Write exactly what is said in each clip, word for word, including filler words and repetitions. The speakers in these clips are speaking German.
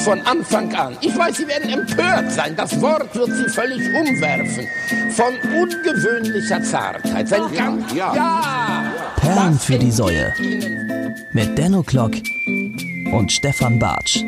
von Anfang an. Ich weiß, Sie werden empört sein. Das Wort wird Sie völlig umwerfen. Von ungewöhnlicher Zartheit. Sein ja, ganz, ja. ja. Perlen für die Säue. Mit Denno Klock und Stefan Bartsch.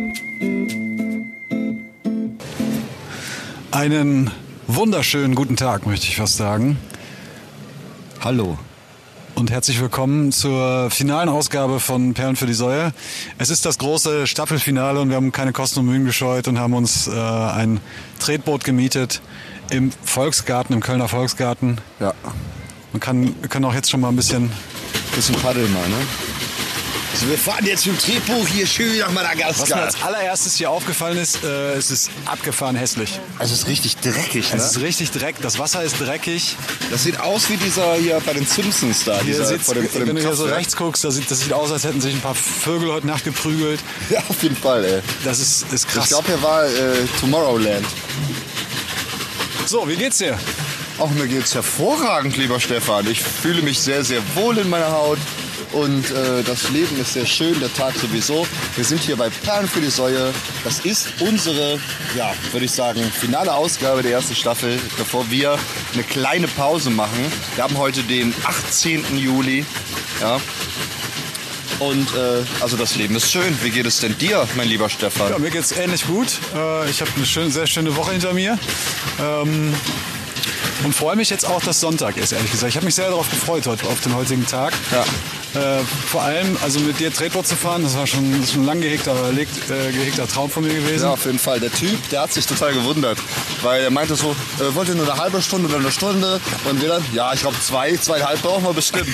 Einen wunderschönen guten Tag, möchte ich fast sagen. Hallo. Und herzlich willkommen zur finalen Ausgabe von Perlen für die Säue. Es ist das große Staffelfinale und wir haben keine Kosten und Mühen gescheut und haben uns äh, ein Tretboot gemietet im Volksgarten, im Kölner Volksgarten. Ja. Man kann, wir können auch jetzt schon mal ein bisschen... Bisschen paddeln mal, ne? Also wir fahren jetzt mit dem Tretboot hier schön nach Madagaskar. Was mir als allererstes hier aufgefallen ist, äh, es ist abgefahren hässlich. Also es ist richtig dreckig, ne? Es ist richtig dreck, das Wasser ist dreckig. Das sieht aus wie dieser hier bei den Simpsons da. Hier dieser, sieht's, vor dem, vor dem wenn du hier so Kraftwerk. rechts guckst, das sieht, das sieht aus, als hätten sich ein paar Vögel heute Nacht geprügelt. Ja, auf jeden Fall, ey. Das ist, ist krass. Ich glaube, hier war äh, Tomorrowland. So, wie geht's dir? Auch mir geht's hervorragend, lieber Stefan. Ich fühle mich sehr, sehr wohl in meiner Haut. Und äh, das Leben ist sehr schön, der Tag sowieso. Wir sind hier bei Perlen für die Säue. Das ist unsere, ja, würde ich sagen, finale Ausgabe der ersten Staffel, bevor wir eine kleine Pause machen. Wir haben heute den achtzehnten Juli. Ja. Und äh, also das Leben ist schön. Wie geht es denn dir, mein lieber Stefan? Ja, mir geht's ähnlich gut. Äh, ich habe eine schöne, sehr schöne Woche hinter mir. Ähm, und freue mich jetzt auch, dass Sonntag ist, ehrlich gesagt. Ich habe mich sehr darauf gefreut, heute, auf den heutigen Tag. Ja. Äh, vor allem, also mit dir Tretboot zu fahren, das war schon, das ist schon ein lang gehegter, legt, äh, gehegter Traum von mir gewesen. Ja, auf jeden Fall. Der Typ, der hat sich total gewundert, weil er meinte so, äh, wollt ihr nur eine halbe Stunde oder eine Stunde? Und wir dann, ja, ich glaube zwei, zweieinhalb brauchen wir bestimmt.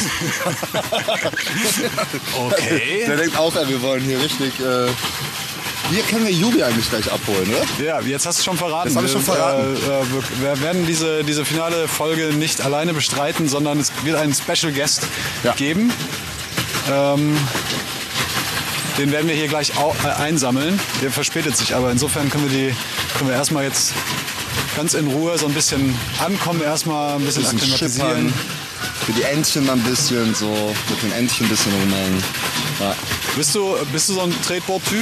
Okay. Der denkt auch, ey, wir wollen hier richtig... Äh Hier können wir Jubi eigentlich gleich abholen, ne? Ja, jetzt hast du schon verraten. Das hab ich schon verraten. Wir, äh, wir, wir werden diese, diese finale Folge nicht alleine bestreiten, sondern es wird einen Special Guest Ja. geben. Ähm, den werden wir hier gleich au- äh, einsammeln. Der verspätet sich, aber insofern können wir, die, können wir erstmal jetzt ganz in Ruhe so ein bisschen ankommen, erstmal ein bisschen, Bisschen akklimatisieren. schippern. Für die Entchen mal ein bisschen so, mit den Entchen ein bisschen rumhängen. Ja. Bist du, bist du so ein Tretboot-Typ?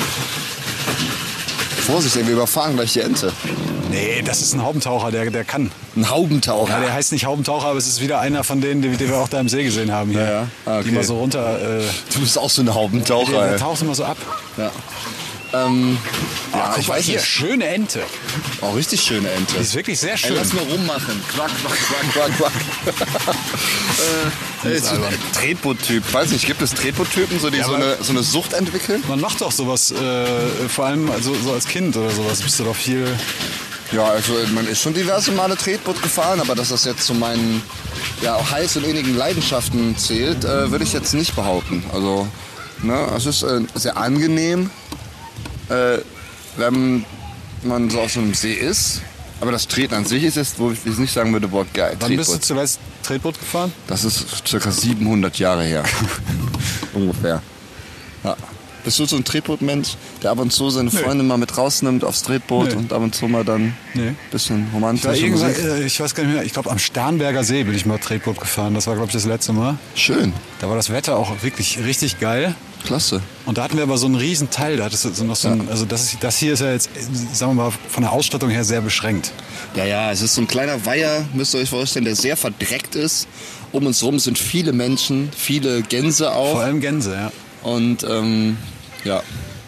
Vorsicht, ey, wir überfahren gleich die Ente. Nee, das ist ein Haubentaucher, der, der kann. Ein Haubentaucher. Ja, der heißt nicht Haubentaucher, aber es ist wieder einer von denen, die, die wir auch da im See gesehen haben hier. Ja, ja. Ah, okay. Die mal so runter... Äh, Du bist auch so ein der, Haubentaucher, der ey. taucht immer so ab. Ja. Ähm, ja, Guck ich mal weiß hier, nicht. schöne Ente. Oh, richtig schöne Ente. Die ist wirklich sehr Ey, schön. lass mal rummachen. Quack, quack, quack, quack, quack. äh, ey, ist so ein Tretboot-Typ. Weiß nicht, gibt es Tretboot-Typen, so, die Ja, so, aber- eine, so eine Sucht entwickeln? Man macht doch sowas, äh, vor allem also, so als Kind oder sowas, bist du doch viel... Ja, also man ist schon diverse Male Tretboot gefahren, aber dass das jetzt zu meinen ja, auch heiß und innigen Leidenschaften zählt, äh, würde ich jetzt nicht behaupten. Also, ne, es ist äh, sehr angenehm, äh, wenn man so auf so einem See ist. Aber das Treten an sich ist jetzt, wo ich jetzt nicht sagen würde, boah, geil, Wann bist du Tretboot. zuletzt Tretboot gefahren? Das ist circa siebenhundert Jahre her. Ungefähr. Ja. Bist du so ein Tretboot-Mensch, der ab und zu seine Nee. Freunde mal mit rausnimmt aufs Tretboot Nee. und ab und zu mal dann Nee. ein bisschen Ich, war romantische irgendwann, Musik? äh, ich weiß gar nicht mehr, ich glaube am Starnberger See bin ich mal Tretboot gefahren. Das war, glaube ich, das letzte Mal. Schön, Da war das Wetter auch wirklich richtig geil. klasse. Und da hatten wir aber so einen riesen Teil. Da hattest du so noch so ein, also das, ist, das hier ist ja jetzt, sagen wir mal, von der Ausstattung her sehr beschränkt. Ja, ja, es ist so ein kleiner Weiher, müsst ihr euch vorstellen, der sehr verdreckt ist. Um uns rum sind viele Menschen, viele Gänse Vor auch. allem Gänse, ja. Und ähm, ja,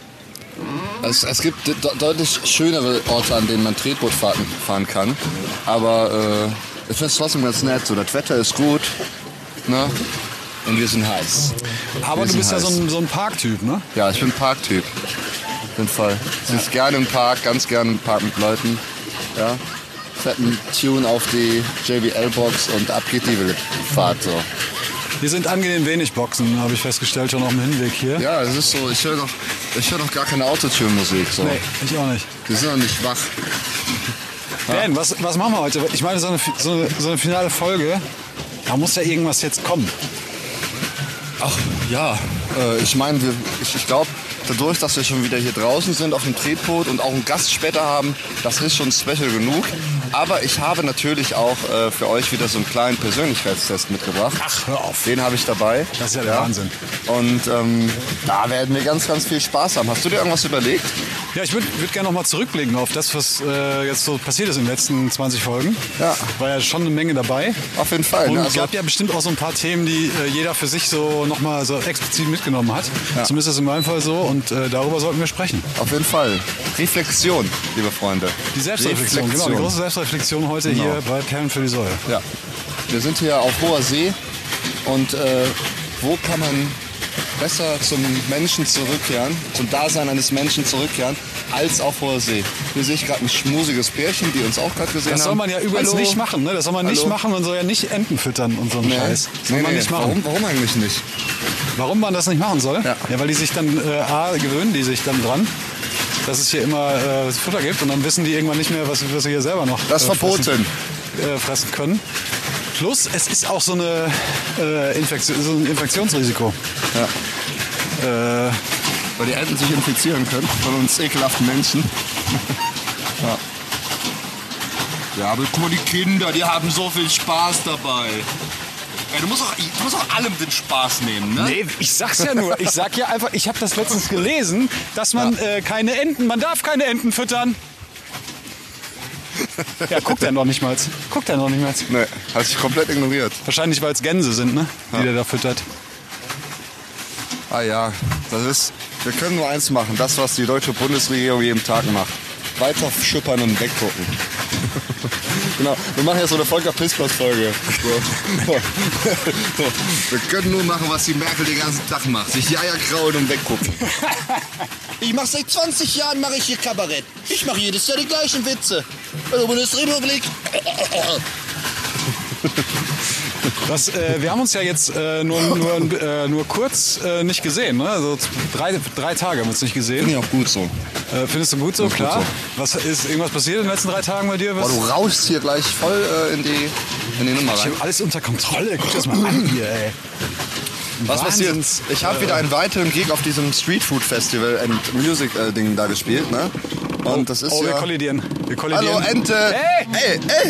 es, es gibt de deutlich schönere Orte, an denen man Tretboot fahren, fahren kann. Aber äh, ich finde es trotzdem ganz nett. So, das Wetter ist gut, ne? Und wir sind heiß. Aber Wir du sind bist ja so heiß. ein, so ein Parktyp, ne? Ja, ich bin Parktyp. Auf jeden Fall. Ich sitze gerne im Park, ganz gerne im Park mit Leuten. Ja. Fetten Tune auf die J B L-Box und ab geht die Fahrt so. Wir sind angenehm wenig Boxen, habe ich festgestellt, schon auf dem Hinweg hier. Ja, es ist so, ich höre noch, ich höre noch gar keine Autotune-Musik. So. Nee, ich auch nicht. Die sind noch nicht wach. Dan, was, was machen wir heute? Ich meine, so eine, so, eine, so eine finale Folge, da muss ja irgendwas jetzt kommen. Ach ja, äh, ich meine, wir- ich, ich glaube, dadurch, dass wir schon wieder hier draußen sind auf dem Tretboot und auch einen Gast später haben, das ist schon special genug. Aber ich habe natürlich auch äh, für euch wieder so einen kleinen Persönlichkeitstest mitgebracht. Ach, hör auf. Den habe ich dabei. Das ist ja der Wahnsinn. Und ähm, da werden wir ganz, ganz viel Spaß haben. Hast du dir irgendwas überlegt? Ja, ich würde würd gerne noch mal zurückblicken auf das, was äh, jetzt so passiert ist in den letzten zwanzig Folgen. Ja. War ja schon eine Menge dabei. Auf jeden Fall. Und Ne? es Also, gab ja bestimmt auch so ein paar Themen, die äh, jeder für sich so noch mal so explizit mitgenommen hat. Ja. Zumindest ist es in meinem Fall so. Und äh, darüber sollten wir sprechen. auf jeden Fall. Reflexion, liebe Freunde. Die Selbstreflexion, genau. Die große Selbstreflexion heute Genau. hier bei Perlen für die Säue. Ja. Wir sind hier auf hoher See. Und äh, wo kann man besser zum Menschen zurückkehren, zum Dasein eines Menschen zurückkehren, als auf hoher See? Hier sehe ich gerade ein schmusiges Pärchen, die uns auch gerade gesehen haben. Das soll man ja übrigens Hallo. nicht machen, ne? Das soll man nicht Hallo. machen. Man soll ja nicht Enten füttern und so einen Nee. Scheiß. Das soll Nee, man nee. nicht machen. Warum, warum eigentlich nicht? Warum man das nicht machen soll? Ja. Ja, weil die sich dann, äh, A, gewöhnen die sich dann dran, dass es hier immer äh, Futter gibt und dann wissen die irgendwann nicht mehr, was, was sie hier selber noch Das ist äh, verboten. fressen, äh, fressen können. Plus, es ist auch so, eine, äh, Infektion, so ein Infektionsrisiko. Ja. Äh, Weil die Enten sich infizieren können von uns ekelhaften Menschen. ja. Ja, aber guck mal, die Kinder, die haben so viel Spaß dabei. Ey, du musst auch, du musst auch allem den Spaß nehmen, ne? nee, ich sag's ja nur. Ich sag ja einfach, ich habe das letztens gelesen, dass man äh, keine Enten, man darf keine Enten füttern. Ja, guckt er noch nicht mal. Guckt er noch nicht mal. Nee, hat sich komplett ignoriert. Wahrscheinlich, weil es Gänse sind, ne? Die Ja. der da füttert. Ah ja, das ist, wir können nur eins machen, das, was die deutsche Bundesregierung jeden Tag macht. Weiter schippern und weggucken. Genau, wir machen jetzt so eine Volker-Pispers-Folge. So. So. Wir können nur machen, was die Merkel den ganzen Tag macht. Sich die Eier krauen und weggucken. Ich mache seit zwanzig Jahren mache ich hier Kabarett. Ich mache jedes Jahr die gleichen Witze. Also Bundesrepublik. Das, äh, wir haben uns ja jetzt äh, nur, nur, äh, nur kurz äh, nicht gesehen. Ne? Also drei, drei Tage haben wir uns nicht gesehen. Finde ich auch gut so. Äh, findest du gut so? Gut Klar. so. Was ist irgendwas passiert in den letzten drei Tagen bei dir? Was? Boah, du rauschst hier gleich voll äh, in, die, in die Nummer Ich rein. habe alles unter Kontrolle. Guck dir das mal an hier, ey. Was passiert? Wahnsinns- Ich habe wieder einen weiteren Gig auf diesem Street Food Festival and Music äh, Ding da gespielt, ne? Und das ist oh, wir ja. kollidieren. Wir kollidieren. Hallo Ente! Hey! Ey, ey!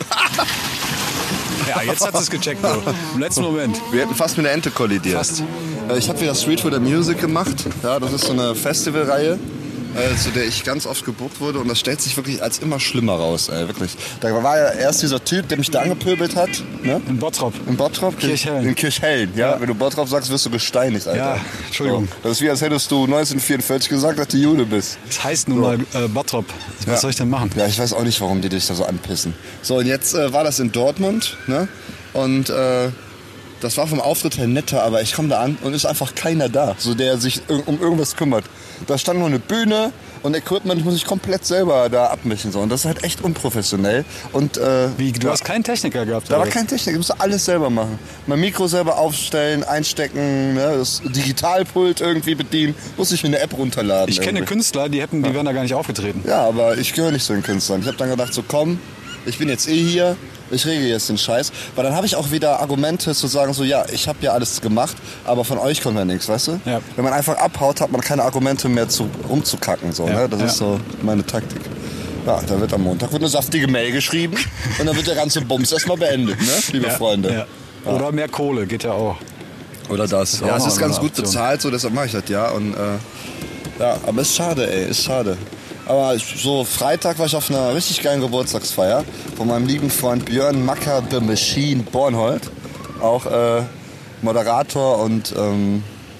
Ja, jetzt hat es gecheckt, Bro. Im letzten Moment. Wir hätten fast mit einer Ente kollidiert. Fast. Äh, Ich habe wieder Street Food and Music gemacht. Ja, das ist so eine Festivalreihe, äh, zu der ich ganz oft gebucht wurde. Und das stellt sich wirklich als immer schlimmer raus, ey, wirklich. Da war ja erst dieser Typ, der mich da angepöbelt hat, ne? In Bottrop. In Bottrop? Kirchhellen. In Kirchhellen, ja. Ja. Wenn du Bottrop sagst, wirst du gesteinigt, Alter. Ja, Entschuldigung. So. Das ist wie, als hättest du neunzehnhundertvierundvierzig gesagt, dass du Jude bist. Das heißt nun mal äh, Bottrop. Was Ja. soll ich denn machen? Ja, ich weiß auch nicht, warum die dich da so anpissen. So, und jetzt äh, war das in Dortmund, ne? Und äh, das war vom Auftritt her netter, aber ich komme da an und ist einfach keiner da, so der sich ir- um irgendwas kümmert. Da stand nur eine Bühne und Equipment muss ich komplett selber da abmischen. So. Und das ist halt echt unprofessionell. Und, äh, Wie, du ja, hast keinen Techniker gehabt? da oder war was? kein Technik, ich musste alles selber machen. Mein Mikro selber aufstellen, einstecken, ne? Das Digitalpult irgendwie bedienen, musste ich mir eine App runterladen. Ich kenne irgendwie. Künstler, die, hätten, die wären da gar nicht aufgetreten. Ja, aber ich gehöre nicht zu den Künstlern. Ich habe dann gedacht, so komm, ich bin jetzt eh hier, ich regel jetzt den Scheiß. Weil dann habe ich auch wieder Argumente zu sagen, so ja, ich habe ja alles gemacht, aber von euch kommt ja nichts, weißt du? Ja. Wenn man einfach abhaut, hat man keine Argumente mehr zu, rumzukacken. So, Ja, ne? Das ja. ist so meine Taktik. Ja, da wird am Montag wird eine saftige Mail geschrieben und dann wird der ganze Bums erstmal beendet, ne, liebe Ja, Freunde. Ja. Oder mehr Kohle, geht ja auch. Oder das. auch Ja, es noch ist ganz eine gut Option. bezahlt, so deshalb mache ich das ja. Und, äh, ja, aber ist schade, ey, ist schade. Aber ich- so Freitag war ich auf einer richtig geilen Geburtstagsfeier von meinem lieben Freund Björn Macker the Machine Bornhold. Auch äh, Moderator und ähm,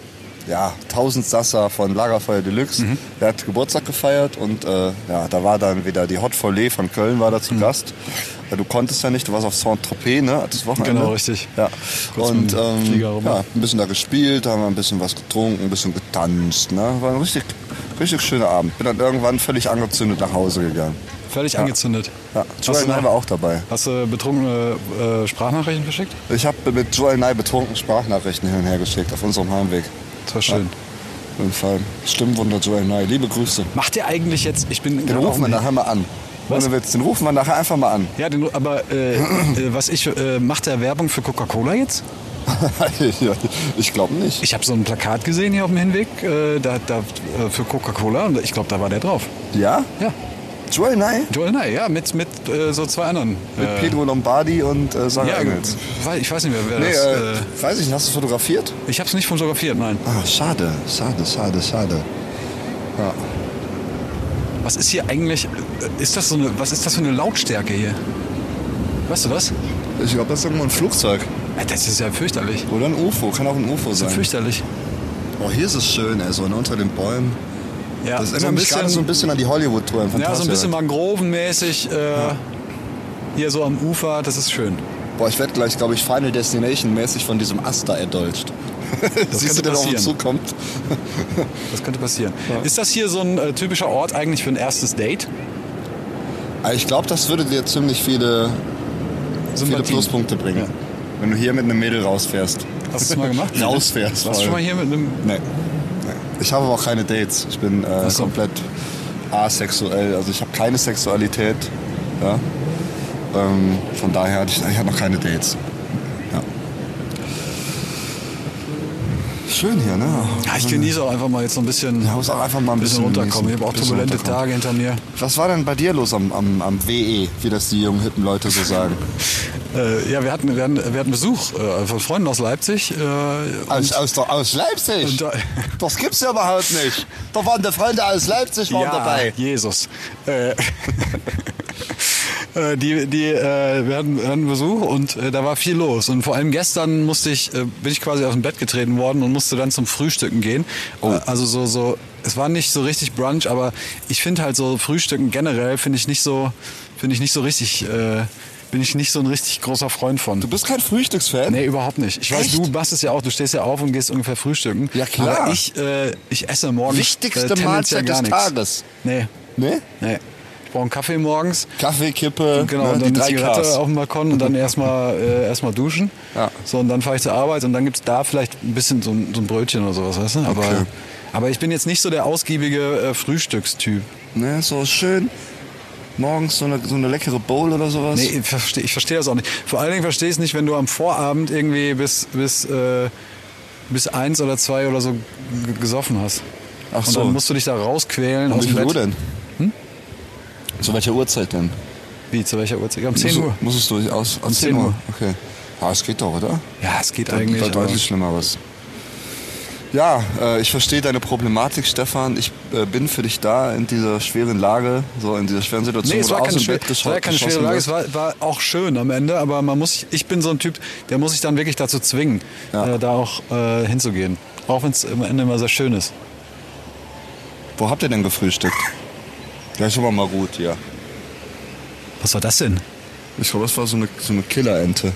ja, Tausendsasser von Lagerfeuer Deluxe. Mhm. Der hat Geburtstag gefeiert und äh, ja, da war dann wieder die Hot Volley von Köln war da Mhm. zu Gast. Ja, du konntest ja nicht, du warst auf Saint-Tropez, ne? Das Wochenende. Genau, richtig. Ja. Kurz Und mit dem ähm, Flieger rüber. ja, ein bisschen da gespielt, haben wir ein bisschen was getrunken, ein bisschen getanzt. Ne? War ein richtig, richtig schöner Abend. Bin dann irgendwann völlig angezündet nach Hause gegangen. Völlig angezündet. Ja, Hast Joel du Nye noch- war auch dabei. Hast du betrunkene äh, Sprachnachrichten verschickt? Ich habe mit Joel Nye betrunken Sprachnachrichten hin und her geschickt auf unserem Heimweg. Das war schön. Auf jeden Fall. Stimmwunder Joel Nye. Liebe Grüße. Macht ihr eigentlich jetzt, ich bin... Den rufen wir nachher mal an. Was? Ohne Witz, den rufen wir nachher einfach mal an. Ja, den, aber äh, äh, was ich, äh, macht der Werbung für Coca-Cola jetzt? Ja, ich glaube nicht. Ich habe so ein Plakat gesehen hier auf dem Hinweg, äh, da, da, äh, für Coca-Cola und ich glaube, da war der drauf. Ja? Ja. Joel Nye? Joel Nye, ja, mit, mit äh, so zwei anderen. Mit äh, Pedro Lombardi und äh, Sarah ja, Engels. weil- ich weiß nicht mehr, wer Nee, das... äh, Äh, weiß ich nicht, hast du es fotografiert? ich habe es nicht fotografiert, nein. Ah, schade, schade, schade, schade. Ja. Was ist hier eigentlich... äh, Ist das so eine, was ist das für eine Lautstärke hier? Weißt du das? Ich glaube, das ist irgendwo ein Flugzeug. Äh, Das ist ja fürchterlich. Oder ein U F O, kann auch ein U F O Das ist sein. fürchterlich. Oh, hier ist es schön, ey, so ne, unter den Bäumen. Ja, Das so erinnert ein mich gerade so ein bisschen, bisschen an die Hollywood-Tour im ja, so ein Phantasialand. bisschen mangrovenmäßig äh, hier so am Ufer, das ist schön. Boah, ich werde gleich, glaube ich, Final Destination mäßig von diesem Ast da erdolcht. Das Siehst könnte du, der auf uns passieren. zukommt? Das könnte passieren. Ist das hier so ein äh, typischer Ort eigentlich für ein erstes Date? Aber ich glaube, das würde dir ziemlich viele, viele Sympathien. Pluspunkte bringen. Ja. Wenn du hier mit einem Mädel rausfährst. Hast du es mal gemacht? Rausfährst. Warst du schon mal vor allem. hier mit einem... Nee. nee. Ich habe aber auch keine Dates. Ich bin äh, so. komplett asexuell. Also ich habe keine Sexualität. Ja? Ähm, von daher hatte ich, ich hatte noch keine Dates. Ja. Schön hier, ne? Ja, ich genieße auch einfach mal jetzt so ein bisschen, Ja, muss auch einfach mal ein bisschen bisschen runterkommen. Ich genießen. habe auch Bisschen turbulente runterkommen. Tage hinter mir. Was war denn bei dir los am, am, am W E, wie das die jungen hippen Leute so sagen? Äh, ja, wir hatten, wir hatten, wir hatten Besuch äh, von Freunden aus Leipzig. Äh, Aus, aus, der, aus Leipzig? Und da- Das gibt's ja überhaupt nicht. Da waren die Freunde aus Leipzig waren ja, dabei. Jesus. Äh, äh, die, die, äh, wir, hatten, wir hatten Besuch und äh, da war viel los. Und vor allem gestern musste ich, äh, bin ich quasi aus dem Bett getreten worden und musste dann zum Frühstücken gehen. Oh. Äh, also so, so, es war nicht so richtig Brunch, aber ich finde halt so Frühstücken generell finde ich nicht so, finde ich nicht so richtig, äh, bin ich nicht so ein richtig großer Freund von. Du bist kein Frühstücksfan? Nee, überhaupt nicht. Ich weiß, Echt? du machst es ja auch, du stehst ja auf und gehst ungefähr frühstücken. Ja, klar. Aber ich, äh, ich esse morgens Wichtigste äh, tendenziell Mahlzeit gar des nichts. Tages. Nee, Nee? nee. Ich brauche einen Kaffee morgens. Kaffee, Kippe, Genau, ne, und die dann eine drei Zigarette Ks. auf dem Balkon und dann erstmal äh, erstmal duschen. Ja. So, und dann fahre ich zur Arbeit und dann gibt's da vielleicht ein bisschen so ein, so ein Brötchen oder sowas, weißt du? Aber, Okay. aber ich bin jetzt nicht so der ausgiebige äh, Frühstückstyp. Ne, so schön. Morgens so eine, so eine leckere Bowl oder sowas. Nee, ich verstehe ich versteh das auch nicht. Vor allen Dingen verstehe ich es nicht, wenn du am Vorabend irgendwie bis, bis, äh, bis eins oder zwei oder so g- gesoffen hast. Ach Und so. dann musst du dich da rausquälen Um aus wie dem viel Uhr Bett. denn? Hm? Zu welcher Uhrzeit denn? Wie, zu welcher Uhrzeit? Um zehn Musst du- Uhr. Musstest du aus, aus Um zehn zehn Uhr? Uhr. Okay. Ja, es geht doch, oder? Ja, es geht Da, eigentlich. da aber- deutlich Schlimmeres. Ja, äh, ich verstehe deine Problematik, Stefan. Ich äh, bin für dich da in dieser schweren Lage, so in dieser schweren Situation, Nee, es wo war du keine, aus dem schwer, Bett es war gescho- keine schwere geschossen Lage, es wirst. war, war auch schön am Ende, aber man muss, ich bin so ein Typ, der muss sich dann wirklich dazu zwingen, Ja. äh, da auch äh, hinzugehen. Auch wenn es am Ende immer sehr schön ist. Wo habt ihr denn gefrühstückt? Ja, schon mal mal gut, ja. Was war das denn? Ich glaube, das war so eine, so eine Killerente.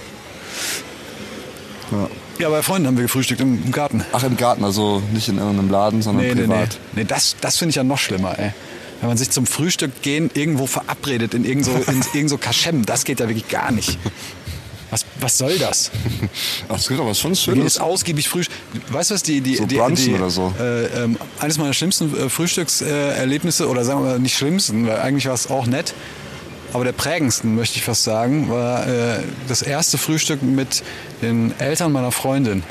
Ja. Ja, bei Freunden haben wir gefrühstückt im, im Garten. Ach, im Garten, also nicht in irgendeinem Laden, sondern Nee, nee, nee. privat. nee das das finde ich ja noch schlimmer, ey. Wenn man sich zum Frühstück gehen irgendwo verabredet, in irgend so, in irgend so Kaschem, das geht ja wirklich gar nicht. Was, was soll das? Ach, das geht aber schon Wir gehen schön. jetzt ausgiebig Frühstück. Weißt du was, die, die, So die, brunchen die oder so. Äh, ähm, eines meiner schlimmsten äh, Frühstückserlebnisse, oder sagen wir mal nicht schlimmsten, weil eigentlich war es auch nett, aber der prägendsten, möchte ich fast sagen, war äh, das erste Frühstück mit den Eltern meiner Freundin.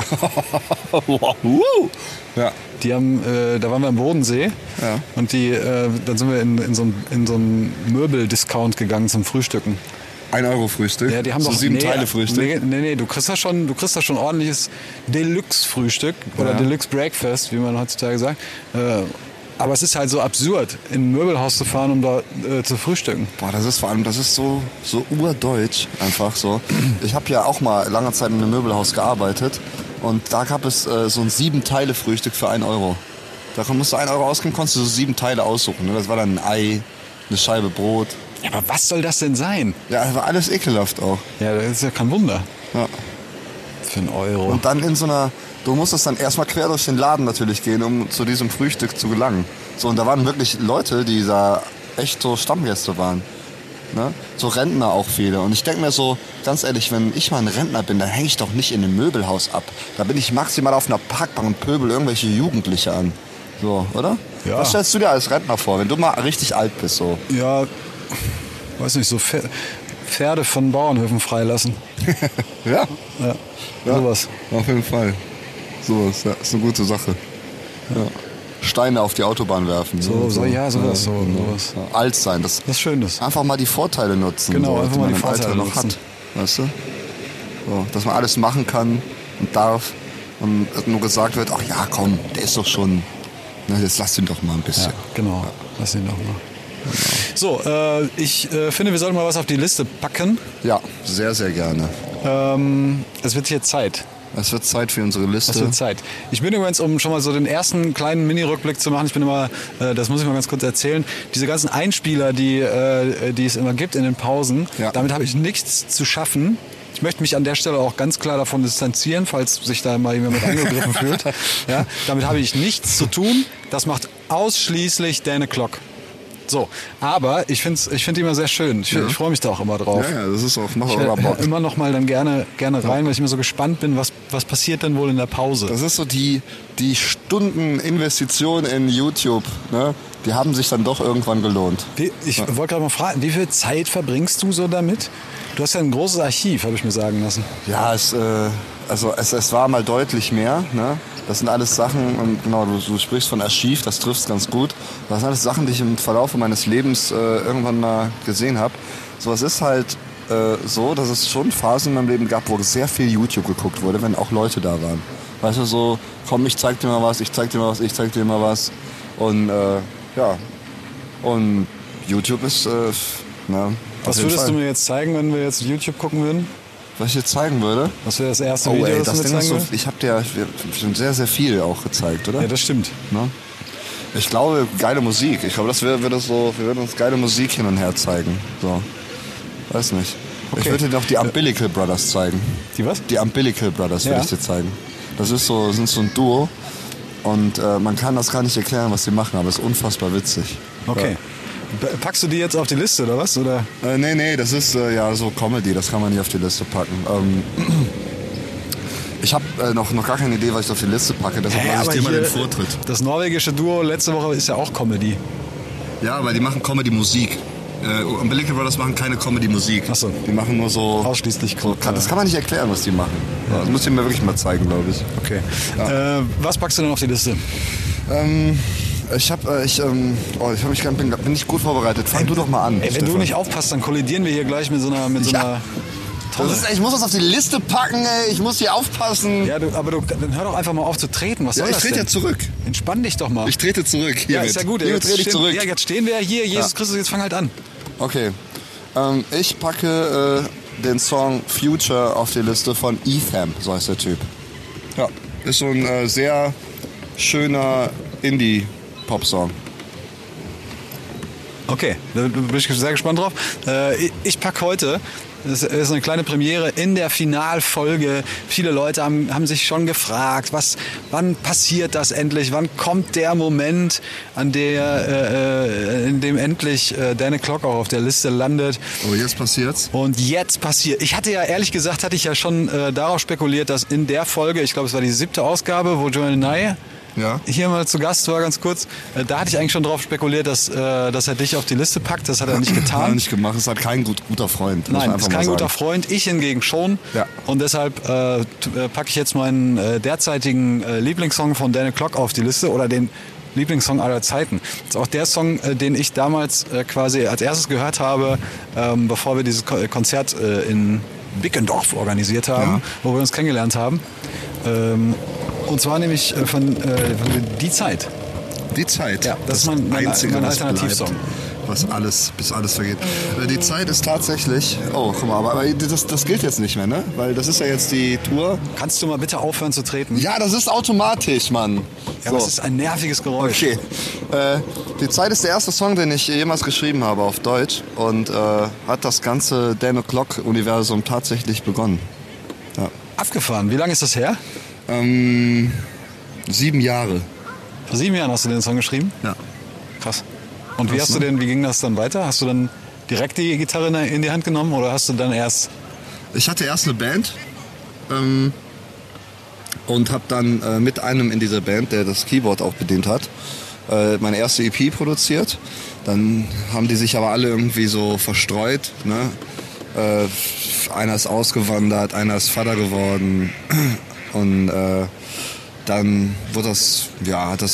Ja. Die haben, äh, da waren wir am Bodensee Ja. und die, äh, dann sind wir in, in so einen in so einen Möbeldiscount gegangen zum Frühstücken. Ein Euro Frühstück. Ja, die haben so doch sieben nee, Teile Frühstück. Nee, nee, nee, du kriegst da schon, du kriegst da schon ordentliches Deluxe-Frühstück oder Ja. Deluxe Breakfast, wie man heutzutage sagt. Äh, aber es ist halt so absurd, in ein Möbelhaus zu fahren, um da äh, zu frühstücken. Boah, das ist vor allem, das ist so, so urdeutsch einfach so. Ich habe ja auch mal lange Zeit in einem Möbelhaus gearbeitet und da gab es äh, so ein sieben-Teile-Frühstück für ein Euro. Da musst du ein Euro ausgeben, konntest du so sieben Teile aussuchen. Ne? Das war dann ein Ei, eine Scheibe Brot. Ja, aber was soll das denn sein? Ja, das war alles ekelhaft auch. Ja, das ist ja kein Wunder. Ja. Für einen Euro. Und dann in so einer, du musstest dann erstmal quer durch den Laden natürlich gehen, um zu diesem Frühstück zu gelangen. So, und da waren wirklich Leute, die da echt so Stammgäste waren. Ne? So Rentner auch viele. Und ich denke mir so, ganz ehrlich, wenn ich mal ein Rentner bin, dann hänge ich doch nicht in einem Möbelhaus ab. Da bin ich maximal auf einer Parkbank und pöbel irgendwelche Jugendliche an. So, oder? Ja. Was stellst du dir als Rentner vor, wenn du mal richtig alt bist? So? Ja, weiß nicht, so Pfer- Pferde von Bauernhöfen freilassen. Ja, Ja, sowas. auf jeden Fall. Sowas, ja, ist eine gute Sache. Ja. Steine auf die Autobahn werfen. So, so, ja, sowas, so, sowas. Ja, alt sein. Das, Das ist Schönes. einfach mal die Vorteile nutzen. Genau, so, einfach die mal man die im Alter Vorteile noch nutzen. hat. Weißt du? So, dass man alles machen kann und darf. Und nur gesagt wird, ach ja, komm, der ist doch schon, na, jetzt lass ihn doch mal ein bisschen. Ja, genau. Lass ihn doch mal. So, äh, ich äh, finde, wir sollten mal was auf die Liste packen. Ja, sehr, sehr gerne. Ähm, es wird hier Zeit. Es wird Zeit für unsere Liste. Es wird Zeit. Ich bin übrigens, um schon mal so den ersten kleinen Mini-Rückblick zu machen, ich bin immer, äh, das muss ich mal ganz kurz erzählen, diese ganzen Einspieler, die, äh, die es immer gibt in den Pausen, Ja. damit habe ich nichts zu schaffen. Ich möchte mich an der Stelle auch ganz klar davon distanzieren, falls sich da mal jemand mit angegriffen fühlt. Ja, damit habe ich nichts zu tun. Das macht ausschließlich Dan O'Clock. So, aber ich finde ich find die immer sehr schön. Ich, Ja. ich freue mich da auch immer drauf. Ja, ja, das ist auch, macht Ich auch immer Bock. höre immer noch mal dann gerne, gerne rein, weil ich immer so gespannt bin, was, was passiert denn wohl in der Pause. Das ist so die, die Stunden-Investition in YouTube, ne? Die haben sich dann doch irgendwann gelohnt. Wie, ich wollte gerade mal fragen, wie viel Zeit verbringst du so damit? Du hast ja ein großes Archiv, habe ich mir sagen lassen. Ja, es, äh, also es, es war mal deutlich mehr. Ne? Das sind alles Sachen, und genau, du, du sprichst von Archiv, das trifft es ganz gut. Das sind alles Sachen, die ich im Verlauf meines Lebens äh, irgendwann mal gesehen habe. So, es ist halt äh, so, dass es schon Phasen in meinem Leben gab, wo sehr viel YouTube geguckt wurde, wenn auch Leute da waren. Weißt du, so, komm, ich zeig dir mal was, ich zeig dir mal was, ich zeig dir mal was. Und äh, ja, und YouTube ist, äh, na, auf Was jeden würdest Fall. du mir jetzt zeigen, wenn wir jetzt YouTube gucken würden? Was ich jetzt zeigen würde? Was wäre das erste Oh Video, ey, das, das du mir Ding ist zeigen so, würdest? ich habe dir schon sehr, sehr viel auch gezeigt, oder? Ja, das stimmt. Ne? Ich glaube, geile Musik. Ich glaube, das wär, würde so, wir würden uns geile Musik hin und her zeigen. So. Weiß nicht. Ich Okay. würde dir noch die Umbilical Brothers zeigen. Die was? Die Umbilical Brothers Ja. würde ich dir zeigen. Das ist so, sind so ein Duo. Und äh, man kann das gar nicht erklären, was sie machen, aber es ist unfassbar witzig. Okay. P- Packst du die jetzt auf die Liste, oder was? Oder? Äh, nee, nee, das ist äh, ja so Comedy, das kann man nicht auf die Liste packen. Ähm, ich habe äh, noch, noch gar keine Idee, was ich auf die Liste packe, deshalb Hä, lasse ich aber dir mal hier- den Vortritt. Das norwegische Duo letzte Woche ist ja auch Comedy. Ja, aber die machen Comedy-Musik. Äh, Umbilical Brothers machen keine Comedy-Musik. Ach so. Die machen nur so... Ausschließlich so kann, das kann man nicht erklären, was die machen. Ja, das müsst ihr mir wirklich mal zeigen, glaube ich. Okay. Äh, was packst du denn auf die Liste? Ähm, ich habe, äh, ich, ähm, oh, ich hab mich, bin, bin nicht gut vorbereitet. Fang du doch mal an. Ey, wenn du Stefan. nicht aufpasst, dann kollidieren wir hier gleich mit so einer, mit so Ja. einer Tonne. Das ist, ich muss das auf die Liste packen, ey. Ich muss hier aufpassen. Ja, du, aber du, dann hör doch einfach mal auf zu treten. Was Ja, soll ich das trete denn? ja zurück. Entspann dich doch mal. Ich trete zurück. Hiermit. ja, ist ja gut. Hiermit Jetzt trete ich stehen, zurück. ja, jetzt stehen wir hier. Jesus Ja. Christus, jetzt fang halt an. Okay. Ähm, ich packe äh, den Song Future auf die Liste von Etham, so heißt der Typ. Ja, ist so ein äh, sehr schöner Indie-Pop-Song. Okay, da bin ich sehr gespannt drauf. Äh, ich- ich packe heute, das ist eine kleine Premiere in der Finalfolge. Viele Leute haben, haben sich schon gefragt, was, wann passiert das endlich? Wann kommt der Moment, an der, äh, in dem endlich äh, Dan O'Clock auch auf der Liste landet? Oh, jetzt passiert's. Und jetzt passiert. Ich hatte ja, ehrlich gesagt, hatte ich ja schon äh, darauf spekuliert, dass in der Folge, ich glaube, es war die siebte Ausgabe, wo Joanne Nye Ja. hier mal zu Gast war, ganz kurz. Äh, da hatte ich eigentlich schon darauf spekuliert, dass, äh, dass er dich auf die Liste packt. Das hat er nicht Hat er getan. nicht gemacht. Ist halt kein gut, guter Freund. muss Nein, man ist einfach kein mal guter sagen. Freund. Ich hingegen schon. Ja. Und deshalb äh, t- äh, packe ich jetzt meinen äh, derzeitigen äh, Lieblingssong von Dan O'Clock auf die Liste oder den Lieblingssong aller Zeiten. Das ist auch der Song, äh, den ich damals äh, quasi als erstes gehört habe, ähm, bevor wir dieses Ko Konzert äh, in Bickendorf organisiert haben, Ja. wo wir uns kennengelernt haben. Ähm, und zwar nämlich äh, von äh, Die Zeit. Die Zeit. Ja, das ist mein- mein- mein was Alternativsong. bleibt, was alles, bis alles vergeht. Äh, Die Zeit ist tatsächlich... Oh, guck mal, aber, aber das, das gilt jetzt nicht mehr, ne? Weil das ist ja jetzt die Tour. Kannst du mal bitte aufhören zu treten? Ja, das ist automatisch, Mann. Ja, aber es ist ein nerviges Geräusch. Okay. Äh, die Zeit ist der erste Song, den ich jemals geschrieben habe auf Deutsch und äh, hat das ganze Dan O'Clock-Universum tatsächlich begonnen. Ja. Abgefahren. Wie lange ist das her? Ähm, sieben Jahre. Vor sieben Jahren hast du den Song geschrieben? Ja. Krass. Und wie Krass, hast du ne? denn, wie ging das dann weiter? Hast du dann direkt die Gitarre in- in die Hand genommen oder hast du dann erst... Ich hatte erst eine Band ähm, und habe dann äh, mit einem in dieser Band, der das Keyboard auch bedient hat, äh, meine erste E P produziert. Dann haben die sich aber alle irgendwie so verstreut. Ne? Äh, einer ist ausgewandert, einer ist Vater geworden und äh, dann wurde das, ja, hat das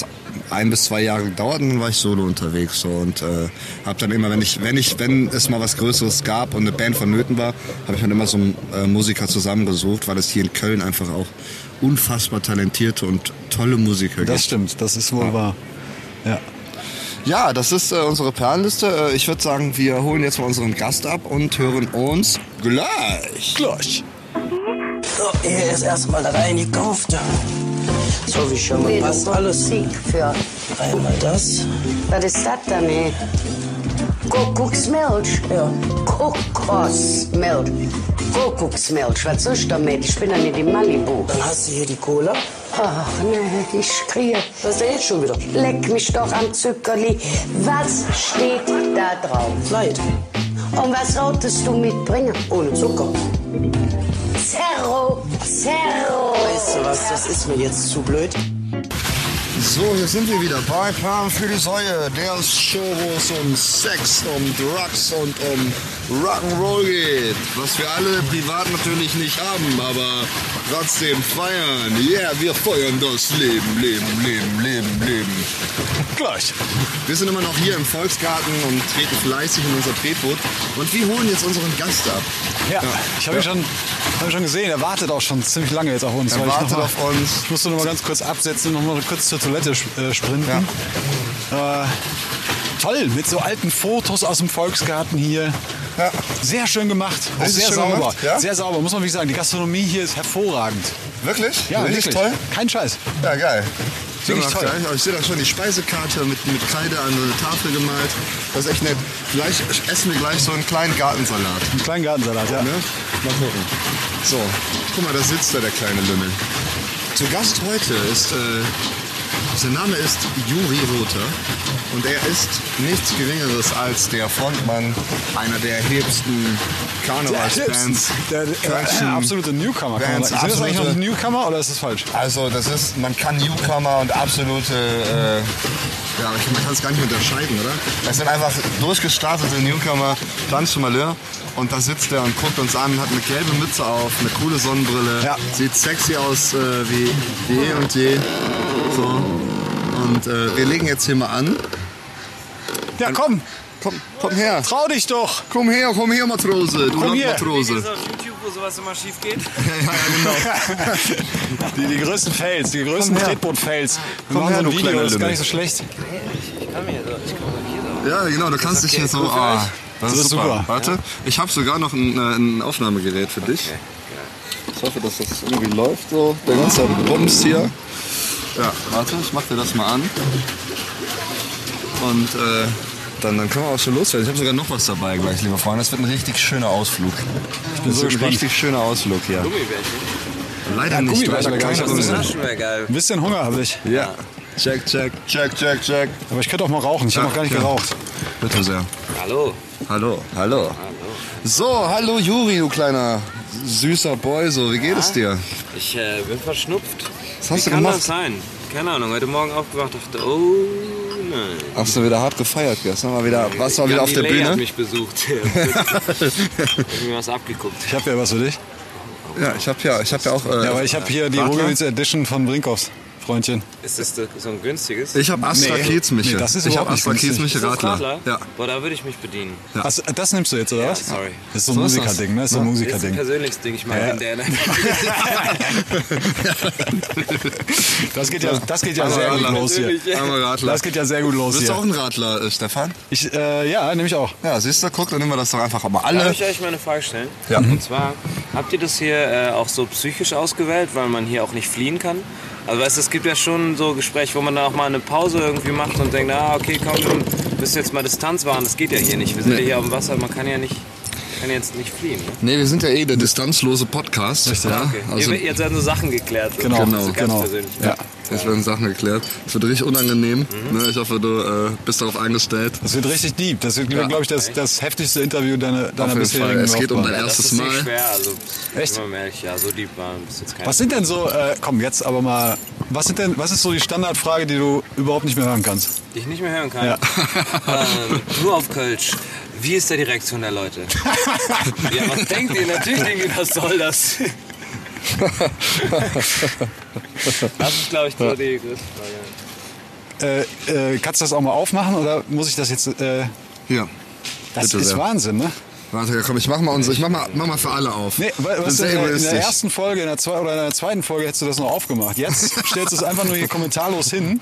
ein bis zwei Jahre gedauert und dann war ich solo unterwegs. So, und äh, habe dann immer, wenn ich, wenn ich, wenn es mal was Größeres gab und eine Band vonnöten war, habe ich mir immer so einen äh, Musiker zusammengesucht, weil es hier in Köln einfach auch unfassbar talentierte und tolle Musiker gibt. Das stimmt, das ist wohl ja. wahr. Ja. Ja, das ist äh, unsere Perlenliste. Äh, ich würde sagen, wir holen jetzt mal unseren Gast ab und hören uns gleich. Gleich. So, hier ist erstmal da reingekauft. So wie schon mal passt alles. Für. Einmal das. Was ist das denn, ey? Kuckucksmilch? Ja. Kokosmilch. Kuckucksmilch, was ist damit? Ich bin ja nicht in Malibu. Dann hast du hier die Cola. Ach, nee, ich kriege. Was ist denn jetzt schon wieder? Leck mich doch am Zuckerli. Was steht da drauf? Light. Und was solltest du mitbringen? Ohne Zucker. Zero, Zero. Weißt du was, das ist mir jetzt zu blöd. So, hier sind wir wieder bei Perlen für die Säue, der Show, wo es um Sex, um Drugs und um Rock'n'Roll geht. Was wir alle privat natürlich nicht haben, aber trotzdem feiern. Yeah, wir feiern das Leben, Leben, Leben, Leben, Leben. Gleich. Wir sind immer noch hier im Volksgarten und treten fleißig in unser Tretboot. Und wir holen jetzt unseren Gast ab. Ja, ja. ich habe ihn, schon, hab ihn schon gesehen. Er wartet auch schon ziemlich lange jetzt auf uns. Er wartet ich mal, auf uns. Ich musste noch mal ganz kurz absetzen und noch mal kurz zur Toilette äh, sprinten. Ja. Äh, toll, mit so alten Fotos aus dem Volksgarten hier. Ja. Sehr schön gemacht. Auch sehr schön sauber. Gemacht, ja? Sehr sauber, muss man wirklich sagen. Die Gastronomie hier ist hervorragend. Wirklich? Ja, Richtig wirklich. toll? Kein Scheiß. Ja, geil. Wirklich toll. Ich sehe da schon die Speisekarte mit, mit Kreide an eine Tafel gemalt. Das ist echt nett. Vielleicht essen wir gleich so einen kleinen Gartensalat. Einen kleinen Gartensalat, ja. Ne? Mal gucken. So, guck mal, da sitzt da der kleine Lümmel. Zu Gast heute ist, äh, sein Name ist Juri Rother und er ist nichts Geringeres als der Frontmann einer der erhebsten Karnevalsbands. Der, der, der, der absolute Newcomer. Kann man Bands, sagen. Ist das eigentlich noch ein absolute- Newcomer oder ist das falsch? Also das ist, man kann Newcomer und absolute, äh, ja, ich- man kann es gar nicht unterscheiden, oder? Es sind einfach durchgestartete Newcomer, Planche Malheur. Und da sitzt er und guckt uns an, hat eine gelbe Mütze auf, eine coole Sonnenbrille, Ja. sieht sexy aus äh, wie, wie eh und je. So. Und äh, wir legen jetzt hier mal an. Ja, komm, Komm, komm her. trau dich doch. Komm her, komm her, Matrose. Du Komm hier. Landmatrose. auf YouTube, wo sowas immer schief geht. Ja, ja, genau. Die, die größten Fails, die größten Komm her. Tretboot-Fails. Wir Komm machen her, so ein du Video, kleiner das ist gar Lümmel. nicht so schlecht. Ich kann mir so, ich kann hier so. Ja, genau, du kannst dich okay, hier so. cool für Ah, euch. das Das ist ist super. super. Warte, ich habe sogar noch ein, äh, ein Aufnahmegerät für dich. Ich hoffe, dass das irgendwie läuft so. Der ganze Bums hier. Ja, warte, ich mach dir das mal an. Und äh, dann, dann können wir auch schon loswerden. Ich habe sogar noch was dabei gleich, lieber Freunde. Das wird ein richtig schöner Ausflug. Ich bin so so ein gespannt. richtig schöner Ausflug hier. Leider nicht, Gummibärchen leider wäre keine geil. Gummibärchen. Das wäre geil. Ein bisschen Hunger habe ich. Ja. Check, check, check, check, check. Aber ich könnte auch mal rauchen. Ich habe Ja, noch gar nicht okay. geraucht. Bitte sehr. Hallo. Hallo, hallo. So, hallo Juri, du kleiner süßer Boy. So, wie geht es dir? Ich äh, bin verschnupft. Was hast Wie du kann gemacht? das sein? Keine Ahnung. Heute Morgen aufgewacht, dachte, oh nein. Hast du wieder hart gefeiert gestern? Mal wieder, warst du mal wieder auf der Jan Delay hat Bühne? mich besucht. Hab mir was abgeguckt. Ich habe ja was für dich. Ja, ich habe ja, ich habe ja auch. Äh, Ja, aber ich habe hier die Radler. Ruhrgebiets Edition von Brinkhoffs, Freundchen. Ist das so ein günstiges? Ich habe Astra Nee, Kiezmische. nee, das ist ich überhaupt habe nicht Astra günstig. Kiezmische Ist das Radler. Radler? Ja. Boah, da würde ich mich bedienen. Das, das nimmst du jetzt, oder was? Sorry. Das ist so ein So ist Musikerding, ne? Das ist so ein Das ist ein Musikerding. persönliches Ding. Ich meine, Ja. in der Das geht ja, das geht ja Also sehr gut Radler. los hier. Natürlich, ja. Einmal Radler. Das geht ja sehr gut los Bist du auch hier. ein Radler, äh, Stefan? Ich, äh, ja, nehme ich auch. Ja, siehst du, guck, dann nehmen wir das doch einfach mal Darf alle. ich euch mal eine Frage stellen? Ja. Und zwar, habt ihr das hier äh, auch so psychisch ausgewählt, weil man hier auch nicht fliehen kann? Also weißt du, es gibt ja schon so Gespräche, wo man dann auch mal eine Pause irgendwie macht und denkt, ah, okay, komm, wir müssen jetzt mal Distanz wahren. Das geht ja hier nicht. Wir sind Nee. ja hier auf dem Wasser, man kann ja nicht, kann jetzt nicht fliehen. Ne? Nee, wir sind ja eh der distanzlose Podcast. Richtig. Ja, Okay. also, Ihr- jetzt werden so Sachen geklärt. so. Genau, Genau, so ganz genau. persönlich. Ja. jetzt werden Sachen geklärt. Es wird richtig unangenehm. Ne? Ich hoffe, du äh, bist darauf eingestellt. Das wird richtig deep. Das wird, Ja. glaube ich, das, das heftigste Interview deiner, deiner Auf jeden bisherigen Fall. Es geht um Laufbahn. dein Das erstes ist nicht Mal. schwer, also Echt? immer mehr ehrlich, ja, so deep war bis jetzt kein. Was sind denn so, äh, komm, jetzt aber mal, was sind denn, was ist so die Standardfrage, die du überhaupt nicht mehr hören kannst? Die ich nicht mehr hören kann. Ja. ähm, nur auf Kölsch. Wie ist da die Reaktion der Leute? Ja, was denkt ihr? Natürlich denkt ihr, was soll das? Das ist, glaube ich, so die größte Frage. äh, äh, kannst du das auch mal aufmachen oder muss ich das jetzt... Äh, Hier. das Bitte ist sehr. Wahnsinn, ne? Warte, ja, komm, ich mach mal unsere, ich mach mal, mach mal für alle auf. Nee, was das ist in, sehr der, in der egoistisch. ersten Folge in der zwei, oder in der zweiten Folge hättest du das noch aufgemacht. Jetzt stellst du es einfach nur hier kommentarlos hin.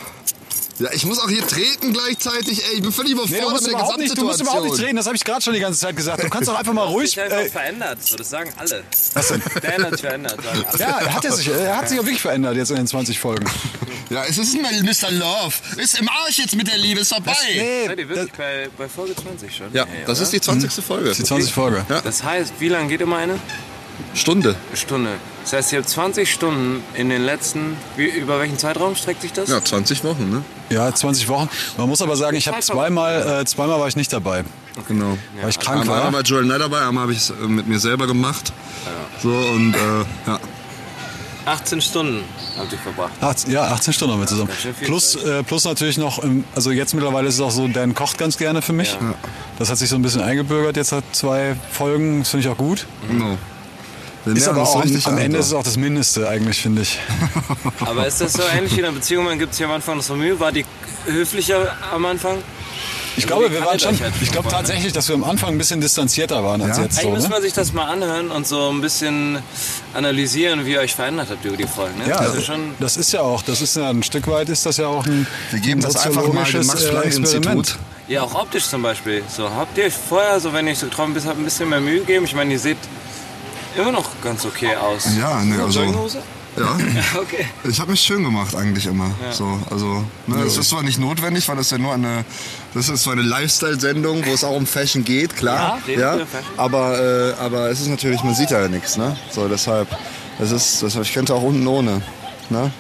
Ja, ich muss auch hier treten gleichzeitig. Ey, ich bin völlig Nee, überfordert du musst, mit der überhaupt nicht, du musst überhaupt nicht Gesamtsituation. reden, das habe ich gerade schon die ganze Zeit gesagt. Du kannst doch einfach mal Du ruhig... hast dich einfach Äh, verändert. So, das sagen alle. was denn? Der hat sich verändert. Sagen alle. Ja, hat er sich, er hat sich auch wirklich verändert jetzt in den zwanzig Folgen. Ja, es ist mal Mister Love. Ist im Arsch jetzt mit der Liebe, ist vorbei. Nee, Seid ihr wirklich bei, bei Folge zwanzig schon? Ja, Nee, das oder? ist die zwanzigste Folge. die zwanzig Folge. Ja. Das heißt, wie lange geht immer eine? Stunde. Stunde. Das heißt, ihr habt zwanzig Stunden in den letzten... Wie, über welchen Zeitraum streckt sich das? Ja, zwanzig Wochen, ne? Ja, zwanzig Wochen. Man muss aber sagen, ich habe zweimal, äh, zweimal war ich nicht dabei, Genau. weil ich krank Einmal war. war Joel nicht dabei, einmal habe ich es äh, mit mir selber gemacht. So und äh, ja. achtzehn Stunden habt ihr verbracht. Ach, ja, achtzehn Stunden haben wir zusammen. Ganz schön viel Plus, äh, plus natürlich noch, im, also jetzt mittlerweile ist es auch so, Dan kocht ganz gerne für mich. Ja. Das hat sich so ein bisschen eingebürgert, jetzt hat zwei Folgen, das finde ich auch gut. Genau. Wir Ist nähern aber uns so auch, richtig am an, Ende so. ist es auch das Mindeste eigentlich, finde ich. Aber ist das so ähnlich wie in einer Beziehung? Man gibt sich am Anfang das Mühe. War die höflicher am Anfang? Ich Also glaube, ihr wir waren kanntet schon, euch halt ich schon glaube vorher, ne? tatsächlich, dass wir am Anfang ein bisschen distanzierter waren als Ja? jetzt. Eigentlich So, muss ne? man sich das mal anhören und so ein bisschen analysieren, wie ihr euch verändert habt über die Folgen. Ne? Ja, das ist schon das ist ja auch, das ist ja ein Stück weit ist das ja auch ein Wir geben ein das einfach mal dem soziologisches, Max äh, Planck Experiment. Institut. ja auch optisch zum Beispiel. So habt ihr euch vorher, so wenn ihr so getroffen bist, habt ein bisschen mehr Mühe gegeben. Ich meine, ihr seht immer noch ganz okay aus. Ja, ne, also- Jogginghose? Ja. Okay. Ich habe mich schön gemacht eigentlich immer. So, also, ne, es ist zwar nicht notwendig, weil das ja nur eine, das ist zwar eine Lifestyle-Sendung, wo es auch um Fashion geht, klar. Ja, reden wir über Fashion. Aber, äh, aber es ist natürlich, man sieht ja nichts, ne? So, deshalb, es ist, das, ich könnte auch unten ohne, ne?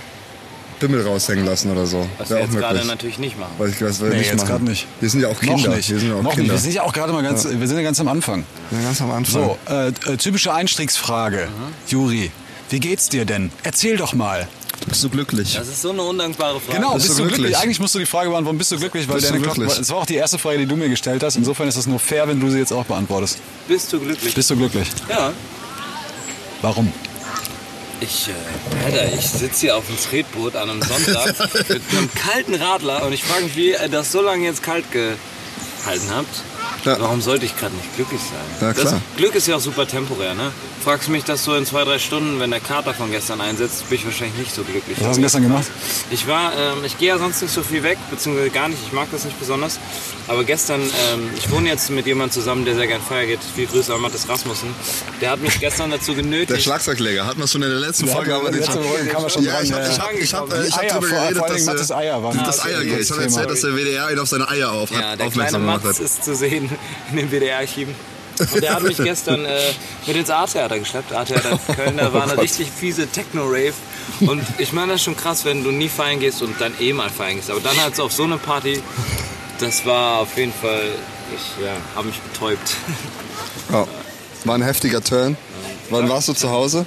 Pimmel raushängen lassen oder so. Was Wär wir auch jetzt gerade möglich. natürlich nicht machen. Weil ich das will Nee, nicht jetzt machen. gerade nicht. Wir sind ja auch Kinder. Noch nicht. Wir sind ja auch Noch Kinder. nicht. Wir sind ja auch gerade mal ganz, wir sind ja ganz am Anfang. Ja, ganz am Anfang. So, äh, äh, typische Einstiegsfrage. Juri, wie geht's dir denn? Erzähl doch mal. Bist du glücklich? Das ist so eine undankbare Frage. Genau, Bist bist, du du glücklich? glücklich? Eigentlich musst du die Frage beantworten, bist du glücklich? Weil Bist du deine Glock- glücklich? das war auch die erste Frage, die du mir gestellt hast. Insofern ist es nur fair, wenn du sie jetzt auch beantwortest. Bist du glücklich? Bist du glücklich? Ja. Warum? Ich, äh, Alter, ich sitze hier auf dem Tretboot an einem Sonntag mit einem kalten Radler und ich frage mich, wie ihr das so lange jetzt kalt gehalten habt. Ja. Warum sollte ich gerade nicht glücklich sein? Ja, klar. Das Glück ist ja auch super temporär, ne? Fragst mich das so in zwei, drei Stunden, wenn der Kater von gestern einsetzt, bin ich wahrscheinlich nicht so glücklich. Was hast du denn gestern gemacht? Ich war, ähm, ich gehe ja sonst nicht so viel weg, beziehungsweise gar nicht, ich mag das nicht besonders. Aber gestern, ähm, ich wohne jetzt mit jemandem zusammen, der sehr gern feiern geht. Viel Grüße an Mathis Rasmussen. Der hat mich gestern dazu genötigt. Der Schlagzeugleger, hatten wir schon in der letzten Folge. Ja, aber den letzte Folge kam er schon ja, dran. ich habe ja. ich hab, ich hab, Die ich hab Eier, drüber vor- geredet, vor allen dass Dingen Mathis der- Eier waren. das Eiergate. Ich habe Thema. erzählt, dass der W D R ihn auf seine Eier auf, Ja, der kleine aufmerksam gemacht Matz hat. ist zu sehen in den W D R-Archiven. Und der hat mich gestern äh, mit ins A-Theater geschleppt. A-Theater Köln, da war eine richtig fiese Techno-Rave. Und ich meine, das ist schon krass, wenn du nie feiern gehst und dann eh mal feiern gehst. Aber dann halt so auf so eine Party, das war auf jeden Fall, ich ja, habe mich betäubt. Ja. War ein heftiger Turn. Wann warst du zu Hause?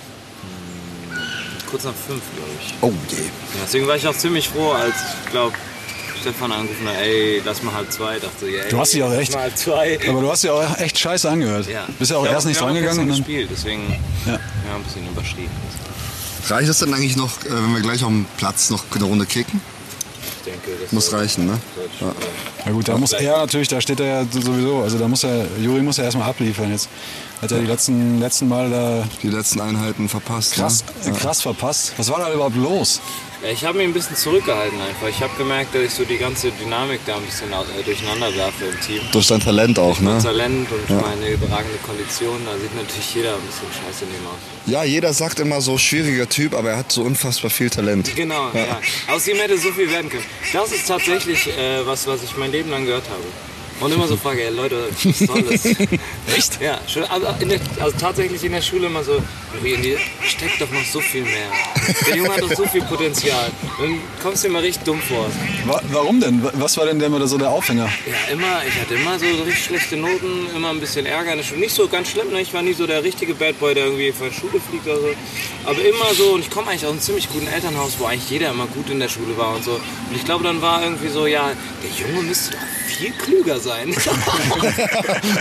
Kurz nach fünf, glaube ich. Oh je. Ja, deswegen war ich auch ziemlich froh, als ich glaube, Stefan angerufen hat, ey, lass mal halb zwei. Dachte, ey, Du hast dich auch lass echt- mal halb zwei. Aber du hast ja auch echt scheiße angehört. Ja. Bist ja auch Ich erst hab- nicht wir haben auch drangegangen. gestern und dann- gespielt, deswegen Ja. ja, ein bisschen überschrieben. Reicht es denn eigentlich noch, äh, wenn wir gleich auf dem Platz noch eine Runde kicken? Ich denke, das Muss sollte- reichen, ne? sollte schon reichen. Ja gut, da muss er natürlich, da steht er ja sowieso, also da muss er, Juri muss ja erstmal abliefern jetzt. Hat er die letzten, letzten Mal da Die letzten Einheiten verpasst. krass, Ne? krass verpasst. Was war da überhaupt los? Ja, ich habe mich ein bisschen zurückgehalten einfach. Ich habe gemerkt, dass ich so die ganze Dynamik da ein bisschen aus- äh, durcheinander werfe im Team. Durch dein Talent auch, Mein ne? Talent und meine überragende Kondition, da sieht natürlich jeder ein bisschen scheiße neben aus. Ja, jeder sagt immer so, schwieriger Typ, aber er hat so unfassbar viel Talent. Genau, ja. Aus ihm hätte so viel werden können. Das ist tatsächlich äh, was, was ich mein Leben lang gehört habe. Und immer so frage, ey Leute, was soll das? Echt? Ja, schon, also, in der, also tatsächlich in der Schule immer so, in dir steckt doch noch so viel mehr. Der Junge hat doch so viel Potenzial. Dann kommst du dir mal richtig dumm vor. Wa- Warum denn? Was war denn der, immer so der Aufhänger? Ja, immer, ich hatte immer so richtig schlechte Noten, immer ein bisschen Ärger in der Schule. Nicht so ganz schlimm, ne? Ich war nie so der richtige Bad Boy, der irgendwie von der Schule fliegt oder so. Aber immer so, und ich komme eigentlich aus einem ziemlich guten Elternhaus, wo eigentlich jeder immer gut in der Schule war und so. Und ich glaube, dann war irgendwie so, ja, der Junge müsste doch viel klüger sein.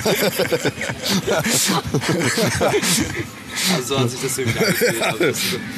Also hat sich das irgendwie angefühlt. Also das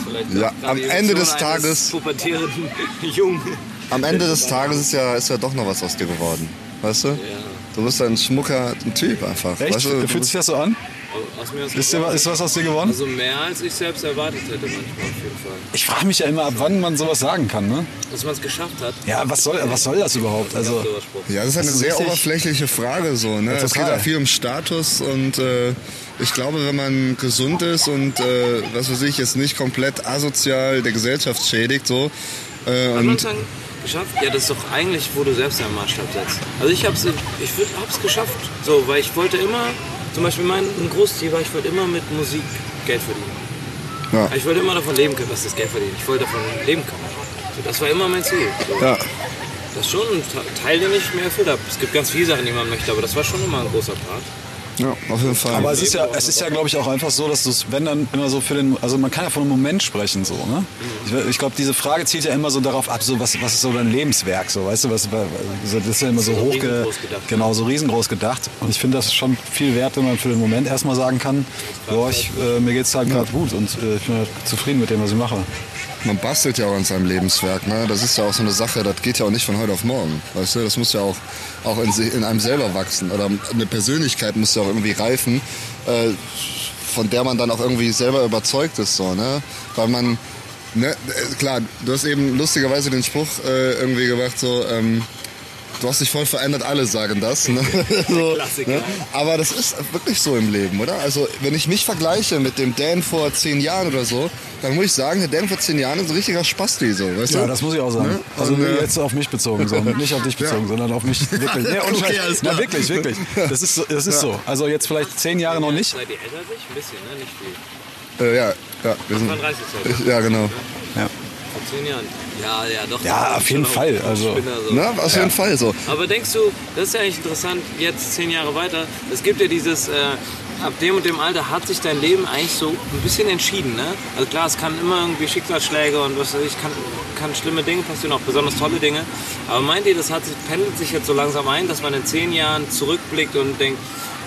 Vielleicht Ja, auch am die Ende des Emotionen eines Tages- pubertierenden Jungen. Am Ende des Tages ist ja, ist ja doch noch was aus dir geworden. Weißt du? Ja. Du bist ein schmucker ein Typ einfach. Echt? Weißt du, du Fühlt sich das so an? Aus mir Ist, dir, ist was aus dir geworden? Also mehr als ich selbst erwartet hätte manchmal auf jeden Fall. Ich frage mich ja immer, ab wann man sowas sagen kann, ne? Dass man es geschafft hat. Ja, was soll, was soll das überhaupt? Also, Ja, das ist eine Das ist sehr richtig- oberflächliche Frage so. Ne? Ja, Es geht total. ja viel um Status und äh, ich glaube, wenn man gesund ist und äh, was weiß ich, jetzt nicht komplett asozial der Gesellschaft schädigt, so. Äh, Kann man und sagen, geschafft? Ja, das ist doch eigentlich, wo du selbst deinen Maßstab setzt. Also ich hab's, ich würd, hab's geschafft. So, weil ich wollte immer, zum Beispiel mein ein Großziel war, ich wollte immer mit Musik Geld verdienen. Ja. Ich wollte immer davon leben können, was das Geld verdient. Ich wollte davon leben können. So, das war immer mein Ziel. So. ja. Das ist schon ein Teil, den ich mir erfüllt habe. Es gibt ganz viele Sachen, die man möchte, aber das war schon immer ein großer Part. Ja, auf jeden Fall. aber es ist ja, es ist ja, glaube ich, auch einfach so, dass du es, wenn dann immer so für den, also man kann ja von einem Moment sprechen, so, ne? Ich, ich glaube, diese Frage zielt ja immer so darauf ab, so was, was ist so dein Lebenswerk, so, weißt du, was, das ist ja immer so So hochge, riesengroß gedacht. genau, so riesengroß gedacht. Und ich finde das schon viel wert, wenn man für den Moment erstmal sagen kann, boah, ich, äh, mir geht's halt gerade gut und äh, ich bin halt zufrieden mit dem, was ich mache. Man bastelt ja auch an seinem Lebenswerk, ne? Das ist ja auch so eine Sache, das geht ja auch nicht von heute auf morgen, weißt du? Das muss ja auch, auch in, si- in einem selber wachsen oder eine Persönlichkeit muss ja auch irgendwie reifen, äh, von der man dann auch irgendwie selber überzeugt ist, so, ne? Weil man, ne, äh, klar, du hast eben lustigerweise den Spruch äh, irgendwie gemacht, so, ähm, du hast dich voll verändert, alle sagen das. Ne? So, Klassiker. ne? Aber das ist wirklich so im Leben, oder? Also wenn ich mich vergleiche mit dem Dan vor zehn Jahren oder so, dann muss ich sagen, der Dan vor zehn Jahren ist ein richtiger Spasti, so, weißt Ja, du? das muss ich auch sagen. Ne? Also Und, äh, jetzt auf mich bezogen, sondern nicht auf dich bezogen, Ja. sondern auf mich wirklich. Nee, ohne Okay, Scheiß. alles Na, klar. wirklich, wirklich. Das ist so. Das ist so. Also jetzt vielleicht zehn Jahre noch nicht. Seid ihr älter als ich? Ein bisschen, ne? Nicht viel. Äh, ja, ja, wir sind, zweiunddreißig seid ihr. ja, genau. Ja. Vor zehn Jahren. Ja, ja, doch. Ja, das auf ist jeden schon auch Fall, ein also- Spinner, so. Na, auf jeden Fall so. Aber denkst du, das ist ja eigentlich interessant, jetzt zehn Jahre weiter, es gibt ja dieses, äh, ab dem und dem Alter hat sich dein Leben eigentlich so ein bisschen entschieden, ne? Also klar, es kann immer irgendwie Schicksalsschläge und was weiß ich, kann, kann schlimme Dinge passieren, auch besonders tolle Dinge. Aber meint ihr, das hat, sich- pendelt sich jetzt so langsam ein, dass man in zehn Jahren zurückblickt und denkt,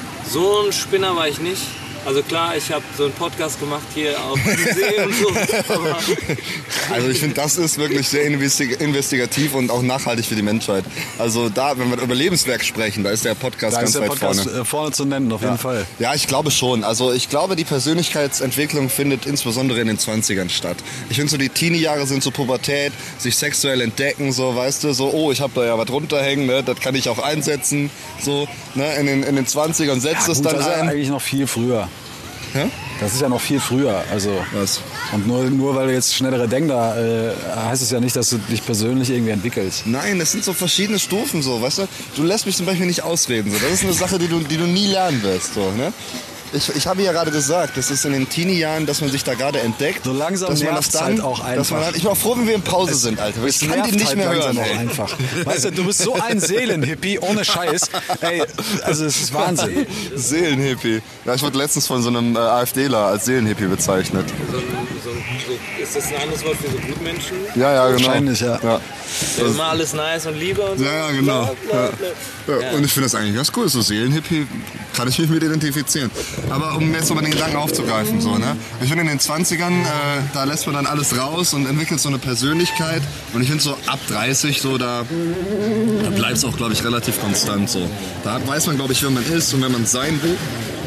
so ein Spinner war ich nicht? Also klar, ich habe so einen Podcast gemacht hier auf dem See und so, aber Also ich finde, das ist wirklich sehr investig- investigativ und auch nachhaltig für die Menschheit. Also da, wenn wir über Lebenswerk sprechen, da ist der Podcast Da ganz ist der weit Podcast vorne. vorne. vorne zu nennen, auf jeden Fall. Ja, ich glaube schon. Also ich glaube, die Persönlichkeitsentwicklung findet insbesondere in den zwanzigern statt. Ich finde so, die Teenie-Jahre sind so Pubertät, sich sexuell entdecken, so, weißt du, so, oh, ich habe da ja was runterhängen, ne, das kann ich auch einsetzen, so, ne, in den, in den zwanzigern setzt Ja, es gut, dann das ist ja ein. eigentlich noch viel früher. Ja? Das ist ja noch viel früher. Also Was? und nur, nur weil du jetzt schnellere Denk da, äh, heißt es ja nicht, dass du dich persönlich irgendwie entwickelst. Nein, das sind so verschiedene Stufen, so, weißt du, du lässt mich zum Beispiel nicht ausreden, so, das ist eine Sache, die du, die du nie lernen wirst, so, ne. Ich, ich habe ja gerade gesagt, das ist in den Teenie-Jahren, dass man sich da gerade entdeckt. So langsam dass man nervt's das halt auch Dass man einfach. halt, ich bin auch froh, wenn wir in Pause sind, Alter. Ich kann nervt die nicht halt mehr langsam hören, auch ey. einfach. Weißt du, du bist so ein Seelenhippie, ohne Scheiß. Ey, also es ist Wahnsinn. Seelenhippie. Ja, ich wurde letztens von so einem äh, AfDler als Seelenhippie bezeichnet. so, ein- so, ein- so, ist das ein anderes Wort für so Gutmenschen? Ja, ja, genau. Wahrscheinlich, ja. Ja, So immer alles nice und Liebe und so. ja, ja genau. Bla, bla, Ja. bla. Ja, und ich finde das eigentlich ganz cool. So Seelenhippie kann ich mich mit identifizieren. Aber um jetzt nochmal den Gedanken aufzugreifen, so, ne? Ich finde in den zwanzigern, äh, da lässt man dann alles raus und entwickelt so eine Persönlichkeit. Und ich finde so ab dreißig, so, da, da bleibt es auch, glaube ich, relativ konstant. So. Da weiß man, glaube ich, wer man ist und wer man sein will.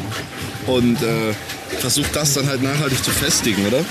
Und äh, versucht das dann halt nachhaltig zu festigen, oder?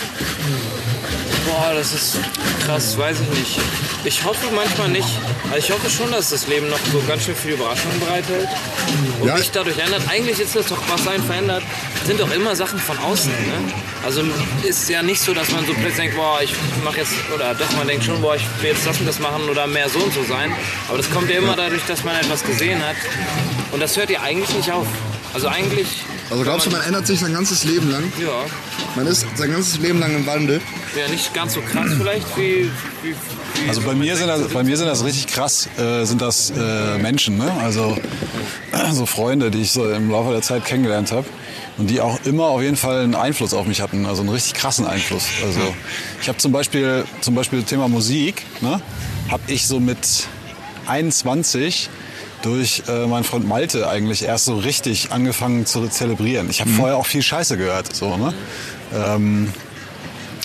Boah, das ist krass, weiß ich nicht. Ich hoffe manchmal nicht. Also ich hoffe schon, dass das Leben noch so ganz schön viele Überraschungen bereithält und Ja. mich dadurch ändert. Eigentlich ist das doch, was einen verändert, sind doch immer Sachen von außen. Ne? Also ist ja nicht so, dass man so plötzlich denkt, boah, ich mache jetzt, oder dass man denkt schon, boah, ich will jetzt das und das machen oder mehr so und so sein. Aber das kommt ja immer dadurch, dass man etwas gesehen hat. Und das hört ja eigentlich nicht auf. Also eigentlich... Also glaubst du, man ändert sich sein ganzes Leben lang? Ja, Man ist sein ganzes Leben lang im Wandel. ja, nicht ganz so krass vielleicht wie... wie, wie Also bei mir sind das, bei mir sind das richtig krass, äh, sind das äh, Menschen, ne? Also äh, so Freunde, die ich so im Laufe der Zeit kennengelernt habe und die auch immer auf jeden Fall einen Einfluss auf mich hatten, also einen richtig krassen Einfluss. Also ich habe zum Beispiel, zum Beispiel Thema Musik, ne? Habe ich so mit einundzwanzig durch äh, meinen Freund Malte eigentlich erst so richtig angefangen zu zelebrieren. Ich habe vorher auch viel Scheiße gehört, so, ne? Ähm,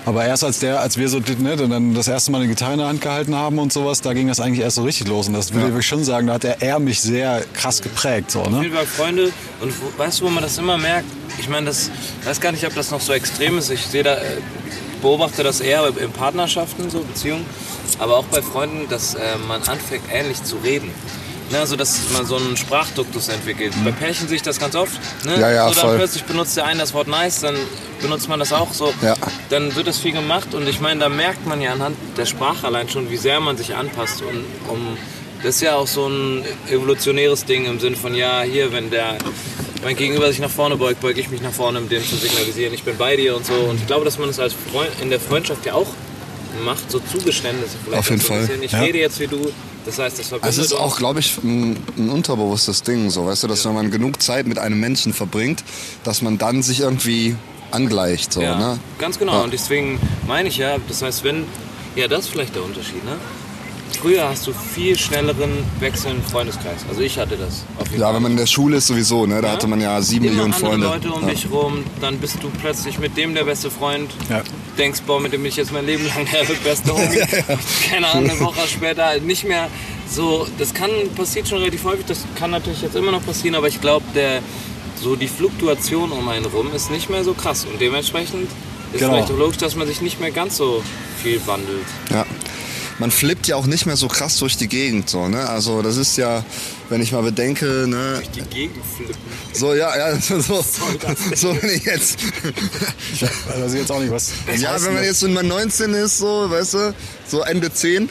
Aber erst als der, als wir so ne, dann das erste Mal eine Gitarre in der Hand gehalten haben und sowas, da ging das eigentlich erst so richtig los. Und das würde ja. ich schon sagen, da hat er, er mich sehr krass geprägt. So, ne? Auf jeden Fall Freunde. Und wo, weißt du, wo man das immer merkt? Ich meine, das weiß gar nicht, ob das noch so extrem ist. Ich sehe da, beobachte das eher in Partnerschaften, so Beziehungen, aber auch bei Freunden, dass äh, man anfängt, ähnlich zu reden. Ne, also dass man so einen Sprachduktus entwickelt. Mhm. Bei Pärchen sehe ich das ganz oft. Ne? Ja, ja, so, dann voll. plötzlich benutzt der eine das Wort nice, dann benutzt man das auch so. Ja. Dann wird das viel gemacht und ich meine, da merkt man ja anhand der Sprache allein schon, wie sehr man sich anpasst. Und um, das ist ja auch so ein evolutionäres Ding im Sinne von, ja, hier, wenn der mein Gegenüber sich nach vorne beugt, beuge ich mich nach vorne, um dem zu signalisieren, ich bin bei dir und so. Und ich glaube, dass man das als Freund, in der Freundschaft ja auch macht, so Zugeständnisse vielleicht. Auf jeden so Fall. Ich ja. rede jetzt wie du, das heißt, das verbindet Es ist auch, glaube ich, ein, ein unterbewusstes Ding, so, weißt du, dass ja. wenn man genug Zeit mit einem Menschen verbringt, dass man dann sich irgendwie angleicht, so, ja, ne? Ganz genau. Ja. Und deswegen meine ich ja, das heißt, wenn, ja, das ist vielleicht der Unterschied, ne? Früher hast du viel schnelleren wechselnden Freundeskreis. Also ich hatte das. Auf jeden ja, Fall. wenn man in der Schule ist sowieso, ne? Da ja? hatte man ja sieben Immer Millionen Freunde. Leute um ja. dich rum, dann bist du plötzlich mit dem der beste Freund. Ja. Denkst, boah, mit dem bin ich jetzt mein Leben lang der beste Homie. ja, ja. Keine Ahnung, eine Woche später nicht mehr so. Das kann, passiert schon relativ häufig, das kann natürlich jetzt immer noch passieren, aber ich glaube, der so die Fluktuation um einen rum ist nicht mehr so krass und dementsprechend ist genau. vielleicht auch logisch, dass man sich nicht mehr ganz so viel wandelt. Ja. Man flippt ja auch nicht mehr so krass durch die Gegend, so, ne? Also das ist ja, wenn ich mal bedenke, ne? Durch die Gegend flippen. So, ja, ja, so, so, so wenn ich jetzt... Ich weiß jetzt auch nicht, was... was ja, wenn man jetzt so mal neunzehn ist, so, weißt du, so Ende zehn,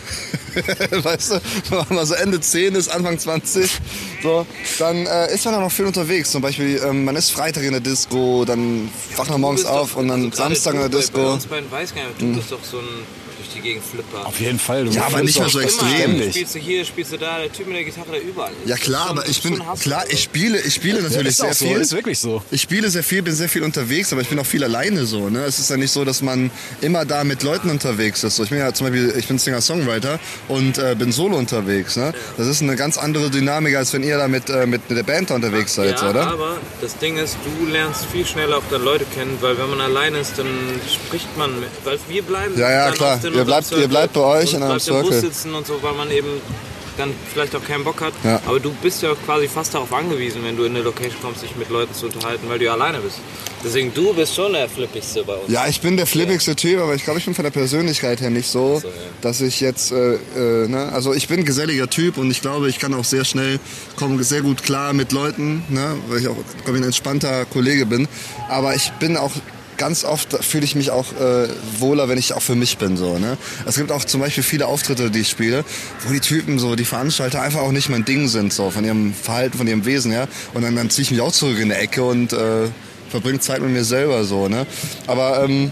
weißt du, wenn man mal so Ende zehn ist, Anfang zwanzig, so, dann äh, ist man auch noch viel unterwegs. Zum Beispiel, ähm, man ist Freitag in der Disco, dann wacht man morgens auf doch, und dann also Samstag in der Disco. Bei uns beiden weiß gar nicht, du bist doch so ein... die Gegend Flipper. Auf jeden Fall. Du ja, aber nicht mehr so extrem. Immer. Spielst du hier, spielst du da, der Typ mit der Gitarre, der überall ist. Ja klar, schon, aber ich bin, Hass, klar, ich spiele, ich spiele natürlich ja, sehr so, viel. Ist wirklich so. Ich spiele sehr viel, bin sehr viel unterwegs, aber ich bin auch viel alleine so, ne? Es ist ja nicht so, dass man immer da mit Leuten unterwegs ist. So, ich bin ja zum Beispiel, ich bin Singer-Songwriter und äh, bin solo unterwegs, ne? Das ist eine ganz andere Dynamik, als wenn ihr da mit, äh, mit der Band da unterwegs seid, ja, oder? aber das Ding ist, du lernst viel schneller auch dann Leute kennen, weil wenn man alleine ist, dann spricht man mit, weil wir bleiben ja, ja, dann klar. Ihr bleibt, ihr bleibt bei euch in einem Circle. Bus sitzen und so, weil man eben dann vielleicht auch keinen Bock hat. Ja. Aber du bist ja quasi fast darauf angewiesen, wenn du in eine Location kommst, dich mit Leuten zu unterhalten, weil du ja alleine bist. Deswegen, du bist schon der flippigste bei uns. Ja, ich bin der flippigste ja. Typ, aber ich glaube, ich bin von der Persönlichkeit her nicht so, so ja. dass ich jetzt, äh, äh, ne? Also ich bin ein geselliger Typ und ich glaube, ich kann auch sehr schnell, komme sehr gut klar mit Leuten, ne? Weil ich auch, glaube ich, ein entspannter Kollege bin. Aber ich bin auch ganz oft fühle ich mich auch äh, wohler, wenn ich auch für mich bin. So, ne? Es gibt auch zum Beispiel viele Auftritte, die ich spiele, wo die Typen, so die Veranstalter einfach auch nicht mein Ding sind, so von ihrem Verhalten, von ihrem Wesen her. Und dann, dann ziehe ich mich auch zurück in die Ecke und äh, verbringe Zeit mit mir selber. So, ne? Aber ähm,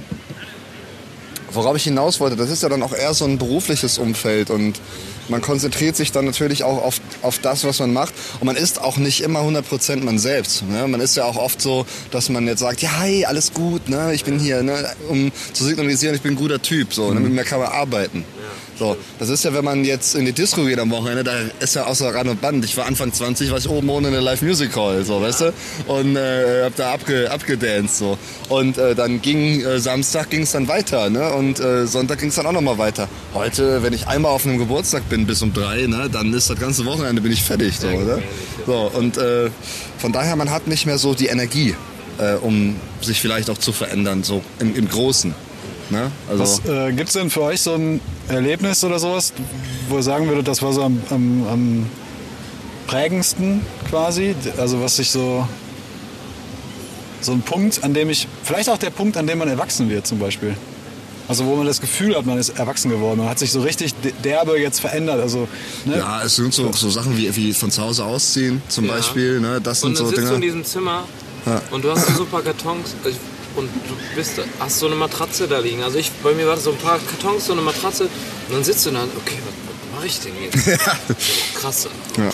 worauf ich hinaus wollte, das ist ja dann auch eher so ein berufliches Umfeld und man konzentriert sich dann natürlich auch auf, auf das, was man macht. Und man ist auch nicht immer hundert Prozent man selbst. Ne? Man ist ja auch oft so, dass man jetzt sagt, ja, hey, alles gut, ne? Ich bin hier, ne? Um zu signalisieren, ich bin ein guter Typ. So, ne? Mit mir kann man arbeiten. So, das ist ja, wenn man jetzt in die Disco geht am Wochenende, da ist ja außer Rand und Band. Ich war Anfang zwanzig, war ich oben ohne eine Live Music Hall, so, weißt du? Und äh, hab da abge, abgedanced, so. Und äh, dann ging, äh, Samstag ging es dann weiter, ne? Und äh, Sonntag ging es dann auch nochmal weiter. Heute, wenn ich einmal auf einem Geburtstag bin bis um drei, ne? Dann ist das ganze Wochenende, bin ich fertig, so, oder? So, und äh, von daher, man hat nicht mehr so die Energie, äh, um sich vielleicht auch zu verändern, so im, im Großen. Ne? Also Was äh, gibt es denn für euch so ein Erlebnis oder sowas, wo ihr sagen würdet, das war so am, am, am prägendsten quasi? Also was sich so... So ein Punkt, an dem ich... Vielleicht auch der Punkt, an dem man erwachsen wird zum Beispiel. Also wo man das Gefühl hat, man ist erwachsen geworden. Man hat sich so richtig derbe jetzt verändert. Also, ne? Ja, es sind so, so Sachen wie, wie von zu Hause ausziehen zum ja. Beispiel. Ne? Das sind und dann so sitzt Dinge. du in diesem Zimmer ja. und du hast so ein paar Kartons... Und du bist, hast so eine Matratze da liegen. Also ich, bei mir war das so ein paar Kartons, so eine Matratze. Und dann sitzt du dann, okay, was, was mache ich denn jetzt? Ja. So, krass. Ja.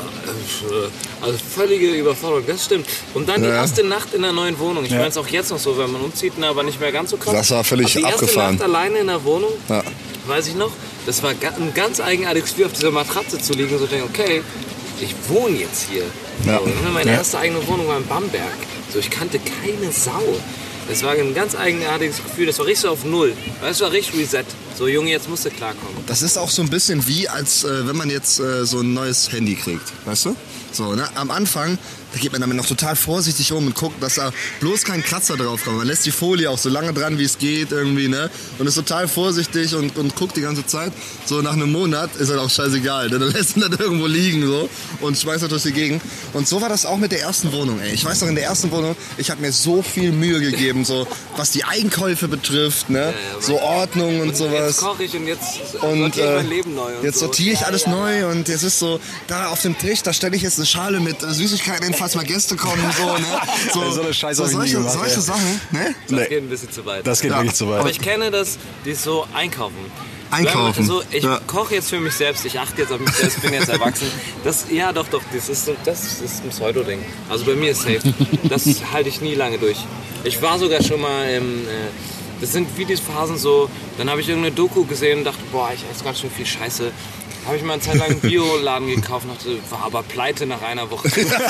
Also völlige Überforderung, das stimmt. Und dann die ja. erste Nacht in der neuen Wohnung. Ich ja. meine es auch jetzt noch so, wenn man umzieht, ne, aber nicht mehr ganz so krass. Das war völlig aber die abgefahren. Die erste Nacht alleine in der Wohnung, ja. weiß ich noch, das war ein ganz eigenartiges Gefühl, auf dieser Matratze zu liegen und so denken, okay, ich wohne jetzt hier. Ja. So, meine ja. erste eigene Wohnung war in Bamberg. So, ich kannte keine Sau. Das war ein ganz eigenartiges Gefühl, das war richtig so auf Null. Das war richtig Reset. So, Junge, jetzt musst du klarkommen. Das ist auch so ein bisschen wie, als äh, wenn man jetzt äh, so ein neues Handy kriegt, weißt du? So, ne? Am Anfang, da geht man damit noch total vorsichtig um und guckt, dass da bloß kein Kratzer drauf kommt. Man lässt die Folie auch so lange dran, wie es geht irgendwie, ne? Und ist total vorsichtig und, und guckt die ganze Zeit. So, nach einem Monat ist halt auch scheißegal, ne? Dann lässt man das irgendwo liegen, so, und schmeißt das durch die Gegend. Und so war das auch mit der ersten Wohnung, ey. Ich weiß noch, in der ersten Wohnung, ich habe mir so viel Mühe gegeben, so, was die Einkäufe betrifft, ne? Ja, ja, so Ordnung und, und sowas. Jetzt koche ich und jetzt und, sortiere ich äh, mein Leben neu. Und jetzt so. sortiere ich ja, alles ja, neu ja. und jetzt ist so, da auf dem Tisch, da stelle ich jetzt eine Schale mit äh, Süßigkeiten hin, falls mal Gäste kommen, so, ne? So, so eine Scheiße so hab ich nie solche, gemacht, solche ey. Sachen, ne? Das Nee. geht ein bisschen zu weit. Das geht Ja. wirklich zu weit. Aber ich kenne das, die so einkaufen. Einkaufen. So, ich Ja. koche jetzt für mich selbst, ich achte jetzt auf mich selbst, bin jetzt erwachsen. Das, ja, doch, doch, das ist, das ist ein Pseudo-Ding. Also bei mir ist safe. Das halte ich nie lange durch. Ich war sogar schon mal im, äh, das sind wie die Phasen so, dann habe ich irgendeine Doku gesehen und dachte, boah, ich esse ganz schön viel Scheiße. Habe ich mal eine Zeit lang einen Bioladen gekauft und dachte, war aber pleite nach einer Woche.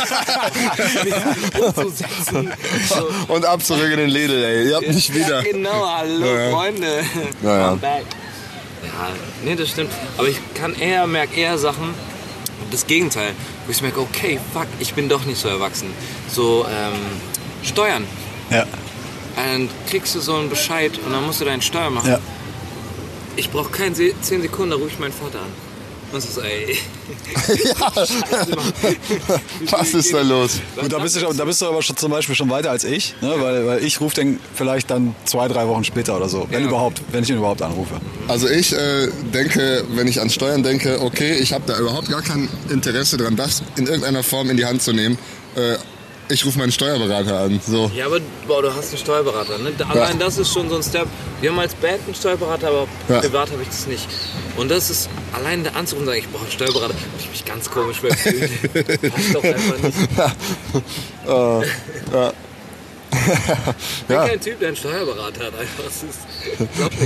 Umzusetzen. So. Und ab zurück in den Lidl, ey. Ihr habt nicht wieder. Ja, genau, hallo Ja, ja. Freunde. Ja, ja. I'm back. Ja, nee, das stimmt. Aber ich kann eher, merke eher Sachen, das Gegenteil, wo ich merke, okay, fuck, ich bin doch nicht so erwachsen. So, ähm, Steuern. Ja. Dann kriegst du so einen Bescheid und dann musst du deine Steuer machen. Ja. Ich brauche keine Se- zehn Sekunden, da rufe ich meinen Vater an. Und so, ey. Was ist da los? Gut, da bist, du, schon- da bist du aber schon, zum Beispiel schon weiter als ich, ne? weil, weil ich rufe den vielleicht dann zwei, drei Wochen später oder so, wenn Ja. überhaupt, wenn ich ihn überhaupt anrufe. Also ich äh, denke, wenn ich an Steuern denke, okay, ich habe da überhaupt gar kein Interesse dran, das in irgendeiner Form in die Hand zu nehmen. Äh, ich rufe meinen Steuerberater an. So. Ja, aber boah, du hast einen Steuerberater. Ne? Allein das ist schon so ein Step. Wir haben als Band einen Steuerberater, aber Ja. privat habe ich das nicht. Und das ist allein der Anzug und sagen, ich brauche einen Steuerberater. Ich mich ganz komisch bei fühlen. Passt doch einfach nicht. Äh, ja. Ich bin Ja. kein Typ, der einen Steuerberater hat. Einfach. Das ist, glaubt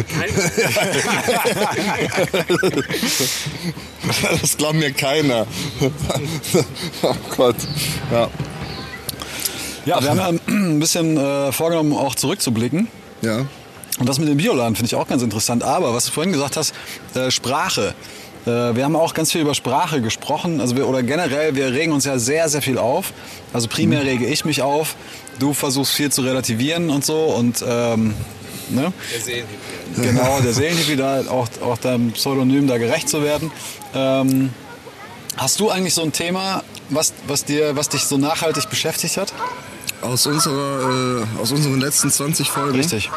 mir keiner. Das glaubt mir keiner. Oh Gott. Ja. Ja, wir haben ja ein bisschen äh, vorgenommen, auch zurückzublicken. Ja. Und das mit dem Bioladen finde ich auch ganz interessant. Aber was du vorhin gesagt hast, äh, Sprache. Äh, wir haben auch ganz viel über Sprache gesprochen. Also wir, oder generell, wir regen uns ja sehr, sehr viel auf. Also primär rege ich mich auf. Du versuchst viel zu relativieren und so. Und ähm, ne? Der Seelenhieb. Genau, der Seelenhippie, da auch, auch deinem Pseudonym da gerecht zu werden. Ähm, hast du eigentlich so ein Thema, was, was, dir, was dich so nachhaltig beschäftigt hat? Aus, unserer, äh, aus unseren letzten zwanzig Folgen. Richtig.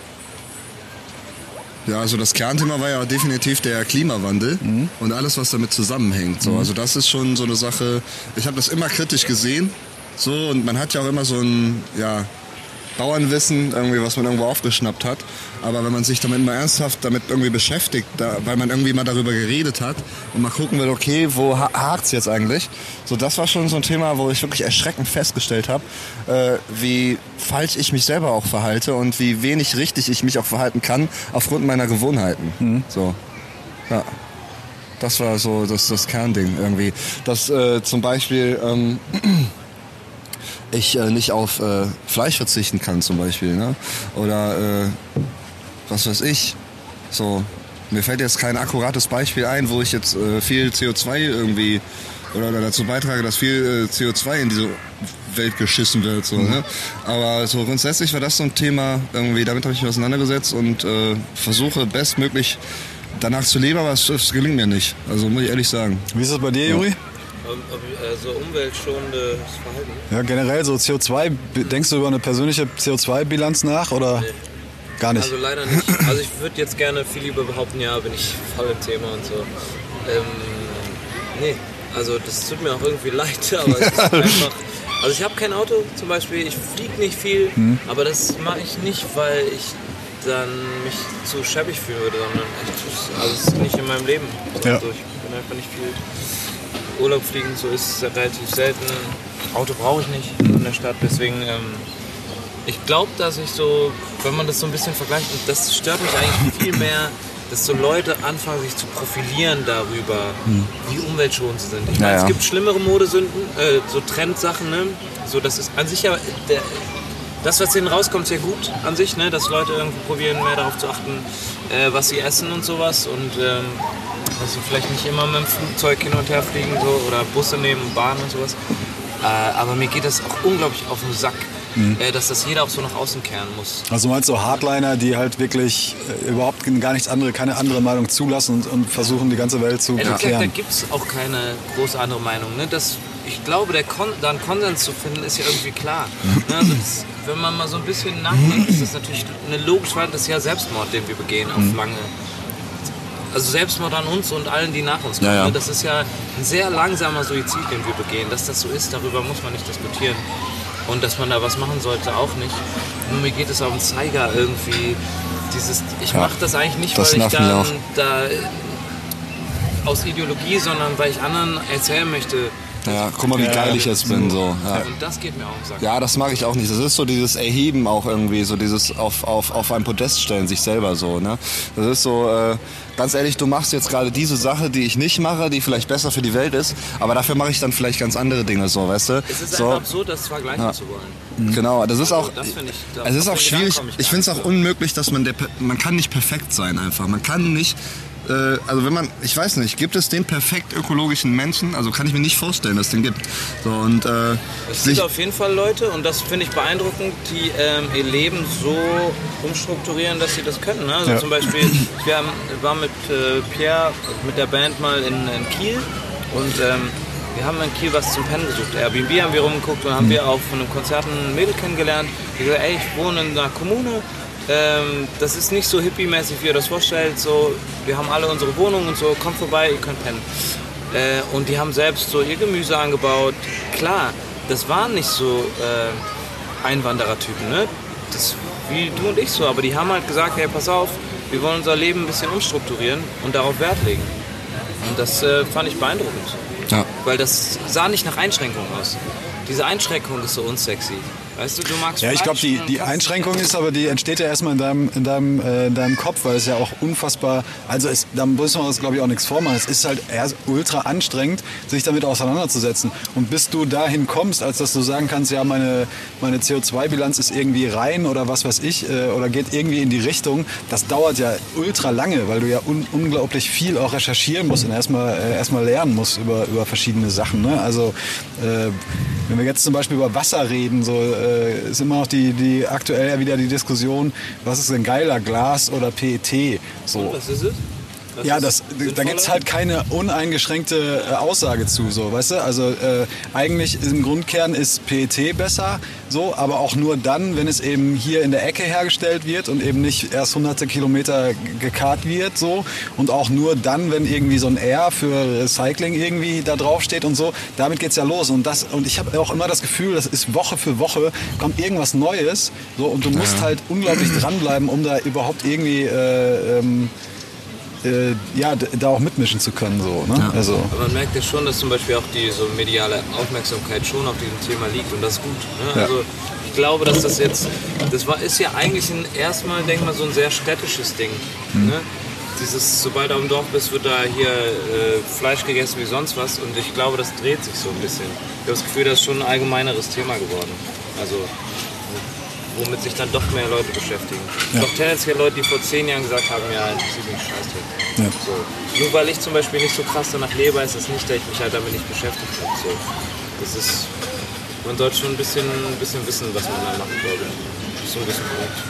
Ja, also das Kernthema war ja definitiv der Klimawandel Mhm. und alles, was damit zusammenhängt. So, also das ist schon so eine Sache, ich habe das immer kritisch gesehen. So, und man hat ja auch immer so ein, ja, Bauernwissen, irgendwie, was man irgendwo aufgeschnappt hat. Aber wenn man sich damit mal ernsthaft damit irgendwie beschäftigt, da, weil man irgendwie mal darüber geredet hat und mal gucken will, okay, wo ha- hakt's jetzt eigentlich? So, das war schon so ein Thema, wo ich wirklich erschreckend festgestellt habe, äh, wie falsch ich mich selber auch verhalte und wie wenig richtig ich mich auch verhalten kann aufgrund meiner Gewohnheiten. Mhm. So, ja. Das war so das, das Kernding irgendwie. Dass äh, zum Beispiel ähm, ich äh, nicht auf äh, Fleisch verzichten kann zum Beispiel, ne? Oder äh, was weiß ich. So, mir fällt jetzt kein akkurates Beispiel ein, wo ich jetzt äh, viel C O zwei irgendwie oder, oder dazu beitrage, dass viel äh, C O zwei in diese Welt geschissen wird. So, Mhm. ne? Aber so grundsätzlich war das so ein Thema, irgendwie damit habe ich mich auseinandergesetzt und äh, versuche bestmöglich danach zu leben, aber es, es gelingt mir nicht. Also muss ich ehrlich sagen. Wie ist es bei dir, Juri? So umweltschonendes Verhalten. Ja, generell so C O zwei, denkst du über eine persönliche C O zwei Bilanz nach oder Nee. gar nicht? Also leider nicht. Also ich würde jetzt gerne viel lieber behaupten, ja, bin ich voll im Thema und so. Ähm, nee, also das tut mir auch irgendwie leid, aber es ist einfach... Also ich habe kein Auto zum Beispiel, ich fliege nicht viel, Mhm. aber das mache ich nicht, weil ich dann mich zu schäbig fühlen würde, sondern echt, also es ist nicht in meinem Leben. Ja. Also ich bin einfach nicht viel Urlaub fliegen, so ist es relativ selten. Auto brauche ich nicht in der Stadt, deswegen ähm, ich glaube, dass ich so, wenn man das so ein bisschen vergleicht, und das stört mich eigentlich viel mehr, dass so Leute anfangen, sich zu profilieren darüber, wie umweltschonend sie sind. Ich meine, Ja, ja. es gibt schlimmere Modesünden, äh, so Trendsachen, ne? So, das ist an sich ja, der, das, was hinten rauskommt, ist ja gut an sich, ne? Dass Leute irgendwie probieren, mehr darauf zu achten, äh, was sie essen und sowas. Und ähm, dass sie vielleicht nicht immer mit dem Flugzeug hin und her fliegen so, oder Busse nehmen, Bahnen und sowas. Äh, aber mir geht das auch unglaublich auf den Sack, mhm. äh, dass das jeder auch so nach außen kehren muss. Also du meinst so Hardliner, die halt wirklich äh, überhaupt gar nichts andere, keine andere Meinung zulassen und, und versuchen, die ganze Welt zu Ehrlich erklären. gesagt, da gibt es auch keine große andere Meinung. Ne? Das, ich glaube, der Kon- da einen Konsens zu finden, ist ja irgendwie klar. Ne? Also das, wenn man mal so ein bisschen nachdenkt, ist das natürlich eine logische Frage, das ist ja Selbstmord, den wir begehen auf lange. Also Selbstmord an uns und allen, die nach uns kommen. Ja, ja. Das ist ja ein sehr langsamer Suizid, den wir begehen. Dass das so ist, darüber muss man nicht diskutieren. Und dass man da was machen sollte, auch nicht. Nur mir geht es auf den Zeiger irgendwie. Dieses, ich Ja, mache das eigentlich nicht, das weil ich nervt mich da, auch. da aus Ideologie, sondern weil ich anderen erzählen möchte. Ja, guck mal, wie geil ich jetzt bin. So. Ja. Und das geht mir auch im Sack. Ja, das mag ich auch nicht. Das ist so dieses Erheben auch irgendwie, so dieses auf, auf, auf ein Podest stellen, sich selber so. Ne? Das ist so, äh, ganz ehrlich, du machst jetzt gerade diese Sache, die ich nicht mache, die vielleicht besser für die Welt ist, aber dafür mache ich dann vielleicht ganz andere Dinge, so, weißt du? Es ist so. einfach absurd, das vergleichen Ja. zu wollen. Genau, das ist auch, Das finde ich, da- es ist auf auch den schwierig, Gedanken komme ich gar finde es nicht auch so. unmöglich, dass man der, man kann nicht perfekt sein einfach, man kann nicht, äh, also wenn man, ich weiß nicht, gibt es den perfekt ökologischen Menschen, also kann ich mir nicht vorstellen, dass es den gibt. So, und, äh, Es sich, gibt auf jeden Fall Leute, und das finde ich beeindruckend, die ähm, ihr Leben so umstrukturieren, dass sie das können. Ne? Also Ja. zum Beispiel, wir haben, waren mit äh, Pierre, mit der Band mal in, in Kiel und ähm, wir haben in Kiel was zum Pennen gesucht. Airbnb haben wir rumgeguckt und haben wir auch von einem Konzert ein Mädel kennengelernt. Die gesagt, ey, ich wohne in einer Kommune. Ähm, das ist nicht so hippie-mäßig, wie ihr das vorstellt. So, wir haben alle unsere Wohnungen und so, kommt vorbei, ihr könnt pennen. Äh, und die haben selbst so ihr Gemüse angebaut. Klar, das waren nicht so äh, Einwanderertypen, ne? Das wie du und ich so, aber die haben halt gesagt, hey, pass auf, wir wollen unser Leben ein bisschen umstrukturieren und darauf Wert legen. Und das äh, fand ich beeindruckend. ja. Weil das sah nicht nach Einschränkung aus. Diese Einschränkung ist so unsexy. Weißt du, du magst Ja, ich glaube, die, Fleisch, die dann kannst du Einschränkung nicht ist aber, die entsteht ja erstmal in deinem, in deinem, äh, in deinem Kopf, weil es ja auch unfassbar, also es, da müssen wir uns, glaube ich, auch nichts vormachen. Es ist halt eher ultra anstrengend, sich damit auseinanderzusetzen. Und bis du dahin kommst, als dass du sagen kannst, ja, meine, meine C O zwei Bilanz ist irgendwie rein oder was weiß ich, äh, oder geht irgendwie in die Richtung, das dauert ja ultra lange, weil du ja un, unglaublich viel auch recherchieren musst und erstmal äh, erstmal lernen musst über, über verschiedene Sachen. Ne? Also, äh, wenn wir jetzt zum Beispiel über Wasser reden, so äh, ist immer noch die, die aktuell ja wieder die Diskussion, was ist denn geiler, Glas oder P E T? So. Was ist es? Was Ja, ist das, da sinnvoller? gibt es halt keine uneingeschränkte äh, Aussage zu, so, weißt du? Also äh, eigentlich im Grundkern ist P E T besser, so, aber auch nur dann, wenn es eben hier in der Ecke hergestellt wird und eben nicht erst hunderte Kilometer gekarrt wird, so, und auch nur dann, wenn irgendwie so ein R für Recycling irgendwie da drauf steht und so. Damit geht's ja los und das und ich habe auch immer das Gefühl, das ist Woche für Woche kommt irgendwas Neues, so, und du musst halt unglaublich dranbleiben, um da überhaupt irgendwie äh, ähm, Äh, ja, d- da auch mitmischen zu können. So, ne? Ja. Also, Aber man merkt ja schon, dass zum Beispiel auch die so mediale Aufmerksamkeit schon auf diesem Thema liegt und das ist gut. Ne? Ja. Also ich glaube, dass das jetzt, das war, ist ja eigentlich ein, erstmal, denk mal, so ein sehr städtisches Ding. Mhm. Ne? Dieses, sobald du am Dorf bist, wird da hier äh, Fleisch gegessen wie sonst was und ich glaube, das dreht sich so ein bisschen. Ich habe das Gefühl, das ist schon ein allgemeineres Thema geworden. Also womit sich dann doch mehr Leute beschäftigen. Ja. Doch tendenziell Leute, die vor zehn Jahren gesagt haben, ja, interessiert mich Scheißdreck. Ja. So. Nur weil ich zum Beispiel nicht so krass danach lebe, ist es nicht, dass ich mich halt damit nicht beschäftigt habe. So. Das ist, man sollte schon ein bisschen, ein bisschen wissen, was man da macht, glaube ich. Das ist so ein bisschen korrekt.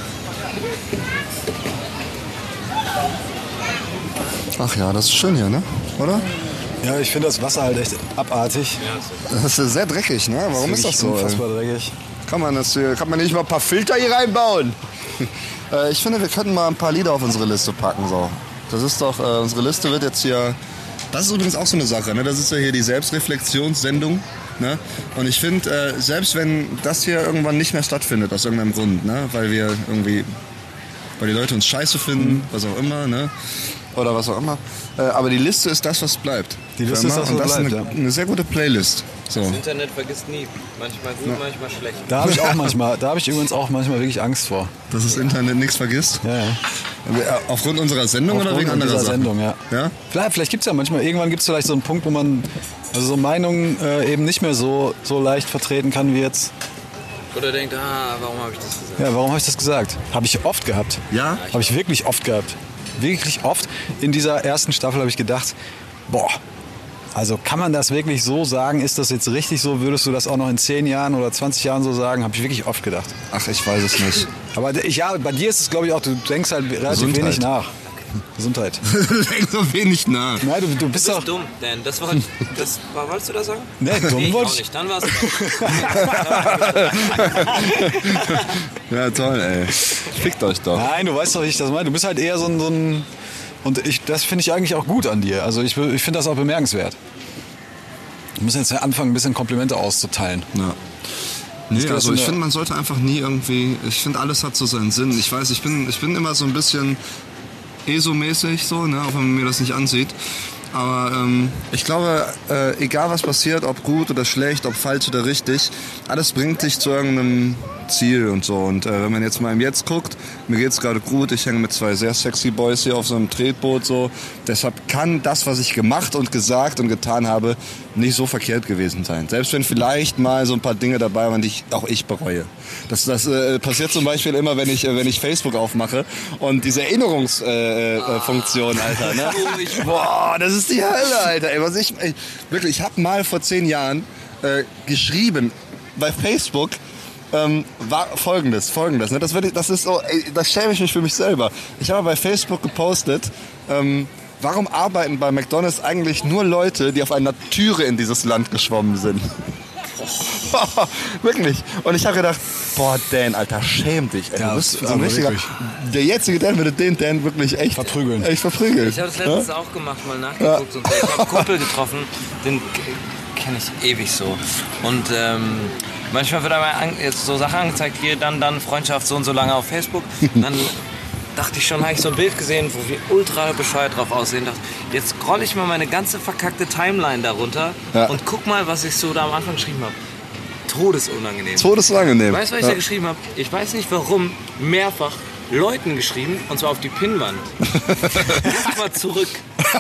Ach ja, das ist schön hier, ne? Oder? ja, ich finde das Wasser halt echt abartig. Ja, so. Das ist sehr dreckig, ne? Warum ist das so? ey? Unfassbar dreckig. Kann man, das hier, kann man nicht mal ein paar Filter hier reinbauen? äh, ich finde, wir könnten mal ein paar Lieder auf unsere Liste packen. So. Das ist doch, äh, unsere Liste wird jetzt hier... Das ist übrigens auch so eine Sache, ne? Das ist ja hier die Selbstreflexionssendung. Ne? Und ich finde, äh, selbst wenn das hier irgendwann nicht mehr stattfindet, aus irgendeinem Grund, ne? Weil wir irgendwie... Weil die Leute uns scheiße finden, Mhm. was auch immer, ne? Oder was auch immer. Äh, aber die Liste ist das, was bleibt. Die Liste ist das, was Und das bleibt, ist eine, ja. eine sehr gute Playlist. So. Das Internet vergisst nie. Manchmal gut, manchmal schlecht. Da habe ich auch manchmal, da habe ich übrigens auch manchmal wirklich Angst vor. Dass das Internet nichts vergisst. Ja, ja. Aufgrund unserer Sendung oder Aufgrund wegen anderer dieser Sachen? Sendung, ja. Ja? Vielleicht, vielleicht gibt es ja manchmal, irgendwann gibt es vielleicht so einen Punkt, wo man also so Meinungen äh, eben nicht mehr so, so leicht vertreten kann wie jetzt. Oder denkt, ah, warum habe ich das gesagt? Ja, warum habe ich das gesagt? Habe ich oft gehabt. Ja? Habe ich wirklich oft gehabt. Wirklich oft. In dieser ersten Staffel habe ich gedacht, boah, also kann man das wirklich so sagen? Ist das jetzt richtig so? Würdest du das auch noch in zehn Jahren oder zwanzig Jahren so sagen? Habe ich wirklich oft gedacht. Ach, ich weiß es nicht. Aber ich, ja, bei dir ist es, glaube ich, auch, du denkst halt relativ Gesundheit. wenig nach. Gesundheit. Du denkst so wenig nach. Nein, du, du Du bist bist doch... dumm, Dan. Das war, das war, wolltest du das sagen? Nee, dumm ich wollte auch ich- nicht. Dann war es. Ja, toll, ey. Fickt euch doch. Nein, du weißt doch, wie ich das meine. Du bist halt eher so ein... So ein und ich, das finde ich eigentlich auch gut an dir. Also ich, ich finde das auch bemerkenswert. Wir müssen jetzt anfangen, ein bisschen Komplimente auszuteilen. Ja. Nee, geht also das ich in finde, man sollte einfach nie irgendwie, ich finde, alles hat so seinen Sinn. Ich weiß, ich bin, ich bin immer so ein bisschen ESO-mäßig, so, ne, auch wenn man mir das nicht ansieht. Aber ähm, ich glaube, äh, egal was passiert, ob gut oder schlecht, ob falsch oder richtig, alles bringt dich zu irgendeinem Ziel und so. Und äh, wenn man jetzt mal im Jetzt guckt, mir geht's gerade gut, ich hänge mit zwei sehr sexy Boys hier auf so einem Tretboot so. Deshalb kann das, was ich gemacht und gesagt und getan habe, nicht so verkehrt gewesen sein. Selbst wenn vielleicht mal so ein paar Dinge dabei waren, die ich, auch ich bereue. Das, das äh, passiert zum Beispiel immer, wenn ich, äh, wenn ich Facebook aufmache und diese Erinnerungsfunktion, äh, äh, Funktion, Alter. Ne? Boah, das ist die Hölle, Alter. Ey, was ich, ey, wirklich, ich habe mal vor zehn Jahren äh, geschrieben bei Facebook, ähm, war folgendes, folgendes. Ne? Das, wird, das ist so, ey, das schäme ich mich für mich selber. Ich habe bei Facebook gepostet, ähm, warum arbeiten bei McDonald's eigentlich nur Leute, die auf einer Türe in dieses Land geschwommen sind? Wirklich. Und ich habe gedacht, boah, Dan, Alter, schäm dich. Ey. Ja, Du bist so ein aber richtiger, wirklich. der jetzige Dan würde den Dan wirklich echt Verprügeln. Echt verprügeln. Ich habe das letztens auch gemacht, mal nachgeguckt. Und so. Ich habe einen Kumpel getroffen, den kenne ich ewig so. Und ähm, manchmal wird aber an, jetzt so Sachen angezeigt, hier dann, dann Freundschaft so und so lange auf Facebook. Und dann dachte ich schon, habe ich so ein Bild gesehen, wo wir ultra bescheuert drauf aussehen. Dachte, jetzt scroll ich mal meine ganze verkackte Timeline darunter Ja. und guck mal, was ich so da am Anfang geschrieben habe. Todesunangenehm. Todesangenehm. Weißt du, was ich da geschrieben habe? Ich weiß nicht warum, mehrfach Leuten geschrieben, und zwar auf die Pinnwand. Ruf mal zurück.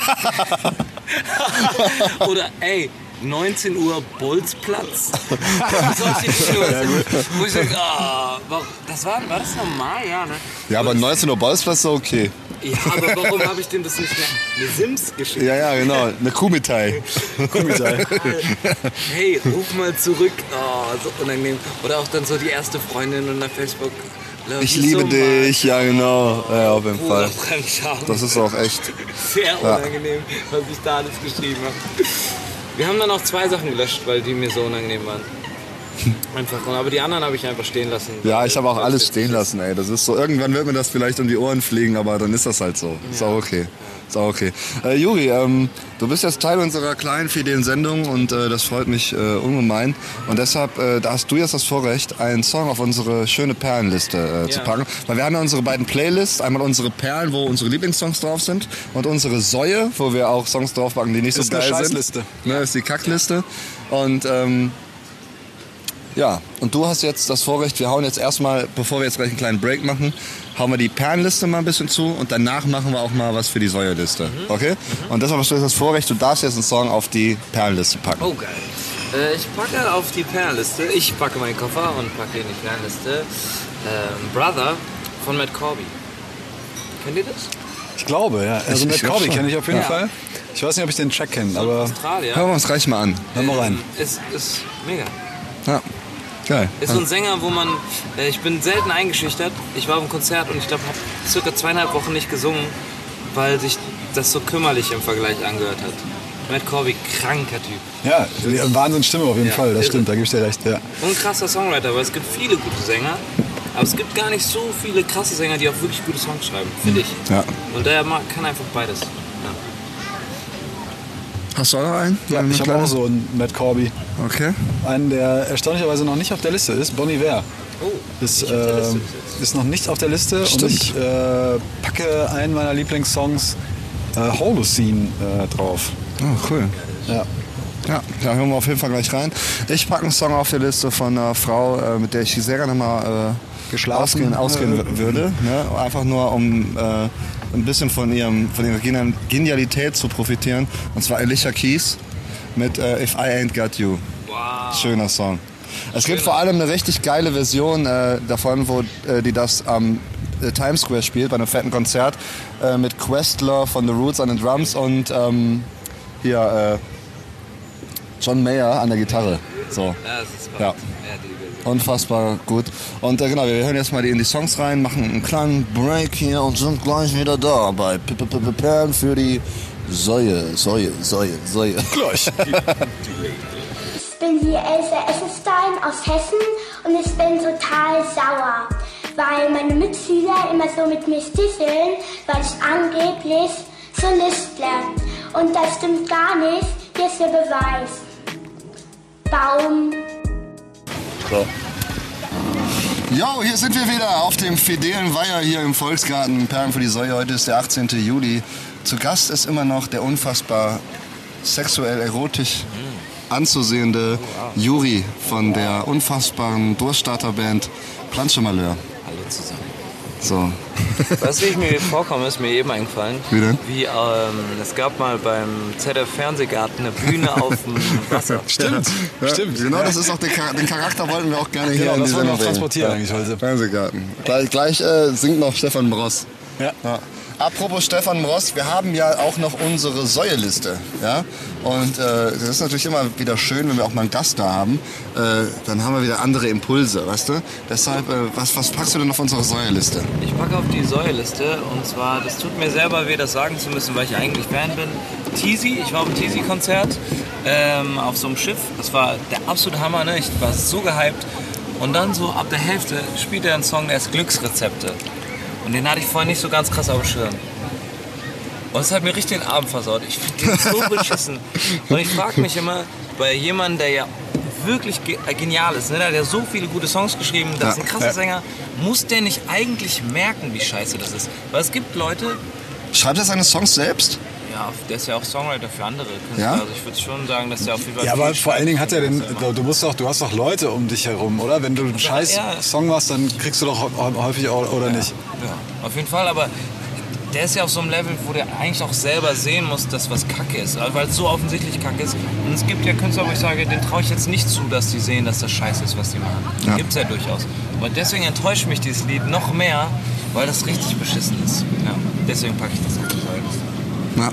Oder ey, neunzehn Uhr Bolzplatz. Solche Dinge, wo ich sage, ah, warum- das war, war das normal? Ja, ne? Ja, aber Und- neunzehn Uhr Bolzplatz ist okay. Ja, aber warum habe ich dem das nicht mehr? Eine Sims geschickt. Ja, ja, genau. Eine Kuhmitei. Kuhmitei. Hey, ruf mal zurück. Oh, so unangenehm. Oder auch dann so die erste Freundin unter Facebook. Love Ich you liebe so dich, ja genau. Ja, auf jeden Purer Fall. Fremdscham. Das ist auch echt. Sehr Ja. unangenehm, was ich da alles geschrieben habe. Wir haben dann auch zwei Sachen gelöscht, weil die mir so unangenehm waren. Einfach, aber die anderen habe ich einfach stehen lassen. Ja, ich habe auch Weil alles es stehen jetzt- lassen, ey. Das ist so, irgendwann wird mir das vielleicht um die Ohren fliegen, aber dann ist das halt so. Ist auch okay. Ist auch okay. Äh, Juri, ähm, du bist jetzt Teil unserer kleinen, fidelen Sendung und äh, das freut mich äh, ungemein. Und deshalb äh, da hast du jetzt das Vorrecht, einen Song auf unsere schöne Perlenliste äh, zu Ja. packen. Weil wir haben ja unsere beiden Playlists. Einmal unsere Perlen, wo unsere Lieblingssongs drauf sind. Und unsere Säue, wo wir auch Songs draufpacken, die nicht Ist so eine geil sind. Scheißliste. Ne, ist die Kackliste. Und ähm, ja, und du hast jetzt das Vorrecht, wir hauen jetzt erstmal, bevor wir jetzt gleich einen kleinen Break machen, hauen wir die Perlenliste mal ein bisschen zu und danach machen wir auch mal was für die Säuerliste. Okay? Und deshalb hast du jetzt das Vorrecht, du darfst jetzt einen Song auf die Perlenliste packen. Oh geil. Äh, ich packe auf die Perlenliste, ich packe meinen Koffer und packe in die Perlenliste ähm, Brother von Matt Corby. Kennt ihr das? Ich glaube, ja. Also Ich- Matt ich glaub Corby schon. kenne ich auf jeden Ja. Fall. Ich weiß nicht, ob ich den Track kenne, aber Australier. Hören wir uns gleich mal an. hör mal rein. Ähm, ist, ist mega. Ja. Geil. Ist so ein Sänger, wo man, äh, ich bin selten eingeschüchtert. Ich war auf einem Konzert und ich glaube, habe circa zweieinhalb Wochen nicht gesungen, weil sich das so kümmerlich im Vergleich angehört hat. Matt Corby, kranker Typ. Ja, Wahnsinnsstimme auf jeden Ja, Fall, das irre. stimmt, da gebe ich dir recht. Ja. Und ein krasser Songwriter, weil es gibt viele gute Sänger, aber es gibt gar nicht so viele krasse Sänger, die auch wirklich gute Songs schreiben, finde ich. Ja. Und der mag- kann einfach beides. Ja. Hast du auch noch einen? Ja, Eine ich habe kleine? auch so einen Matt Corby. Okay. Einen, der erstaunlicherweise noch nicht auf der Liste ist, Bon Iver. Oh, Ist, nicht auf der Liste äh, bis jetzt. ist noch nicht auf der Liste Stimmt. und ich äh, packe einen meiner Lieblingssongs, äh, Holocene, äh, drauf. Oh, cool. Ja. Ja, da hören wir auf jeden Fall gleich rein. Ich packe einen Song auf die Liste von einer Frau, äh, mit der ich sehr gerne mal äh, Geschlafen. ausgehen, ausgehen Äh, w- würde. Ne? Einfach nur, um äh, ein bisschen von, ihrem, von ihrer Genial- Genialität zu profitieren. Und zwar Alicia Keys mit äh, If I Ain't Got You. Wow. Schöner Song. Es gibt vor allem eine richtig geile Version äh, davon, wo äh, die das am äh, Times Square spielt, bei einem fetten Konzert, äh, mit Questler von The Roots an den Drums und ähm, hier äh, John Mayer an der Gitarre. So. Ja, das ist ja. Unfassbar gut. Und äh, genau, wir hören jetzt mal in die Songs rein, machen einen kleinen Break hier und sind gleich wieder da bei P- P- P- Perlen für die Säue, Säue, Säue, Säue. Gleich. Ich bin die Else Essenstein aus Hessen und ich bin total sauer, weil meine Mitschüler immer so mit mir sticheln, weil ich angeblich so listle. Und das stimmt gar nicht, hier ist der Beweis. Baum. So. Jo, hier sind wir wieder auf dem fidelen Weiher hier im Volksgarten Perlen für die Säue. Heute ist der achtzehnten Juli. Zu Gast ist immer noch der unfassbar sexuell erotisch anzusehende Juri von der unfassbaren Durchstarterband Planche Malheur. Hallo zusammen. So. Weißt du, wie ich mir vorkomme, ist mir eben eingefallen. Wie denn? Wie, ähm, es gab mal beim Z D F-Fernsehgarten eine Bühne auf dem Wasser. Stimmt, ja, stimmt. Genau, das ist auch der Char- den Charakter wollten wir auch gerne hier Genau, in das die wollen wir Sendung auch transportieren bringen. eigentlich heute. Fernsehgarten. Gleich, gleich äh, singt noch Stefan Bross. Ja. Ja. Apropos Stefan Bross, wir haben ja auch noch unsere Säueliste. Ja? Und äh, das ist natürlich immer wieder schön, wenn wir auch mal einen Gast da haben. Äh, dann haben wir wieder andere Impulse, weißt du? Deshalb, äh, was, was packst du denn auf unsere Säueliste? Ich packe auf die Säueliste und zwar, das tut mir selber weh, das sagen zu müssen, weil ich eigentlich Fan bin. Teasy, ich war auf einem Teasy-Konzert ähm, auf so einem Schiff. Das war der absolute Hammer, ne? Ich war so gehypt. Und dann so ab der Hälfte spielt er einen Song, der ist Glücksrezepte. Und den hatte ich vorher nicht so ganz krass auf dem Schirm. Und es hat mir richtig den Abend versaut. Ich finde den so beschissen. Und ich frage mich immer, bei jemandem, der ja wirklich ge- genial ist, ne? Der hat ja so viele gute Songs geschrieben, das ist ein krasser Ja. Sänger, muss der nicht eigentlich merken, wie scheiße das ist? Weil es gibt Leute, Schreibt er seine Songs selbst? ja, der ist ja auch Songwriter für andere Künstler. Ja? Also ich würde schon sagen, dass der auf jeden Fall Ja, viel aber vor allen Dingen hat er den, schreibt. du musst doch, du hast doch Leute um dich herum, oder? Wenn du einen scheiß ja. Song machst, dann kriegst du doch häufig auch, oder nicht? Ja, auf jeden Fall, aber der ist ja auf so einem Level, wo der eigentlich auch selber sehen muss, dass was Kacke ist, weil es so offensichtlich Kacke ist. Und es gibt ja Künstler, wo ich sage, denen traue ich jetzt nicht zu, dass die sehen, dass das scheiße ist, was die machen. Ja. Gibt es ja durchaus. Aber deswegen enttäuscht mich dieses Lied noch mehr, weil das richtig beschissen ist. Ja, deswegen packe ich das auf die Säueliste. Ja.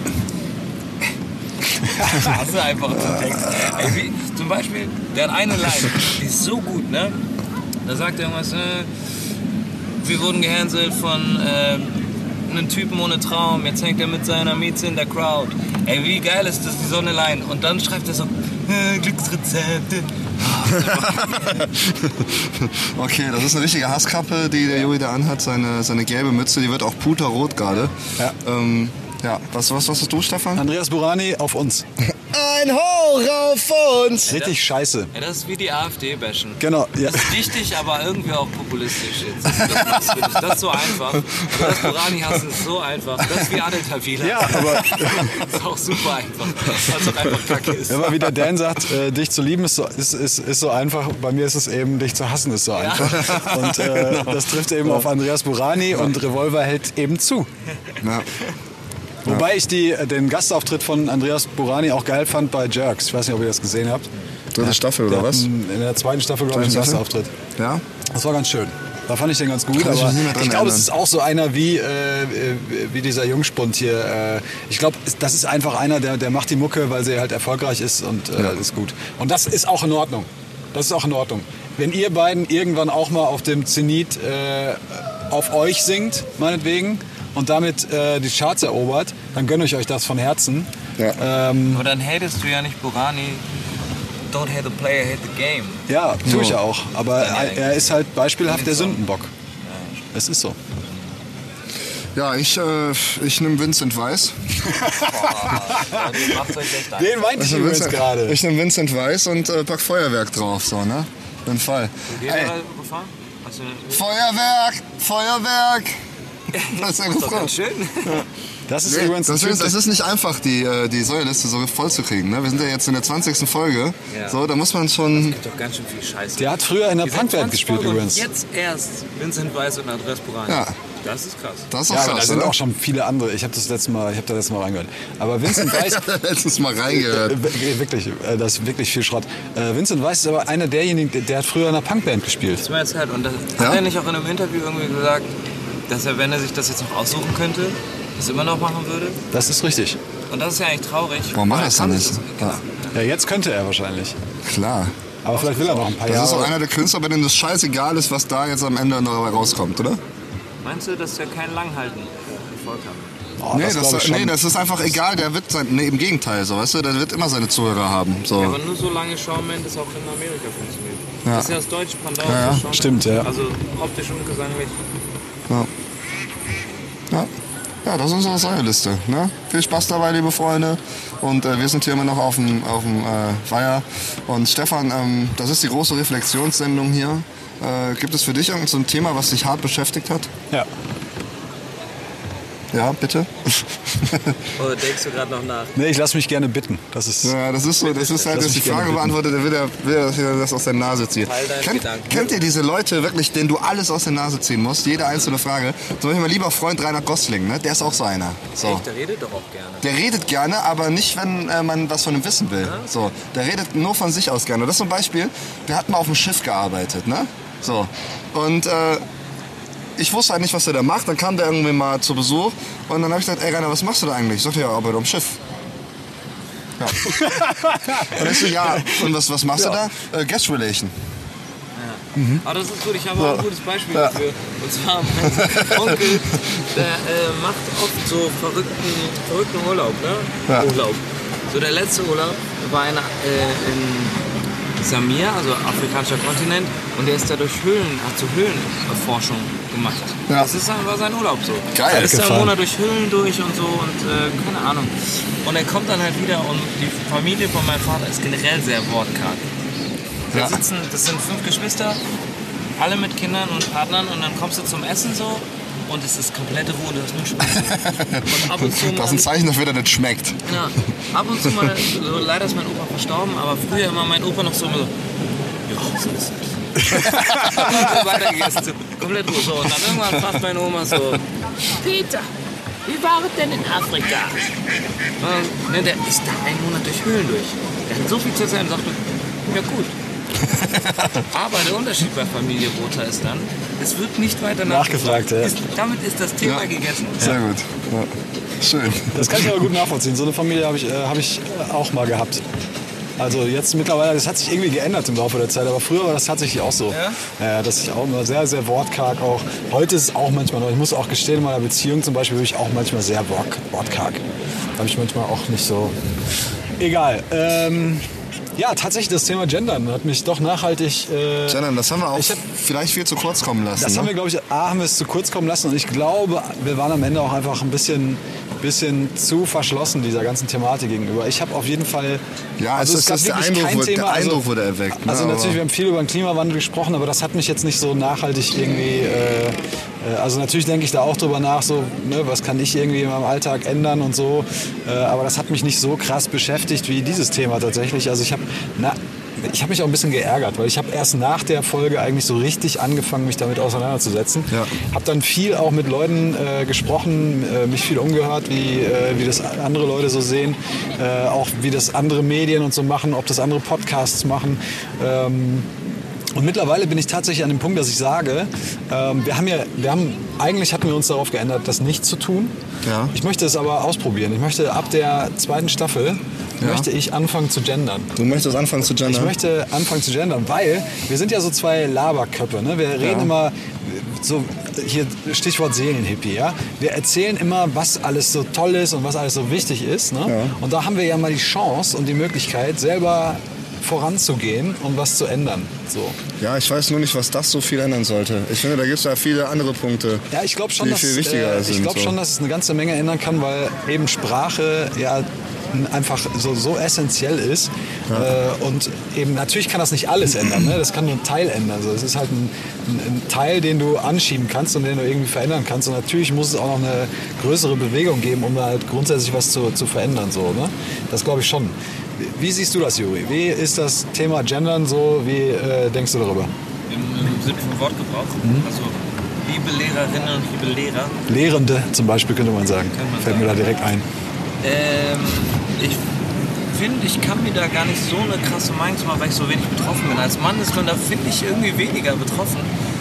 Hast du einfach einen Text. Ey, wie, zum Beispiel, der hat eine Line, die ist so gut, ne? Da sagt er irgendwas, äh, wir wurden gehänselt von äh, einem Typen ohne Traum, jetzt hängt er mit seiner Mieze in der Crowd. Ey, wie geil ist das, die so eine Line? Und dann schreibt er so, äh, Glücksrezepte. Okay, das ist eine richtige Hasskappe, die der Juri da anhat, seine, seine gelbe Mütze, die wird auch puterrot gerade. Ja. Ähm, ja, was, was, was hast du, Stefan? Andreas Burani auf uns. Ein Hoch auf uns! Richtig scheiße. Ja, das ist wie die AfD bashen. Genau, ja. Das ist wichtig, aber irgendwie auch populistisch jetzt. Das, das, das, das ist so einfach. Das Burani hassen ist so einfach. Das ist wie Adel Tawila. Ja, aber Das ist auch super einfach. Weil es auch einfach Kacke ist. immer wie der Dan sagt, äh, dich zu lieben ist so, ist, ist, ist so einfach. Bei mir ist es eben, dich zu hassen ist so einfach. Und äh, das trifft eben auf Andreas Burani und Revolver hält eben zu. Ja. Wobei ich die, den Gastauftritt von Andreas Burani auch geil fand bei Jerks. Ich weiß nicht, ob ihr das gesehen habt. Dritte Staffel oder Der hat was? einen- In der zweiten Staffel, glaube ich, einen Zweite Staffel? Gastauftritt. Ja? Das war ganz schön. Da fand ich den ganz gut. Kann ich Aber mich nicht mehr dran ich glaube, es erinnern. ist auch so einer wie, äh, wie dieser Jungspund hier. Äh, ich glaube, das ist einfach einer, der, der macht die Mucke, weil sie halt erfolgreich ist und äh, Ja. ist gut. Und das ist auch in Ordnung. Das ist auch in Ordnung. Wenn ihr beiden irgendwann auch mal auf dem Zenit äh, auf euch singt, meinetwegen, und damit äh, die Charts erobert, dann gönne ich euch das von Herzen. Ja. Ähm, Aber dann hatest du ja nicht Burani. Don't hate the player, hate the game. ja, tue ich ja auch. Aber Ja, er ist halt beispielhaft der Song. Sündenbock. Es ist so. Ja, ich, äh, ich nehme Vincent Weiss. Boah, das macht euch echt ein. Den meinte ich nehm übrigens Vincent, gerade. ich nehme Vincent Weiss und äh, pack Feuerwerk drauf, so, ne? Auf jeden Fall. Geht Ey, er gefahren? Hast du Feuerwerk! Feuerwerk! Das ist ja das ist doch Refrain. ganz schön. Das ist Nee, übrigens das, ein ist, Typ, das ist nicht einfach, die, äh, die Säuerliste so voll zu kriegen. Ne? Wir sind ja jetzt in der zwanzigsten Folge. Ja. So, da muss man schon... Gibt doch ganz schön viel Scheiße. der hat früher in der Die sind Punkband zwanzig gespielt Folgen übrigens. Und jetzt erst Vincent Weiss und Andreas Burani. Ja, Das ist krass. Das ist doch Ja, krass, aber da sind oder? auch schon viele andere. Ich habe das letzte Mal, ich habe da letztes Mal reingehört. Aber Vincent Weiss, Ich habe letztens mal reingehört. Äh, wirklich, äh, das ist wirklich viel Schrott. Äh, Vincent Weiss ist aber einer derjenigen, der, der hat früher in einer Punkband gespielt. Das war jetzt halt, und das Ja? hat er nicht auch in einem Interview irgendwie gesagt, dass er, wenn er sich das jetzt noch aussuchen könnte, das immer noch machen würde? Das ist richtig. Und das ist ja eigentlich traurig. Warum macht weil er das kann dann sich nicht? das- Ja, Ja, jetzt könnte er wahrscheinlich. klar. Aber vielleicht will er noch ein paar Das Jahre. ist auch einer der Künstler, bei denen das scheißegal ist, was da jetzt am Ende noch rauskommt, oder? Meinst du, dass er kein Langhalten Erfolg hat? Oh, nee, das das, glaub ich schon. nee, das ist einfach egal. Der wird sein, nee, im Gegenteil, so, weißt du, der wird immer seine Zuhörer haben. So. Ja, aber nur so lange Shawn Mendes auch in Amerika funktioniert. Ja. Das ist ja das deutsche Pendant Ja, ja. für Shawn Stimmt, Mendes. ja. Also optisch und gesanglich. Ja. Ja. Ja, das ist unsere Säuerliste. Ne? Viel Spaß dabei, liebe Freunde. Und äh, wir sind hier immer noch auf dem, auf dem äh, Weiher. Und Stefan, ähm, das ist die große Reflexionssendung hier. Äh, gibt es für dich irgendein so ein Thema, was dich hart beschäftigt hat? Ja. Ja, bitte? Oder denkst du gerade noch nach? Nee, ich lasse mich gerne bitten. Das ist, Ja, das ist so, das ist halt, Lass dass die mich gerne Frage bitten. beantwortet, der will, der will, dass er das aus der Nase zieht. Teil deinen Kennt, Gedanken. kennt ihr diese Leute wirklich, denen du alles aus der Nase ziehen musst? Jede einzelne Frage. Zum Beispiel mein lieber Freund Rainer Gosling, ne? Der ist auch so einer. So. Echt, der redet doch auch gerne. Der redet gerne, aber nicht, wenn äh, man was von ihm wissen will. So, der redet nur von sich aus gerne. Das ist zum Beispiel, wir hatten mal auf dem Schiff gearbeitet, ne? So. Und äh, ich wusste halt nicht, was er da macht. Dann kam der irgendwie mal zu Besuch und dann habe ich gesagt, ey Rainer, was machst du da eigentlich? Ich sagte, ja, arbeite am Schiff. Ja. Und ich so, ja, und was, was machst Ja. du da? Äh, Guest Relation. Aber das ist gut, ich habe auch ein gutes Beispiel dafür. Und zwar mein Onkel, der äh, macht oft so verrückten, verrückten Urlaub, ne? Ja. Urlaub. So der letzte Urlaub war in, äh, in Samir, also afrikanischer Kontinent, und der ist da durch Höhlen, hat so Höhlenforschung gemacht. Ja. Das ist, war sein Urlaub so. Geil, Er ist da einen gefallen. Monat durch Höhlen durch und so und äh, keine Ahnung. Und er kommt dann halt wieder und die Familie von meinem Vater ist generell sehr wortkarg. Da Ja. sitzen, das sind fünf Geschwister, alle mit Kindern und Partnern, und dann kommst du zum Essen so und es ist komplette Ruhe, du hast nur Spaß. Und ab und zu Das ist ein mal, Zeichen dafür, dass das schmeckt. ja, ab und zu mal, so, leider ist mein Opa verstorben, aber früher immer mein Opa noch so immer so, ja, so ist es. Weitergegessen, so, komplett Ruhe. So, und dann irgendwann fragt meine Oma so, Peter, wie war es denn in Afrika? Und, ne, der ist da einen Monat durch Höhlen durch. Der hat so viel zu erzählen und sagte, ja gut. Aber der Unterschied bei Familie Rother ist dann, es wird nicht weiter Nachgefragt, ja. Ist, damit ist das Thema Ja. gegessen. Sehr gut. Ja. Schön. Das kann ich aber gut nachvollziehen. So eine Familie habe ich, äh, hab ich äh, auch mal gehabt. Also jetzt mittlerweile, das hat sich irgendwie geändert im Laufe der Zeit, aber früher war das tatsächlich auch so. Ja? Äh, dass ich auch immer sehr, sehr wortkarg auch. Heute ist es auch manchmal noch. Ich muss auch gestehen, in meiner Beziehung zum Beispiel bin ich auch manchmal sehr wort- wortkarg. Da habe ich manchmal auch nicht so... Egal. Ähm, ja, tatsächlich das Thema Gendern hat mich doch nachhaltig... Äh, Gendern, das haben wir auch Ich hab- vielleicht viel zu kurz kommen lassen. Das ne? haben wir, glaube ich, A, haben wir es zu kurz kommen lassen und ich glaube, wir waren am Ende auch einfach ein bisschen, bisschen zu verschlossen dieser ganzen Thematik gegenüber. Ich habe auf jeden Fall... Ja, also es ist- gab es ist der wirklich Eindruck kein wurde- der Thema, also- Eindruck wurde erweckt, ne, Also natürlich, aber- wir haben viel über den Klimawandel gesprochen, aber das hat mich jetzt nicht so nachhaltig irgendwie... Äh, äh, also natürlich denke ich da auch drüber nach, so, ne, was kann ich irgendwie in meinem Alltag ändern und so. Äh, aber das hat mich nicht so krass beschäftigt wie dieses Thema tatsächlich. Also ich habe... Ich habe mich auch ein bisschen geärgert, weil ich habe erst nach der Folge eigentlich so richtig angefangen, mich damit auseinanderzusetzen. Ja. Habe dann viel auch mit Leuten äh, gesprochen, äh, mich viel umgehört, wie, äh, wie das andere Leute so sehen, äh, auch wie das andere Medien und so machen, ob das andere Podcasts machen. Ähm, Und mittlerweile bin ich tatsächlich an dem Punkt, dass ich sage, ähm, wir haben ja, wir haben, eigentlich hatten wir uns darauf geändert, das nicht zu tun. Ja. Ich möchte es aber ausprobieren. Ich möchte ab der zweiten Staffel, Ja. möchte ich anfangen zu gendern. Du möchtest anfangen zu gendern? Ich möchte anfangen zu gendern, weil wir sind ja so zwei Laberköpfe. Ne? Wir reden Ja. immer, so hier Stichwort Seelenhippie, ja. Wir erzählen immer, was alles so toll ist und was alles so wichtig ist. Ne? Ja. Und da haben wir ja mal die Chance und die Möglichkeit, selber voranzugehen und was zu ändern. So. Ja, ich weiß nur nicht, was das so viel ändern sollte. Ich finde, da gibt es ja viele andere Punkte, Ja, ich glaube schon, die dass, viel wichtiger äh, sind. ich glaube so. schon, dass es eine ganze Menge ändern kann, weil eben Sprache ja einfach so, so essentiell ist. Äh, und eben natürlich kann das nicht alles ändern, ne? Das kann nur ein Teil ändern. Also es ist halt ein, ein, ein Teil, den du anschieben kannst und den du irgendwie verändern kannst. Und natürlich muss es auch noch eine größere Bewegung geben, um da halt grundsätzlich was zu, zu verändern. So, ne? Das glaube ich schon. Wie siehst du das, Juri? Wie ist das Thema Gendern so? Wie äh, denkst du darüber? Im, im Sinne von Wortgebrauch. Mhm. Also, liebe Lehrerinnen und liebe Lehrer. Lehrende zum Beispiel könnte man sagen. Kann man Fällt mir da direkt ein. Ähm, ich finde, ich kann mir da gar nicht so eine krasse Meinung zu machen, weil ich so wenig betroffen bin. Als Mann ist man da, finde ich, irgendwie weniger betroffen.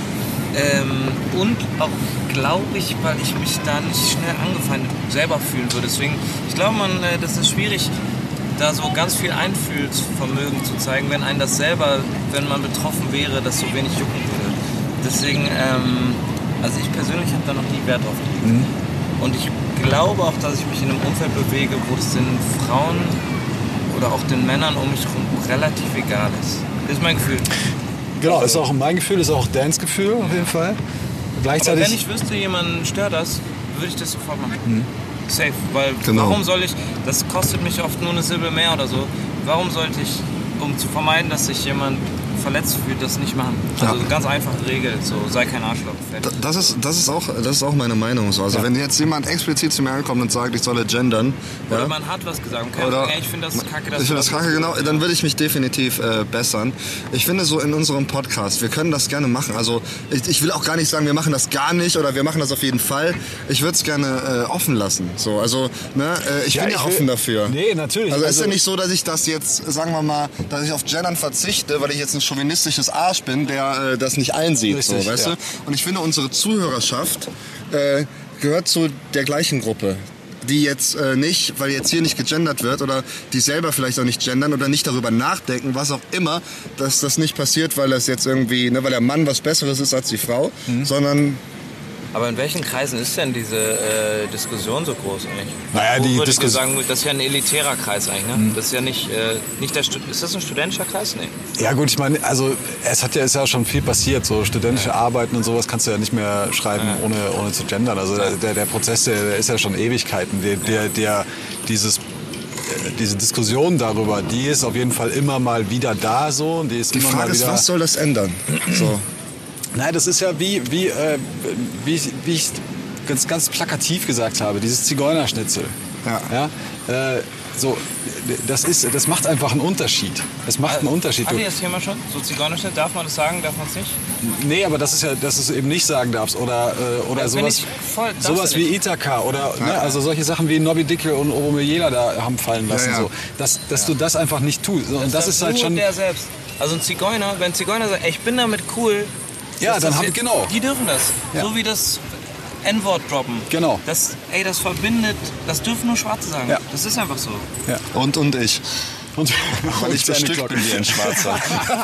Ähm, und auch, glaube ich, weil ich mich da nicht schnell angefeindet selber fühlen würde. Deswegen, ich glaube, man, äh, das ist schwierig, da so ganz viel Einfühlsvermögen zu zeigen, wenn einen das selber, wenn man betroffen wäre, das so wenig jucken würde. Deswegen, ähm, also ich persönlich habe da noch nie Wert drauf gelegt. Mhm. Und ich glaube auch, dass ich mich in einem Umfeld bewege, wo es den Frauen oder auch den Männern um mich herum relativ egal ist. Das ist mein Gefühl. Genau, ist auch mein Gefühl, ist auch Dans Gefühl auf jeden Fall. Gleichzeitig. Aber wenn ich wüsste, jemanden stört das, würde ich das sofort machen. Mhm. Safe, weil Genau. warum soll ich, das kostet mich oft nur eine Silbe mehr oder so, warum sollte ich, um zu vermeiden, dass sich jemand verletzt fühlt, das nicht machen? Also Ja. ganz einfache Regel, so sei kein Arschloch. Fertig. Das ist, das ist, auch, das ist auch meine Meinung. So. Also Ja. wenn jetzt jemand explizit zu mir ankommt und sagt, ich solle gendern, Oder ja, man hat was gesagt und kann Oder- sagen, ey, ich finde das kacke, dass ich du finde das kacke, genau, dann würde ich mich definitiv äh, bessern. Ich finde so in unserem Podcast, wir können das gerne machen. Also ich, ich will auch gar nicht sagen, wir machen das gar nicht oder wir machen das auf jeden Fall. Ich würde es gerne äh, offen lassen. So, also ne, äh, ich Ja, bin ja ich will- offen dafür. Nee, natürlich. Also, es ist Also- ja nicht so, dass ich das jetzt, sagen wir mal, dass ich auf Gendern verzichte, weil ich jetzt ein chauvinistisches Arsch bin, der äh, das nicht einsieht. Richtig, so, weißt ja. du? Und ich finde, unsere Zuhörerschaft äh, gehört zu der gleichen Gruppe. Die jetzt äh, nicht, weil jetzt hier nicht gegendert wird oder die selber vielleicht auch nicht gendern oder nicht darüber nachdenken, was auch immer, dass das nicht passiert, weil das jetzt irgendwie, ne, weil der Mann was Besseres ist als die Frau, Mhm. sondern Aber in welchen Kreisen ist denn diese äh, Diskussion so groß eigentlich? Naja, Wo die würdet ihr Diskus- sagen, das ist ja ein elitärer Kreis eigentlich, ne? Das ist ja nicht, äh, nicht der Stud ist das ein studentischer Kreis? Nee. Ja gut, ich meine, also es hat ja, ist ja schon viel passiert, so studentische Arbeiten und sowas kannst du ja nicht mehr schreiben, Ja. ohne, ohne zu gendern. Also der, der Prozess, der, der ist ja schon Ewigkeiten. Der, der, der, dieses, äh, diese Diskussion darüber, die ist auf jeden Fall immer mal wieder da so. Und die ist die immer Frage mal ist, wieder, was soll das ändern? So. Nein, das ist ja wie, wie, äh, wie, ich- wie ich ganz, ganz plakativ gesagt habe, dieses Zigeunerschnitzel. Ja. Ja, äh, so, das, ist, das macht einfach einen Unterschied. Es macht einen Unterschied. Habt ihr das Thema schon? So Zigeunerschnitt, darf man das sagen, darf man es nicht? Nee, aber das ist ja, dass du es eben nicht sagen darfst. Oder, äh, oder Also wenn sowas, ich voll- darfst sowas du wie nicht. Ithaka. Oder ne, also solche Sachen wie Nobby Dickel und Oromejela da haben fallen lassen. Ja, ja. So. Dass, dass du das einfach nicht tust. Und das, ist halt nur schon. der selbst. Also ein Zigeuner, wenn ein Zigeuner sagt, ey, ich bin damit cool. Ja, das- dann das- haben- genau. Die dürfen das. Ja. So wie das N-Wort droppen. Genau. Das, ey, das verbindet, das dürfen nur Schwarze sagen. Ja. Das ist einfach so. Ja. Und, und ich. Und, Weil und ich Danny bestückt Glock. bin wie ein Schwarzer.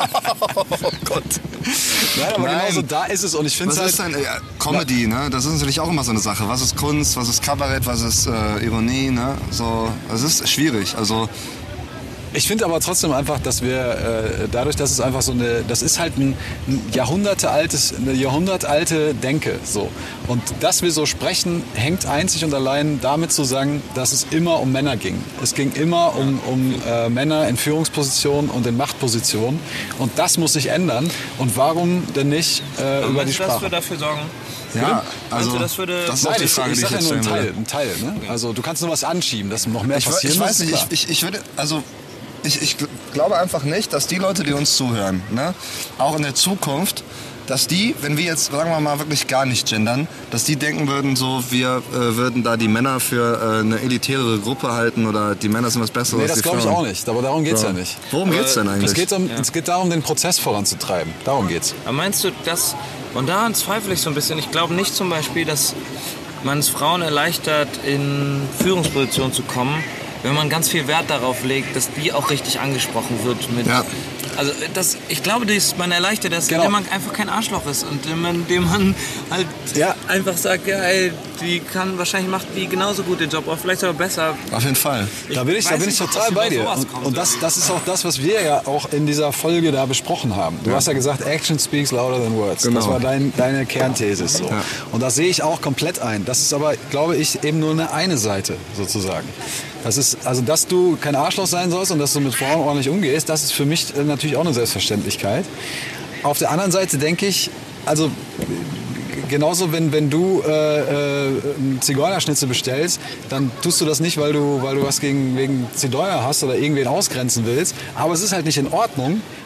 oh Gott. Nein, aber Nein. genauso da ist es. Und ich finde Was es ist halt. denn äh, Comedy, ne? Das ist natürlich auch immer so eine Sache. Was ist Kunst, was ist Kabarett, was ist äh, Ironie, ne? So, das ist schwierig. Also Ich finde aber trotzdem einfach, dass wir äh, dadurch, dass es einfach so eine, das ist halt ein, ein jahrhundertealtes, eine jahrhundertalte Denke, so. Und dass wir so sprechen, hängt einzig und allein damit zusammen, dass es immer um Männer ging. Es ging immer um, um äh, Männer in Führungspositionen und in Machtpositionen. Und das muss sich ändern. Und warum denn nicht äh, Aber über die meinst du, das Sprache? würde dafür sorgen? ja, Meinst also du, das würde- das ist auch Nein, die ich, Frage, ich die ich sage ja jetzt nur einen stellen Teil, will. ein Teil. Ne? Also du kannst nur was anschieben, dass noch mehr Ich, passieren ich muss, weiß nicht, klar. ich, ich, ich würde, also ich, ich gl- glaube einfach nicht, dass die Leute, die uns zuhören, ne, auch in der Zukunft, dass die, wenn wir jetzt, sagen wir mal, wirklich gar nicht gendern, dass die denken würden, so, wir äh, würden da die Männer für äh, eine elitärere Gruppe halten oder die Männer sind was Besseres Nee, als das die glaube ich Frauen. auch nicht. Aber darum geht's So. ja nicht. Worum geht's denn eigentlich? Es geht, um, es geht darum, den Prozess voranzutreiben. Darum geht's. Aber meinst du, dass, und daran zweifle ich so ein bisschen, ich glaube nicht zum Beispiel, dass man es Frauen erleichtert, in Führungspositionen zu kommen, wenn man ganz viel Wert darauf legt, dass die auch richtig angesprochen wird. Mit, Ja. Also das, ich glaube, das, man erleichtert das, Genau. indem man einfach kein Arschloch ist und indem man, indem man halt Ja. einfach sagt, ja, ey, die kann, wahrscheinlich macht die genauso gut den Job, oder vielleicht sogar besser. Auf jeden Fall. Da bin ich, da weiß bin ich nicht, ob total das bei über dir. sowas Und, kommt, und das, das ist auch das, was wir ja auch in dieser Folge da besprochen haben. Du hast ja gesagt, Action speaks louder than words. Genau. Das war dein, deine Kernthese. So. Ja. Und das sehe ich auch komplett ein. Das ist aber, glaube ich, eben nur eine eine Seite sozusagen. Das ist, also, dass du kein Arschloch sein sollst und dass du mit Frauen ordentlich umgehst, das ist für mich äh, natürlich auch eine Selbstverständlichkeit. Auf der anderen Seite denke ich, also genauso, wenn, wenn du äh, äh, einen Zigeunerschnitzel bestellst, dann tust du das nicht, weil du, weil du was gegen, wegen Zigeuner hast oder irgendwen ausgrenzen willst. Aber es ist halt nicht in Ordnung,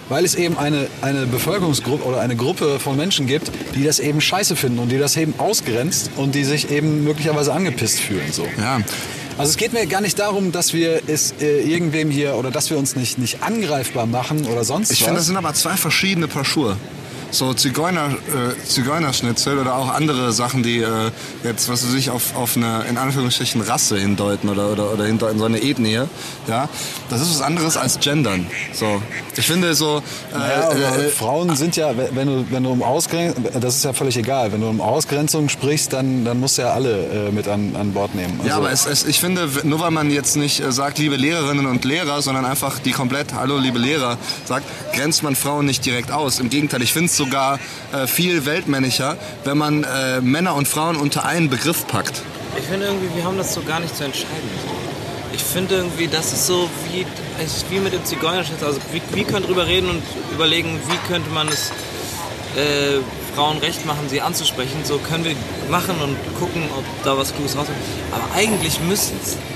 weil es eben eine, eine Bevölkerungsgruppe oder eine Gruppe von Menschen gibt, die das eben scheiße finden und die das eben ausgrenzt und die sich eben möglicherweise angepisst fühlen. So. Ja. Also es geht mir gar nicht darum, dass wir es äh, irgendwem hier oder dass wir uns nicht, nicht angreifbar machen oder sonst Ich was. finde, das sind aber zwei verschiedene Paar Schuhe. So Zigeuner, äh, Zigeunerschnitzel oder auch andere Sachen, die äh, jetzt, was weiß ich, auf, auf eine, in Anführungsstrichen, Rasse hindeuten oder, oder, oder hindeuten, so eine Ethnie, ja, das ist was anderes als Gendern. So. Ich finde so... Äh, naja, aber äh, Frauen sind ja, wenn du, wenn du um Ausgrenzung, das ist ja völlig egal, wenn du um Ausgrenzung sprichst, dann, dann musst du ja alle äh, mit an, an Bord nehmen. Also, ja, aber es, es, ich finde, nur weil man jetzt nicht äh, sagt, liebe Lehrerinnen und Lehrer, sondern einfach die komplett, hallo liebe Lehrer, sagt, grenzt man Frauen nicht direkt aus. Im Gegenteil, ich finde es sogar äh, viel weltmännischer, wenn man äh, Männer und Frauen unter einen Begriff packt. Ich finde irgendwie, wir haben das so gar nicht zu entscheiden. Ich finde irgendwie, das ist so wie, wie mit dem Zigeunerschnitzel. Also wie, wie könnt drüber reden und überlegen, wie könnte man es äh, Frauen recht machen, sie anzusprechen. So können wir machen und gucken, ob da was Kluges rauskommt. Aber eigentlich müsste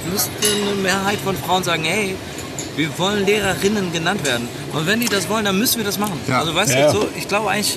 eine Mehrheit von Frauen sagen, hey, wir wollen Lehrerinnen genannt werden. Und wenn die das wollen, dann müssen wir das machen. Ja. Also weißt Ja. du, so, ich glaube eigentlich,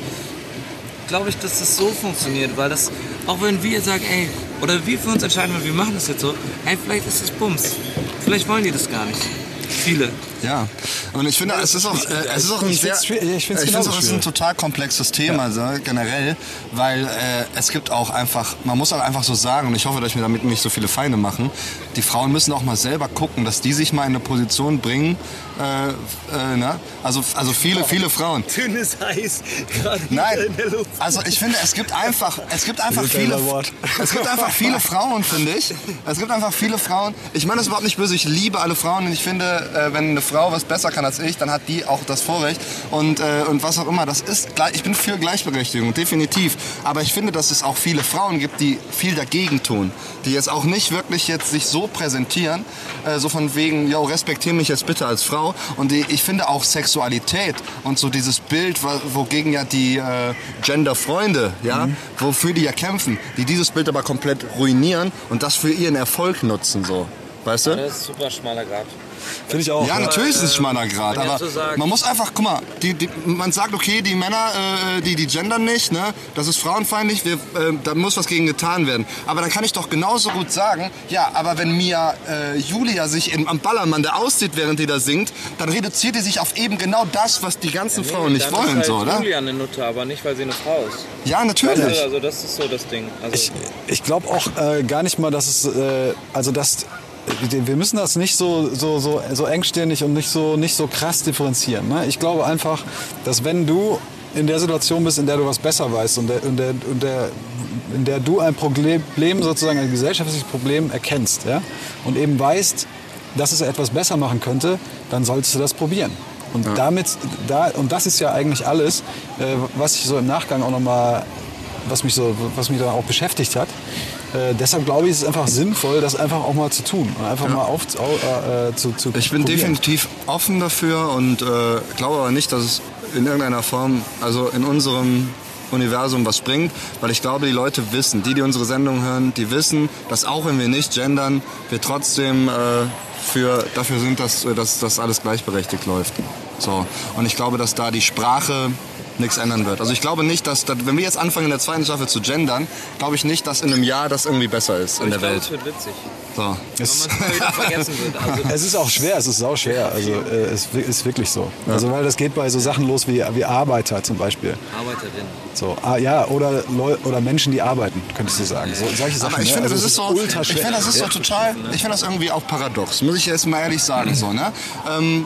glaube ich, dass das so funktioniert, weil das, auch wenn wir sagen, ey, oder wir für uns entscheiden, wir machen das jetzt so, ey, vielleicht ist das Bums. Vielleicht wollen die das gar nicht. Viele. Ja, und ich finde, es ist auch, äh, es ist auch ein Ich sehr, find's schwierig, ich find's ich genauso finde, es ist ein schwierig. total komplexes Thema, so, generell, weil äh, es gibt auch einfach, man muss auch einfach so sagen, und ich hoffe, dass ich mir damit nicht so viele Feinde machen, die Frauen müssen auch mal selber gucken, dass die sich mal in eine Position bringen, äh, äh, ne? also, also viele, viele Frauen. Dünnes Eis, gerade Nein, also ich finde, es gibt einfach, es gibt einfach viele, es gibt einfach viele Frauen, finde ich. Es gibt einfach viele Frauen. Ich meine das ist überhaupt nicht böse. Ich liebe alle Frauen und ich finde, äh, wenn eine Frau was besser kann als ich, dann hat die auch das Vorrecht und äh, und was auch immer. Das ist, gleich- ich bin für Gleichberechtigung, definitiv. Aber ich finde, dass es auch viele Frauen gibt, die viel dagegen tun, die jetzt auch nicht wirklich jetzt sich so präsentieren, äh, so von wegen, yo, respektiere mich jetzt bitte als Frau. Und die, ich finde auch Sexualität und so dieses Bild, wa- wogegen ja die äh, Gender-Freunde, ja, Mhm. wofür die ja kämpfen, die dieses Bild aber komplett ruinieren und das für ihren Erfolg nutzen, so. Weißt du? Das ist super schmaler Grad. Finde ich auch. Ja, natürlich ist es ein schmaler Grad, wenn ihr aber so sagt- man muss einfach, guck mal, die, die, man sagt, okay, die Männer, äh, die, die gendern nicht, ne, das ist frauenfeindlich, wir, äh, da muss was gegen getan werden. Aber dann kann ich doch genauso gut sagen, ja, aber wenn Mia äh, Julia sich in, am Ballermann der auszieht, während die da singt, dann reduziert die sich auf eben genau das, was die ganzen Frauen nicht Dann wollen, ist halt so, oder? Julia eine Nutte, aber nicht, weil sie eine Frau ist. Ja, natürlich. Also, also das ist so das Ding. Also, Ich, ich glaube auch äh, gar nicht mal, dass es, äh, also dass wir müssen das nicht so, so, so, so engstirnig und nicht so, nicht so krass differenzieren. Ne? Ich glaube einfach, dass wenn du in der Situation bist, in der du was besser weißt und, der, und, der, und der, in der du ein Problem, sozusagen ein gesellschaftliches Problem erkennst, ja? Und eben weißt, dass es etwas besser machen könnte, dann solltest du das probieren. Und Ja. damit, da, und das ist ja eigentlich alles, äh, was ich so im Nachgang auch nochmal, was mich so, was mich dann auch beschäftigt hat. Äh, deshalb glaube ich, ist es einfach sinnvoll, das einfach auch mal zu tun und einfach Ja. mal auf, au- äh, zu, zu Ich bin probieren. definitiv offen dafür und äh, glaube aber nicht, dass es in irgendeiner Form, also in unserem Universum was bringt, weil ich glaube, die Leute wissen, die, die unsere Sendung hören, die wissen, dass auch wenn wir nicht gendern, wir trotzdem äh, für, dafür sind, dass, dass das alles gleichberechtigt läuft. So. Und ich glaube, dass da die Sprache nichts ändern wird. Also ich glaube nicht, dass, dass, wenn wir jetzt anfangen in der zweiten Staffel zu gendern, glaube ich nicht, dass in einem Jahr das irgendwie besser ist in ich der glaube, Welt. es wird witzig. So. Es, Wenn man es wieder vergessen wird. Also, es ist auch schwer, es ist sau schwer. Also äh, es ist wirklich so. Also weil das geht bei so Sachen los wie, wie Arbeiter zum Beispiel. Arbeiterin. So, ah, ja, oder, Leu oder Menschen, die arbeiten, könntest du sagen. So, solche Sachen. Aber ich ne? finde, Also das es ist so, ultra ich schwer. finde, das ist so Ja. total, ich finde das irgendwie auch paradox, muss ich jetzt mal ehrlich sagen, so, ne? Ähm,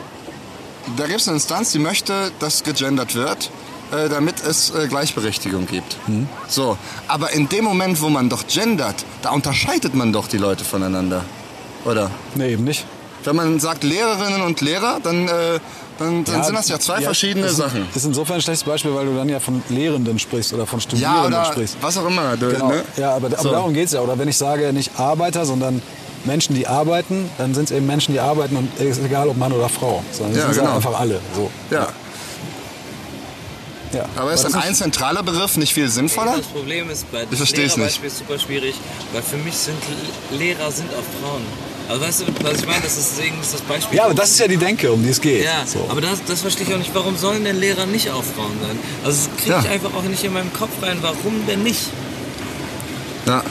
da gibt es eine Instanz, die möchte, dass gegendert wird, äh, damit es äh, Gleichberechtigung gibt. Mhm. So, aber in dem Moment, wo man doch gendert, da unterscheidet man doch die Leute voneinander, oder? Nee, eben nicht. Wenn man sagt Lehrerinnen und Lehrer, dann, äh, dann, dann Ja, sind das ja zwei ja, verschiedene ist, Sachen. Ist insofern ein schlechtes Beispiel, weil du dann ja von Lehrenden sprichst oder von Ja, Studierenden oder sprichst. was auch immer. Du, Genau. ne? Ja, aber, aber So. darum geht es ja. Oder wenn ich sage, nicht Arbeiter, sondern Menschen, die arbeiten, dann sind es eben Menschen, die arbeiten und es ist egal, ob Mann oder Frau. Sondern Ja, es sind genau. einfach alle. So. Ja. Ja. Aber ist dann ein zentraler Begriff nicht viel sinnvoller? Das Problem ist, bei dem Lehrerbeispiel ist super schwierig, weil für mich sind Lehrer sind auch Frauen. Also weißt du, was ich meine? Das ist, deswegen ist das Beispiel. Ja, aber das ist ja die Denke, um die es geht. Ja, so. aber das, das verstehe ich auch nicht. Warum sollen denn Lehrer nicht auch Frauen sein? Also das kriege ich Ja. einfach auch nicht in meinem Kopf rein. Warum denn nicht? Ja.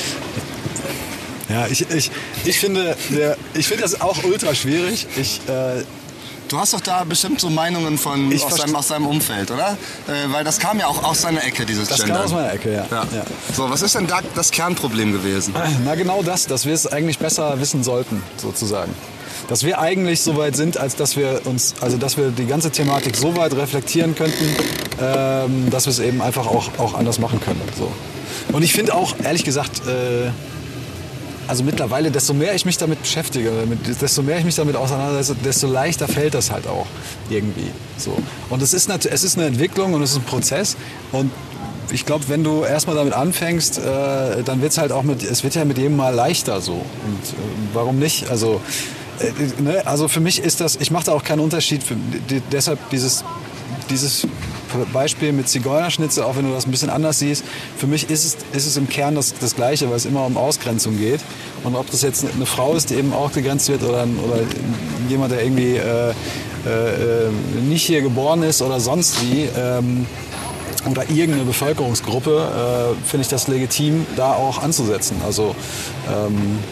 Ja, ich, ich, ich finde, der, ich finde das auch ultra schwierig. Ich, äh, Du hast doch da bestimmt so Meinungen von Ich aus, verste- seinem, aus seinem Umfeld, oder? Äh, weil das kam ja auch aus seiner Ecke, dieses das Gendern. kam aus meiner Ecke, ja. Ja. ja. So, was ist denn da das Kernproblem gewesen? Na genau das, dass wir es eigentlich besser wissen sollten, sozusagen. Dass wir eigentlich so weit sind, als dass wir uns, also dass wir die ganze Thematik so weit reflektieren könnten, ähm, dass wir es eben einfach auch, auch anders machen können. So. Und ich finde auch, ehrlich gesagt, äh, also mittlerweile, desto mehr ich mich damit beschäftige, mit, desto mehr ich mich damit auseinandersetze, desto leichter fällt das halt auch irgendwie. So. Und es ist, nat- es ist eine Entwicklung und es ist ein Prozess. Und ich glaube, wenn du erstmal damit anfängst, äh, dann wird es halt auch mit, es wird ja mit jedem Mal leichter so. Und äh, warum nicht? Also, äh, ne? Also für mich ist das, ich mache da auch keinen Unterschied. Für, die, deshalb dieses, dieses Beispiel mit Zigeunerschnitzel, auch wenn du das ein bisschen anders siehst, für mich ist es, ist es im Kern das, das Gleiche, weil es immer um Ausgrenzung geht. Und ob das jetzt eine Frau ist, die eben auch begrenzt wird, oder, oder jemand, der irgendwie äh, äh, nicht hier geboren ist oder sonst wie, ähm, oder irgendeine Bevölkerungsgruppe, äh, finde ich das legitim, da auch anzusetzen. Also, ähm,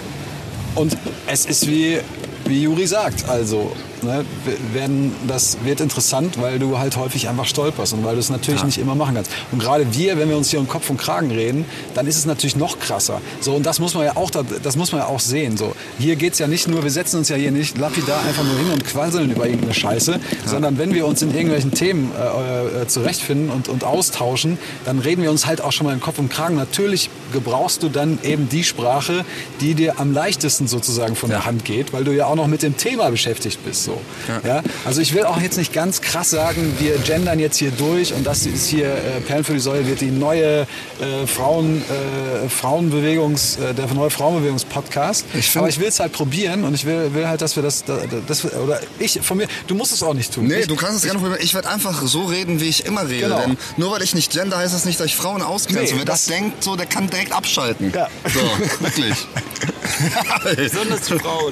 und es ist wie, wie Juri sagt, also ne, werden, das wird interessant, weil du halt häufig einfach stolperst und weil du es natürlich ja. nicht immer machen kannst. Und gerade wir, wenn wir uns hier um Kopf und Kragen reden, dann ist es natürlich noch krasser. So, und das muss man ja auch, das muss man ja auch sehen. So, hier geht's ja nicht nur, wir setzen uns ja hier nicht lapidar einfach nur hin und quasseln über irgendeine Scheiße, ja. sondern wenn wir uns in irgendwelchen Themen äh, äh, zurechtfinden und, und austauschen, dann reden wir uns halt auch schon mal im Kopf und Kragen. Natürlich gebrauchst du dann eben die Sprache, die dir am leichtesten sozusagen von ja. der Hand geht, weil du ja auch noch mit dem Thema beschäftigt bist. So. Ja. Ja? Also ich will auch jetzt nicht ganz krass sagen, wir gendern jetzt hier durch und das ist hier, äh, Perlen für die Säule wird die neue äh, Frauen, äh, Frauenbewegungs, äh, der neue Frauenbewegungs-Podcast. Ich Aber ich will es halt probieren und ich will, will halt, dass wir das, das, oder ich von mir, du musst es auch nicht tun. Nee, ich, du kannst es gerne probieren. Ich werde einfach so reden, wie ich immer rede. Genau. Denn nur weil ich nicht gender, heißt das nicht, dass ich Frauen ausgrenze. Nee, Wer das, das denkt, so, der kann direkt abschalten. Ja. So, wirklich. Besonders die Frauen.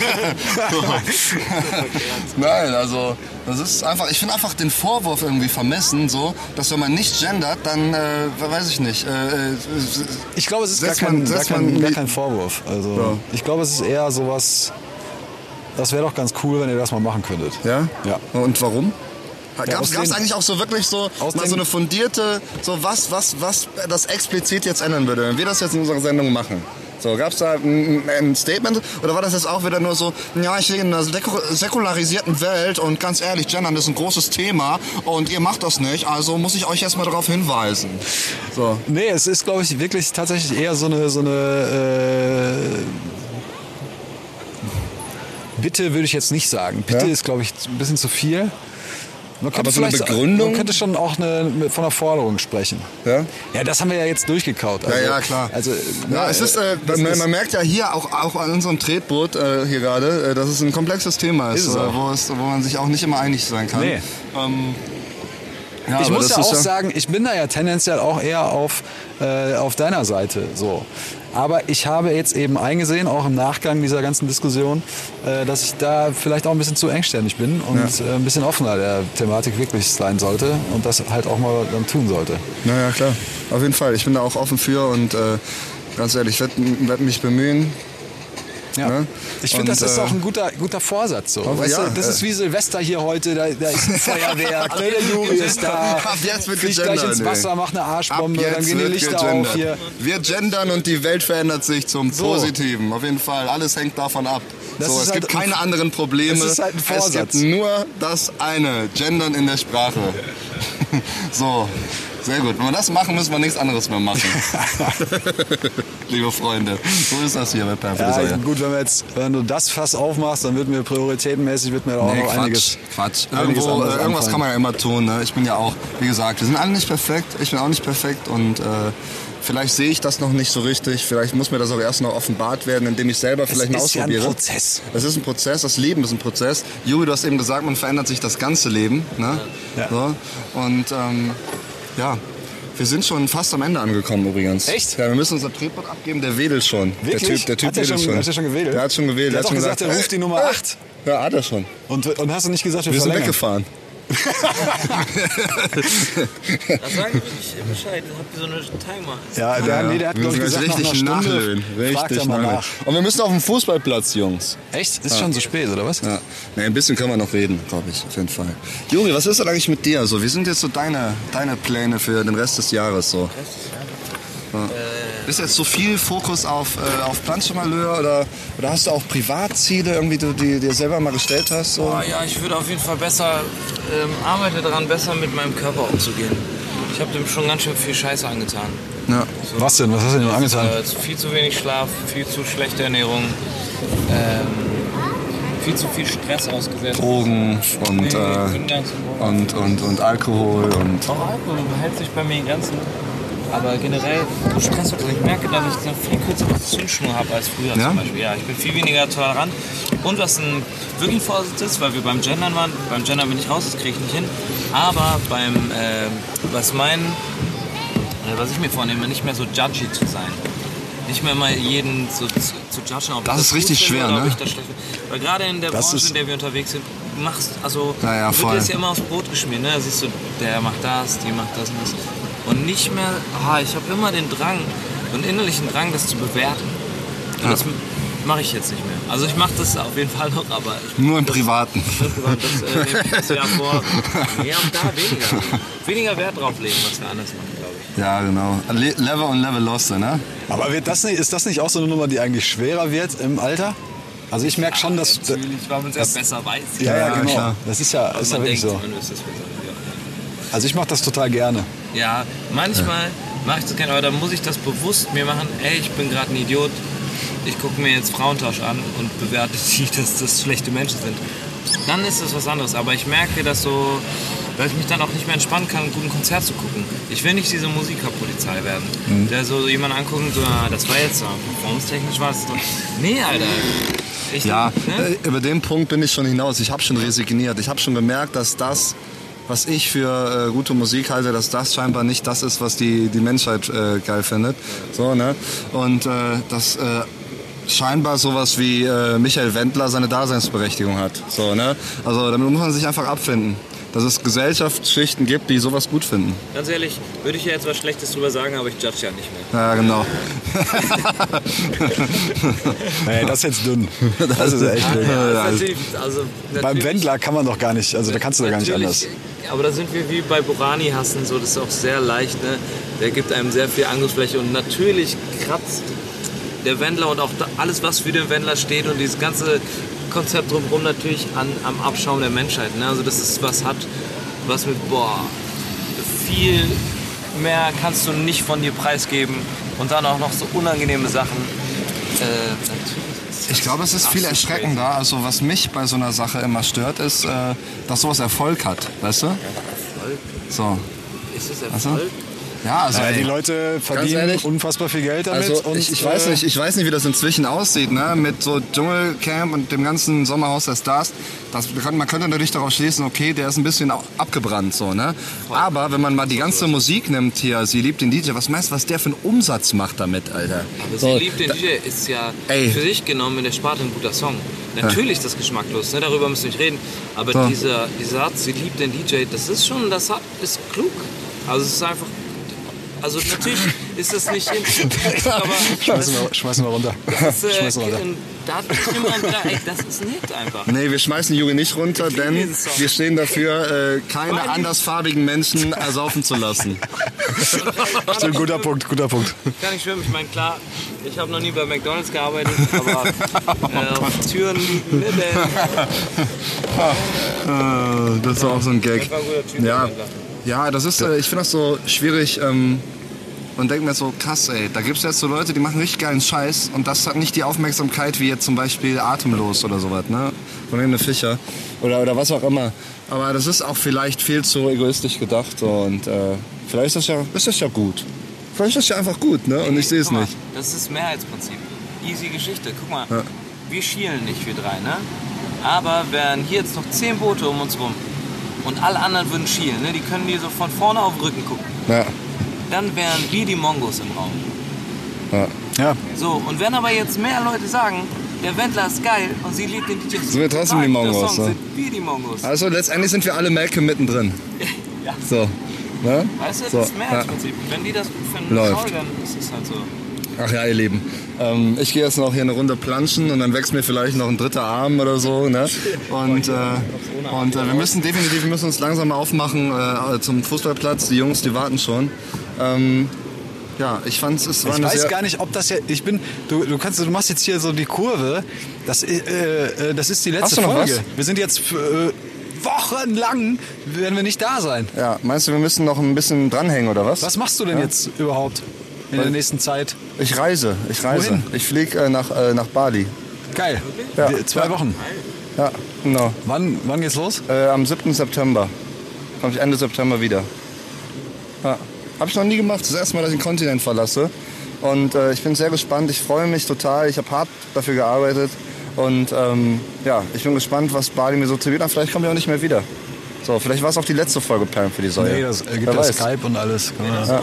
Nein, also das ist einfach, ich finde einfach den Vorwurf irgendwie vermessen, so, dass wenn man nicht gendert, dann, äh, weiß ich nicht. Äh, ich glaube, es ist gar kein, man, gar, kein, man, gar kein Vorwurf. Also ja. ich glaube, es ist eher sowas, das wäre doch ganz cool, wenn ihr das mal machen könntet. Ja? Ja. Und warum? Ja, Gab es eigentlich auch so wirklich so mal so eine fundierte, so was, was, was das explizit jetzt ändern würde, wenn wir das jetzt in unserer Sendung machen? So, gab es da ein, ein Statement oder war das jetzt auch wieder nur so, ja, ich lebe in einer säkularisierten Welt und ganz ehrlich, Gendern ist ein großes Thema und ihr macht das nicht, also muss ich euch jetzt mal darauf hinweisen. So. Nee, es ist, glaube ich, wirklich tatsächlich eher so eine, so eine äh, Bitte würde ich jetzt nicht sagen. Bitte ja? ist, glaube ich, ein bisschen zu viel. Man könnte Aber so eine Begründung? Man könnte schon auch eine, von einer Forderung sprechen. Ja? Ja, das haben wir ja jetzt durchgekaut. Also, ja, ja, klar. Also, ja, es ist, äh, man, ist, man merkt ja hier auch, auch an unserem Tretboot äh, hier gerade, äh, dass es ein komplexes Thema ist, ist äh, wo, es, wo man sich auch nicht immer einig sein kann. Nee. Ähm, ja, ich muss ja auch ja sagen, ich bin da ja tendenziell auch eher auf, äh, auf deiner Seite. So. Aber ich habe jetzt eben eingesehen, auch im Nachgang dieser ganzen Diskussion, äh, dass ich da vielleicht auch ein bisschen zu engständig bin und ja. äh, ein bisschen offener der Thematik wirklich sein sollte und das halt auch mal dann tun sollte. Naja, klar. Auf jeden Fall. Ich bin da auch offen für und äh, ganz ehrlich, ich werde werd mich bemühen. Ja. Ne? Ich finde, das ist auch ein guter, guter Vorsatz. So. Weißt ja, du, das äh, ist wie Silvester hier heute, da, da ist ein Feuerwerk, der Juri ist da, ab jetzt wird fliegt gegendert, gleich ins Wasser, ey. macht eine Arschbombe, dann gehen die Lichter gegendert. auf hier. Wir gendern und die Welt verändert sich zum so. Positiven. Auf jeden Fall, alles hängt davon ab. Das so, es halt gibt keine anderen Probleme. Das ist halt ein Vorsatz. Es gibt nur das eine, Gendern in der Sprache. So. Sehr gut. Wenn wir das machen, müssen wir nichts anderes mehr machen. Liebe Freunde, so ist das hier bei Perlen für die Ja, Säue. gut, wenn, wir jetzt, wenn du das Fass aufmachst, dann wird mir prioritätenmäßig wird mir auch Nee, noch Quatsch, einiges. Quatsch. einiges Irgendwo, anderes äh, irgendwas einfallen. kann man ja immer tun. Ne? Ich bin ja auch, wie gesagt, wir sind alle nicht perfekt. Ich bin auch nicht perfekt und äh, vielleicht sehe ich das noch nicht so richtig. Vielleicht muss mir das auch erst noch offenbart werden, indem ich selber vielleicht mal ist ja ein ausprobiere. Prozess. Es ist ein Prozess, das Leben ist ein Prozess. Juri, du hast eben gesagt, man verändert sich das ganze Leben. Ne? Ja. So. Und ähm, ja, wir sind schon fast am Ende angekommen übrigens. Echt? Ja, wir müssen unser Tretboot abgeben, der wedelt schon. Wirklich? Der Typ, der typ Hat der wedelt schon- schon. hat der schon gewedelt? Der hat schon gewedelt. Der hat schon doch gesagt, er ruft die Nummer äh, acht. Ja, hat er schon. Und, und hast du nicht gesagt, wir, Wir sind verlängern? weggefahren. Da sagen wir nicht Bescheid, habt ihr so eine Timer? Ja, der, nee, der hat wir glaub ich müssen gesagt, jetzt richtig nach einer Stunde nachlöhnen. fragt er Richtig mal nachlöhnen. nach. Und wir müssen auf den Fußballplatz, Jungs. Echt? Ist schon so spät, oder was? Ja. Nee, ein bisschen können wir noch reden, glaube ich, auf jeden Fall. Juri, was ist denn eigentlich mit dir? So, wie sind jetzt so deine, deine Pläne für den Rest des Jahres? So? Ja. Ist jetzt so viel Fokus auf, äh, auf Planschmalheur oder, oder hast du auch Privatziele, irgendwie, die du dir selber mal gestellt hast? So? Oh, ja, ich würde auf jeden Fall besser, ähm, arbeite daran, besser mit meinem Körper umzugehen. Ich habe dem schon ganz schön viel Scheiße angetan. Ja. So, Was denn? Was hast du denn angetan? Äh, viel zu wenig Schlaf, viel zu schlechte Ernährung, ähm, viel zu viel Stress ausgesetzt. Drogen und, Nee, äh, Kinder zum und, und, und Alkohol und... Auch Alkohol behält sich bei mir in Grenzen. Aber generell Stress. Also ich merke, dass ich eine viel kürzere Zündschnur habe als früher Ja? zum Beispiel. Ja, ich bin viel weniger tolerant. Und was ein wirklich Vorsitz ist, weil wir beim Gendern waren, beim Gendern bin ich raus, das kriege ich nicht hin. Aber beim, äh, was mein, äh, was ich mir vornehme, nicht mehr so judgy zu sein. Nicht mehr mal jeden so zu, zu judgen, ob Das ich ist gut richtig finde schwer, oder ob ne? ich das schlecht finde. Weil gerade in der Das Branche, ist- in der wir unterwegs sind, machst, also Ja, ja, wird voll. dir das ja immer aufs Brot geschmiert, ne? Da siehst du, der macht das, die macht das und das. Und nicht mehr, ah, ich habe immer den Drang, so einen innerlichen Drang, das zu bewerten. Und Ja. das mache ich jetzt nicht mehr. Also ich mache das auf jeden Fall noch, aber ich, Nur im Privaten. das, äh, nehme ich das ja vor. Ja, und da weniger. Weniger Wert drauf legen, was wir anders machen, glaube ich. Ja, genau. Le Level und Level lost, ne? Aber wird das nicht, ist das nicht auch so eine Nummer, die eigentlich schwerer wird im Alter? Also ich merke schon, dass... Natürlich, weil man es ja das- besser weiß. Ja, ja, Ja, genau. klar. Das ist ja, Also ist ja man wirklich denkt, so. man wüsste es besser. Also ich mache das total gerne. Ja, manchmal mache ich das gerne, aber dann muss ich das bewusst mir machen, ey, ich bin gerade ein Idiot, ich gucke mir jetzt Frauentausch an und bewerte die, dass das schlechte Menschen sind. Dann ist das was anderes, aber ich merke, dass so, weil ich mich dann auch nicht mehr entspannen kann, ein gutes Konzert zu gucken. Ich will nicht diese Musikerpolizei werden, Mhm. der so jemand anguckt und so, ah, das war jetzt so, performance-technisch war es so. Nee, Alter. Ich, Ja, ne? äh, über den Punkt bin ich schon hinaus. Ich habe schon resigniert. Ich habe schon gemerkt, dass das, was ich für äh, gute Musik halte, dass das scheinbar nicht das ist, was die, die Menschheit äh, geil findet. So, ne? Und äh, dass äh, scheinbar sowas wie äh, Michael Wendler seine Daseinsberechtigung hat. So, ne? Also damit muss man sich einfach abfinden. Dass es Gesellschaftsschichten gibt, die sowas gut finden. Ganz ehrlich, würde ich ja jetzt was Schlechtes drüber sagen, aber ich judge ja nicht mehr. Ja, genau. Nee, das ist jetzt dünn. Das ist echt dünn. Ja, das ist natürlich, also, Beim natürlich- Wendler kann man doch gar nicht, also da kannst du da gar nicht Natürlich, anders. Aber da sind wir wie bei Borani hassen, so, das ist auch sehr leicht, ne? Der gibt einem sehr viel Angriffsfläche und natürlich kratzt der Wendler und auch da, alles, was für den Wendler steht und dieses ganze Konzept drumherum natürlich an, am Abschaum der Menschheit, ne? Also das ist was hat, was mit, boah, viel mehr kannst du nicht von dir preisgeben und dann auch noch so unangenehme Sachen. Äh, Ich glaube, es ist viel erschreckender. Also was mich bei so einer Sache immer stört, ist, äh, dass sowas Erfolg hat, weißt du? Erfolg? So. Ist es Weißt du? Erfolg? Ja, also Ja, ey, die Leute verdienen ehrlich, unfassbar viel Geld damit. also und, ich, ich weiß äh, nicht, ich weiß nicht, wie das inzwischen aussieht, ne? Mit so Dschungelcamp und dem ganzen Sommerhaus der Stars. Das, man könnte natürlich darauf schließen, okay, der ist ein bisschen au- abgebrannt, so, ne? Aber wenn man mal die ganze Musik nimmt hier, sie liebt den D J, was meinst du, was der für einen Umsatz macht damit, Alter? Aber So, Sie liebt den D J ist ja Ey. für sich genommen in der Sparte ein guter Song. Natürlich ist das geschmacklos, ne? Darüber müssen wir nicht reden. Aber So. dieser, dieser Satz, sie liebt den D J, das ist schon, das hat, ist klug. Also es ist einfach, also natürlich ist das nicht, in, aber Schmeißen wir, schmeißen wir runter. das ist, äh, Schmeißen wir runter. und da hat mich immer gedacht, ey, das ist nett einfach. Nee, wir schmeißen Juri nicht runter, liebe denn diesen Song. wir stehen dafür, äh, keine Weil- andersfarbigen Menschen ersaufen zu lassen. Stimmt, guter Punkt, guter Punkt. Kann ich schwimmen, ich meine, klar, ich habe noch nie bei McDonalds gearbeitet, aber äh, auf Türen liegen, ne, der, Äh, das war auch so ein Gag. das war ein guter Typ, Ja. der Wendler. Ja, das ist, äh, ich finde das so schwierig ähm, und denke mir so, krass, ey, da gibt es jetzt so Leute, die machen richtig geilen Scheiß und das hat nicht die Aufmerksamkeit wie jetzt zum Beispiel Atemlos oder sowas, ne? Von Helene Fischer oder, oder was auch immer. Aber das ist auch vielleicht viel zu egoistisch gedacht so, und äh, vielleicht ist das, ja, ist das ja gut. Vielleicht ist das ja einfach gut, ne? Und ich sehe es nicht. Das ist Mehrheitsprinzip. Easy Geschichte. Guck mal, Ja. wir schielen nicht, wir drei, ne? Aber wären hier jetzt noch zehn Boote um uns rum und alle anderen würden schielen, ne? Die können dir so von vorne auf den Rücken gucken. Ja. Dann wären wir die Mongos im Raum. Ja. Ja. So, und wenn aber jetzt mehr Leute sagen, der Wendler ist geil und sie liebt den D J, Sind wir trotzdem die Mongos, Song, ne? sind wir die Mongos. Also letztendlich sind wir alle Malcolm mittendrin. Ja. So. Ne? Weißt du, das so. ist Mehrheitsprinzip. Wenn die das finden, Läuft. toll, dann ist es halt so. Ach ja, ihr Lieben. Ähm, ich gehe jetzt noch hier eine Runde planschen und dann wächst mir vielleicht noch ein dritter Arm oder so. Ne? Und, äh, und äh, wir müssen definitiv wir müssen uns langsam aufmachen äh, zum Fußballplatz. Die Jungs, die warten schon. Ähm, ja, ich fand es war Ich eine weiß sehr gar nicht, ob das ja. Ich bin. Du, du kannst, du machst jetzt hier so die Kurve. Das, äh, äh, das ist die letzte Hast du noch Folge. was? Wir sind jetzt äh, wochenlang werden wir nicht da sein. Ja, meinst du, wir müssen noch ein bisschen dranhängen oder was? Was machst du denn Ja. jetzt überhaupt in der nächsten Zeit? Ich reise, ich reise. Wohin? Ich fliege äh, nach, äh, nach Bali. Geil. Ja. Wir- Zwei Ja. Wochen. Ja, genau. Wann, wann geht's los? Äh, am siebten September. Komme ich Ende September wieder. Ja. Habe ich noch nie gemacht. Das ist das erste Mal, dass ich den Kontinent verlasse. Und äh, ich bin sehr gespannt. Ich freue mich total. Ich habe hart dafür gearbeitet. Und ähm, ja, ich bin gespannt, was Bali mir so zu bieten hat. Vielleicht komme ich auch nicht mehr wieder. So, vielleicht war es auch die letzte Folge Perlen für die Säule. Nee, das äh, gibt Wer ja weiß. Skype und alles. Ja.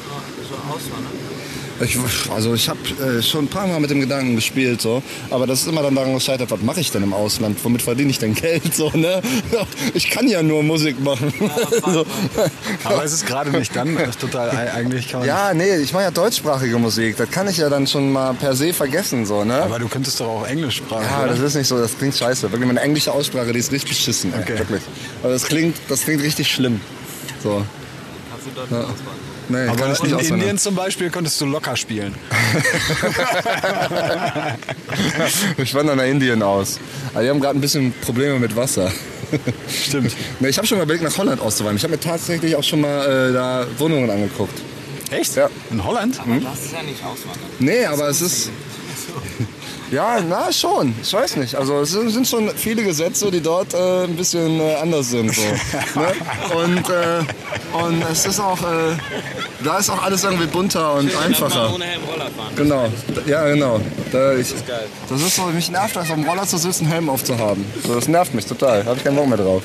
Ich, also ich habe äh, schon ein paar Mal mit dem Gedanken gespielt, so, aber das ist immer dann daran gescheitert, was mache ich denn im Ausland? Womit verdiene ich denn Geld? So, ne? Ich kann ja nur Musik machen. so. Aber es ist gerade nicht dann. Das ist total eigentlich kann man Ja, nee, ich mache ja deutschsprachige Musik. Das kann ich ja dann schon mal per se vergessen, so, ne? Aber du könntest doch auch Englisch sprechen. Ja, das ist nicht so, das klingt scheiße. Wirklich, meine englische Aussprache, die ist richtig beschissen, ey, Okay. wirklich. Aber das klingt, das klingt richtig schlimm. So. Kannst du dort Ja. ausbauen? Nee, kann Aber ich in nicht auswendig. Indien zum Beispiel konntest du locker spielen. Ich wandere nach Indien aus. Aber die haben gerade ein bisschen Probleme mit Wasser. Stimmt. Nee, ich habe schon mal überlegt, nach Holland auszuwandern. Ich habe mir tatsächlich auch schon mal äh, da Wohnungen angeguckt. Echt? Ja. In Holland? Aber das ist ja nicht auswandern. Nee, aber es ist... Ja, na schon. Ich weiß nicht. Also es sind sind schon viele Gesetze, die dort äh, ein bisschen äh, anders sind. So, ne? und, äh, und es ist auch... Äh, da ist auch alles irgendwie bunter und einfacher. Ohne Helm Roller fahren. Genau. Ja, genau. Da, ich, Das ist geil. das ist so, mich nervt, auf dem Roller zu sitzen, Helm aufzuhaben. So, das nervt mich total. Habe ich keinen Bock mehr drauf.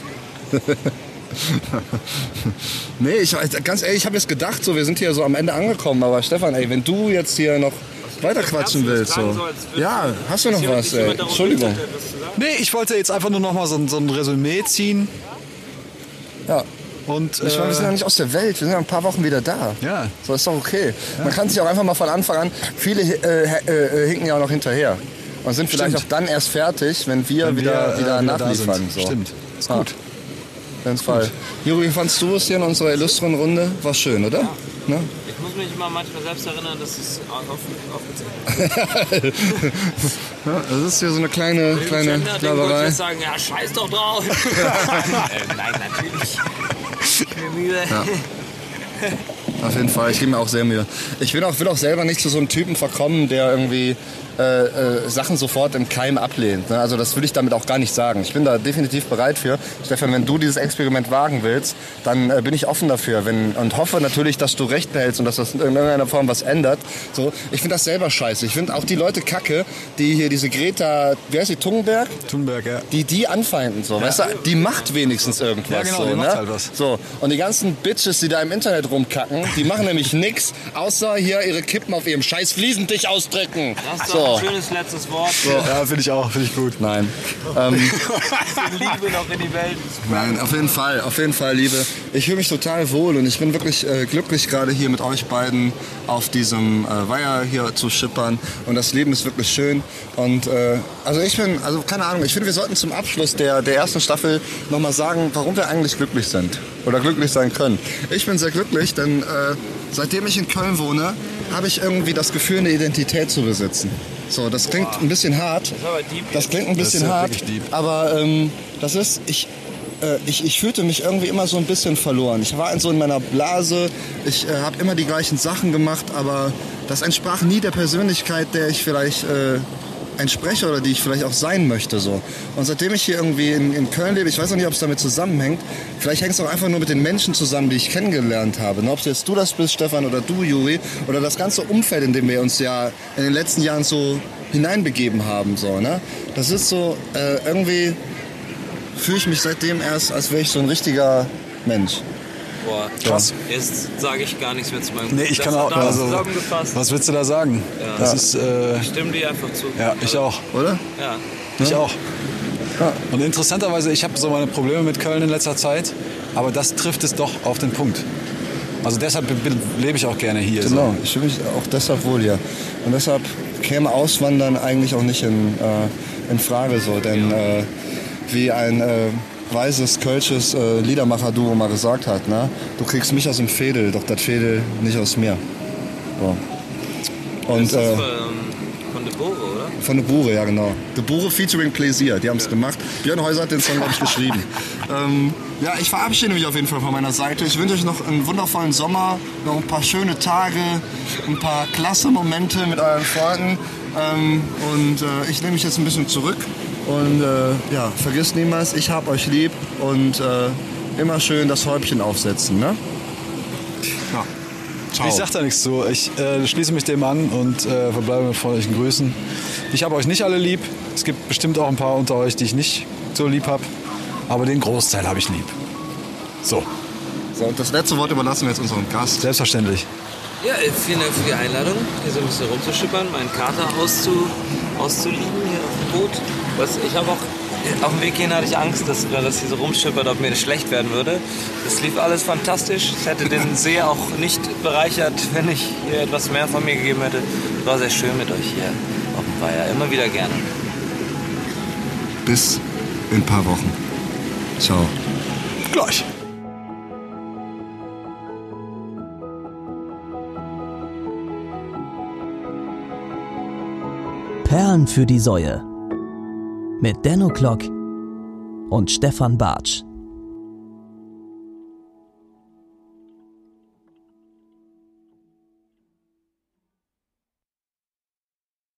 Nee, ich, ganz ehrlich, ich habe jetzt gedacht, so, wir sind hier so am Ende angekommen. Aber Stefan, ey, wenn du jetzt hier noch weiter quatschen willst, so. Ja, hast du noch was, ey? Entschuldigung. Nee, ich wollte jetzt einfach nur noch mal so, ein- so ein Resümee ziehen. Ja. Und, Ich meine, wir sind ja äh, nicht aus der Welt, wir sind ja ein paar Wochen wieder da. Ja. So ist doch okay. Man kann sich auch einfach mal von Anfang an, viele äh, äh, hinken ja auch noch hinterher. Und sind vielleicht Stimmt. auch dann erst fertig, wenn wir Wenn wir, wieder, äh, wieder wieder da nachliefern. sind. So. Stimmt. Ist Ja. gut. Auf jeden Fall. Juri, wie fandst du es hier in unserer illustren Runde? War schön, oder? Ne? Ich muss mich immer manchmal selbst erinnern, dass es auf- aufgezeichnet ist. Ja, das ist hier so eine kleine, kleine Gender-Ding wollte ich Laberei. jetzt sagen, ja, scheiß doch drauf. äh, nein, natürlich. Ich bin müde. Ja. Auf jeden Fall, ich gebe mir auch sehr Mühe. Ich will auch, will auch selber nicht zu so einem Typen verkommen, der irgendwie äh, äh, Sachen sofort im Keim ablehnt. Ne? Also das will ich damit auch gar nicht sagen. Ich bin da definitiv bereit für. Stefan, wenn du dieses Experiment wagen willst, dann äh, bin ich offen dafür. Wenn, und hoffe natürlich, dass du recht behältst und dass das in irgendeiner Form was ändert. So, ich finde das selber scheiße. Ich finde auch die Leute kacke, die hier diese Greta, wie heißt die, Thunberg? Thunberg, ja. Die die anfeinden. So. Weißt du, die macht wenigstens irgendwas. Ja, genau, so, die macht ne? halt was. So, und die ganzen Bitches, die da im Internet rumkacken, die machen nämlich nix, außer hier ihre Kippen auf ihrem scheiß Fliesentisch ausdrücken. Das ist So. doch ein schönes letztes Wort. So. Ja, finde ich auch, finde ich gut. Nein. Ähm, Liebe noch in die Welt. Nein, auf jeden Fall, auf jeden Fall, Liebe. Ich fühle mich total wohl und ich bin wirklich äh, glücklich, gerade hier mit euch beiden auf diesem äh, Weiher hier zu schippern. Und das Leben ist wirklich schön. Und äh, also ich bin, also keine Ahnung, ich finde, wir sollten zum Abschluss der, der ersten Staffel nochmal sagen, warum wir eigentlich glücklich sind oder glücklich sein können. Ich bin sehr glücklich, denn äh, seitdem ich in Köln wohne, habe ich irgendwie das Gefühl, eine Identität zu besitzen. So, das klingt ein bisschen hart. Das ist aber deep. Das klingt ein Das bisschen ist ja hart, wirklich deep. aber ähm, das ist, ich, äh, ich, ich fühlte mich irgendwie immer so ein bisschen verloren. Ich war in so in meiner Blase, ich äh, habe immer die gleichen Sachen gemacht, aber das entsprach nie der Persönlichkeit, der ich vielleicht äh, entspreche oder die ich vielleicht auch sein möchte. So. Und seitdem ich hier irgendwie in, in Köln lebe, ich weiß auch nicht, ob es damit zusammenhängt, vielleicht hängt es auch einfach nur mit den Menschen zusammen, die ich kennengelernt habe. Ne? Ob jetzt du das bist, Stefan, oder du, Juri, oder das ganze Umfeld, in dem wir uns ja in den letzten Jahren so hineinbegeben haben. So, ne? Das ist so, äh, irgendwie fühle ich mich seitdem erst, als wäre ich so ein richtiger Mensch. Boah, krass. Jetzt sage ich gar nichts mehr zu meinem Nee, ich das kann auch. Also, zusammengefasst. was willst du da sagen? Ja. Das ist, äh, ich stimme dir einfach zu. Ja, ich auch. Oder? Ja. Ich auch. Und interessanterweise, ich habe so meine Probleme mit Köln in letzter Zeit, aber das trifft es doch auf den Punkt. Also deshalb lebe ich auch gerne hier. Genau, so. ich fühle mich auch deshalb wohl hier. Und deshalb käme Auswandern eigentlich auch nicht in, äh, in Frage, so, denn äh, wie ein äh, weises kölsches äh, Liedermacher-Duo mal gesagt hat, ne? Du kriegst mich aus dem Fädel, doch das Fädel nicht aus mir. So. Und, ist das äh, von, von De Bure, oder? Von De Bure, ja genau. De Bure featuring Pläsier, die haben es ja. gemacht. Björn Häuser hat den Song, glaube ich, geschrieben. ähm, ja, ich verabschiede mich auf jeden Fall von meiner Seite. Ich wünsche euch noch einen wundervollen Sommer, noch ein paar schöne Tage, ein paar klasse Momente mit euren Freunden. Ähm, und äh, ich nehme mich jetzt ein bisschen zurück. Und äh, ja, vergisst niemals, ich hab euch lieb und äh, immer schön das Häubchen aufsetzen, ne? Ja. Ciao. Ich sag da nichts zu. Ich äh, schließe mich dem an und äh, verbleibe mit freundlichen Grüßen. Ich habe euch nicht alle lieb. Es gibt bestimmt auch ein paar unter euch, die ich nicht so lieb habe. Aber den Großteil habe ich lieb. So. So, und das letzte Wort überlassen wir jetzt unserem Gast. Selbstverständlich. Ja, vielen Dank für die Einladung, hier so ein bisschen rumzuschippern, meinen Kater auszu, auszulieben hier auf dem Boot. Was, ich habe auch, auf dem Weg hierhin hatte ich Angst, dass, dass hier so rumschippert, ob mir das schlecht werden würde. Das lief alles fantastisch. Es hätte den See auch nicht bereichert, wenn ich hier etwas mehr von mir gegeben hätte. Es war sehr schön mit euch hier auf dem Weiher. Immer wieder gerne. Bis in ein paar Wochen. Ciao. Gleich. Perlen für die Säue mit Denno Klock und Stefan Bartsch.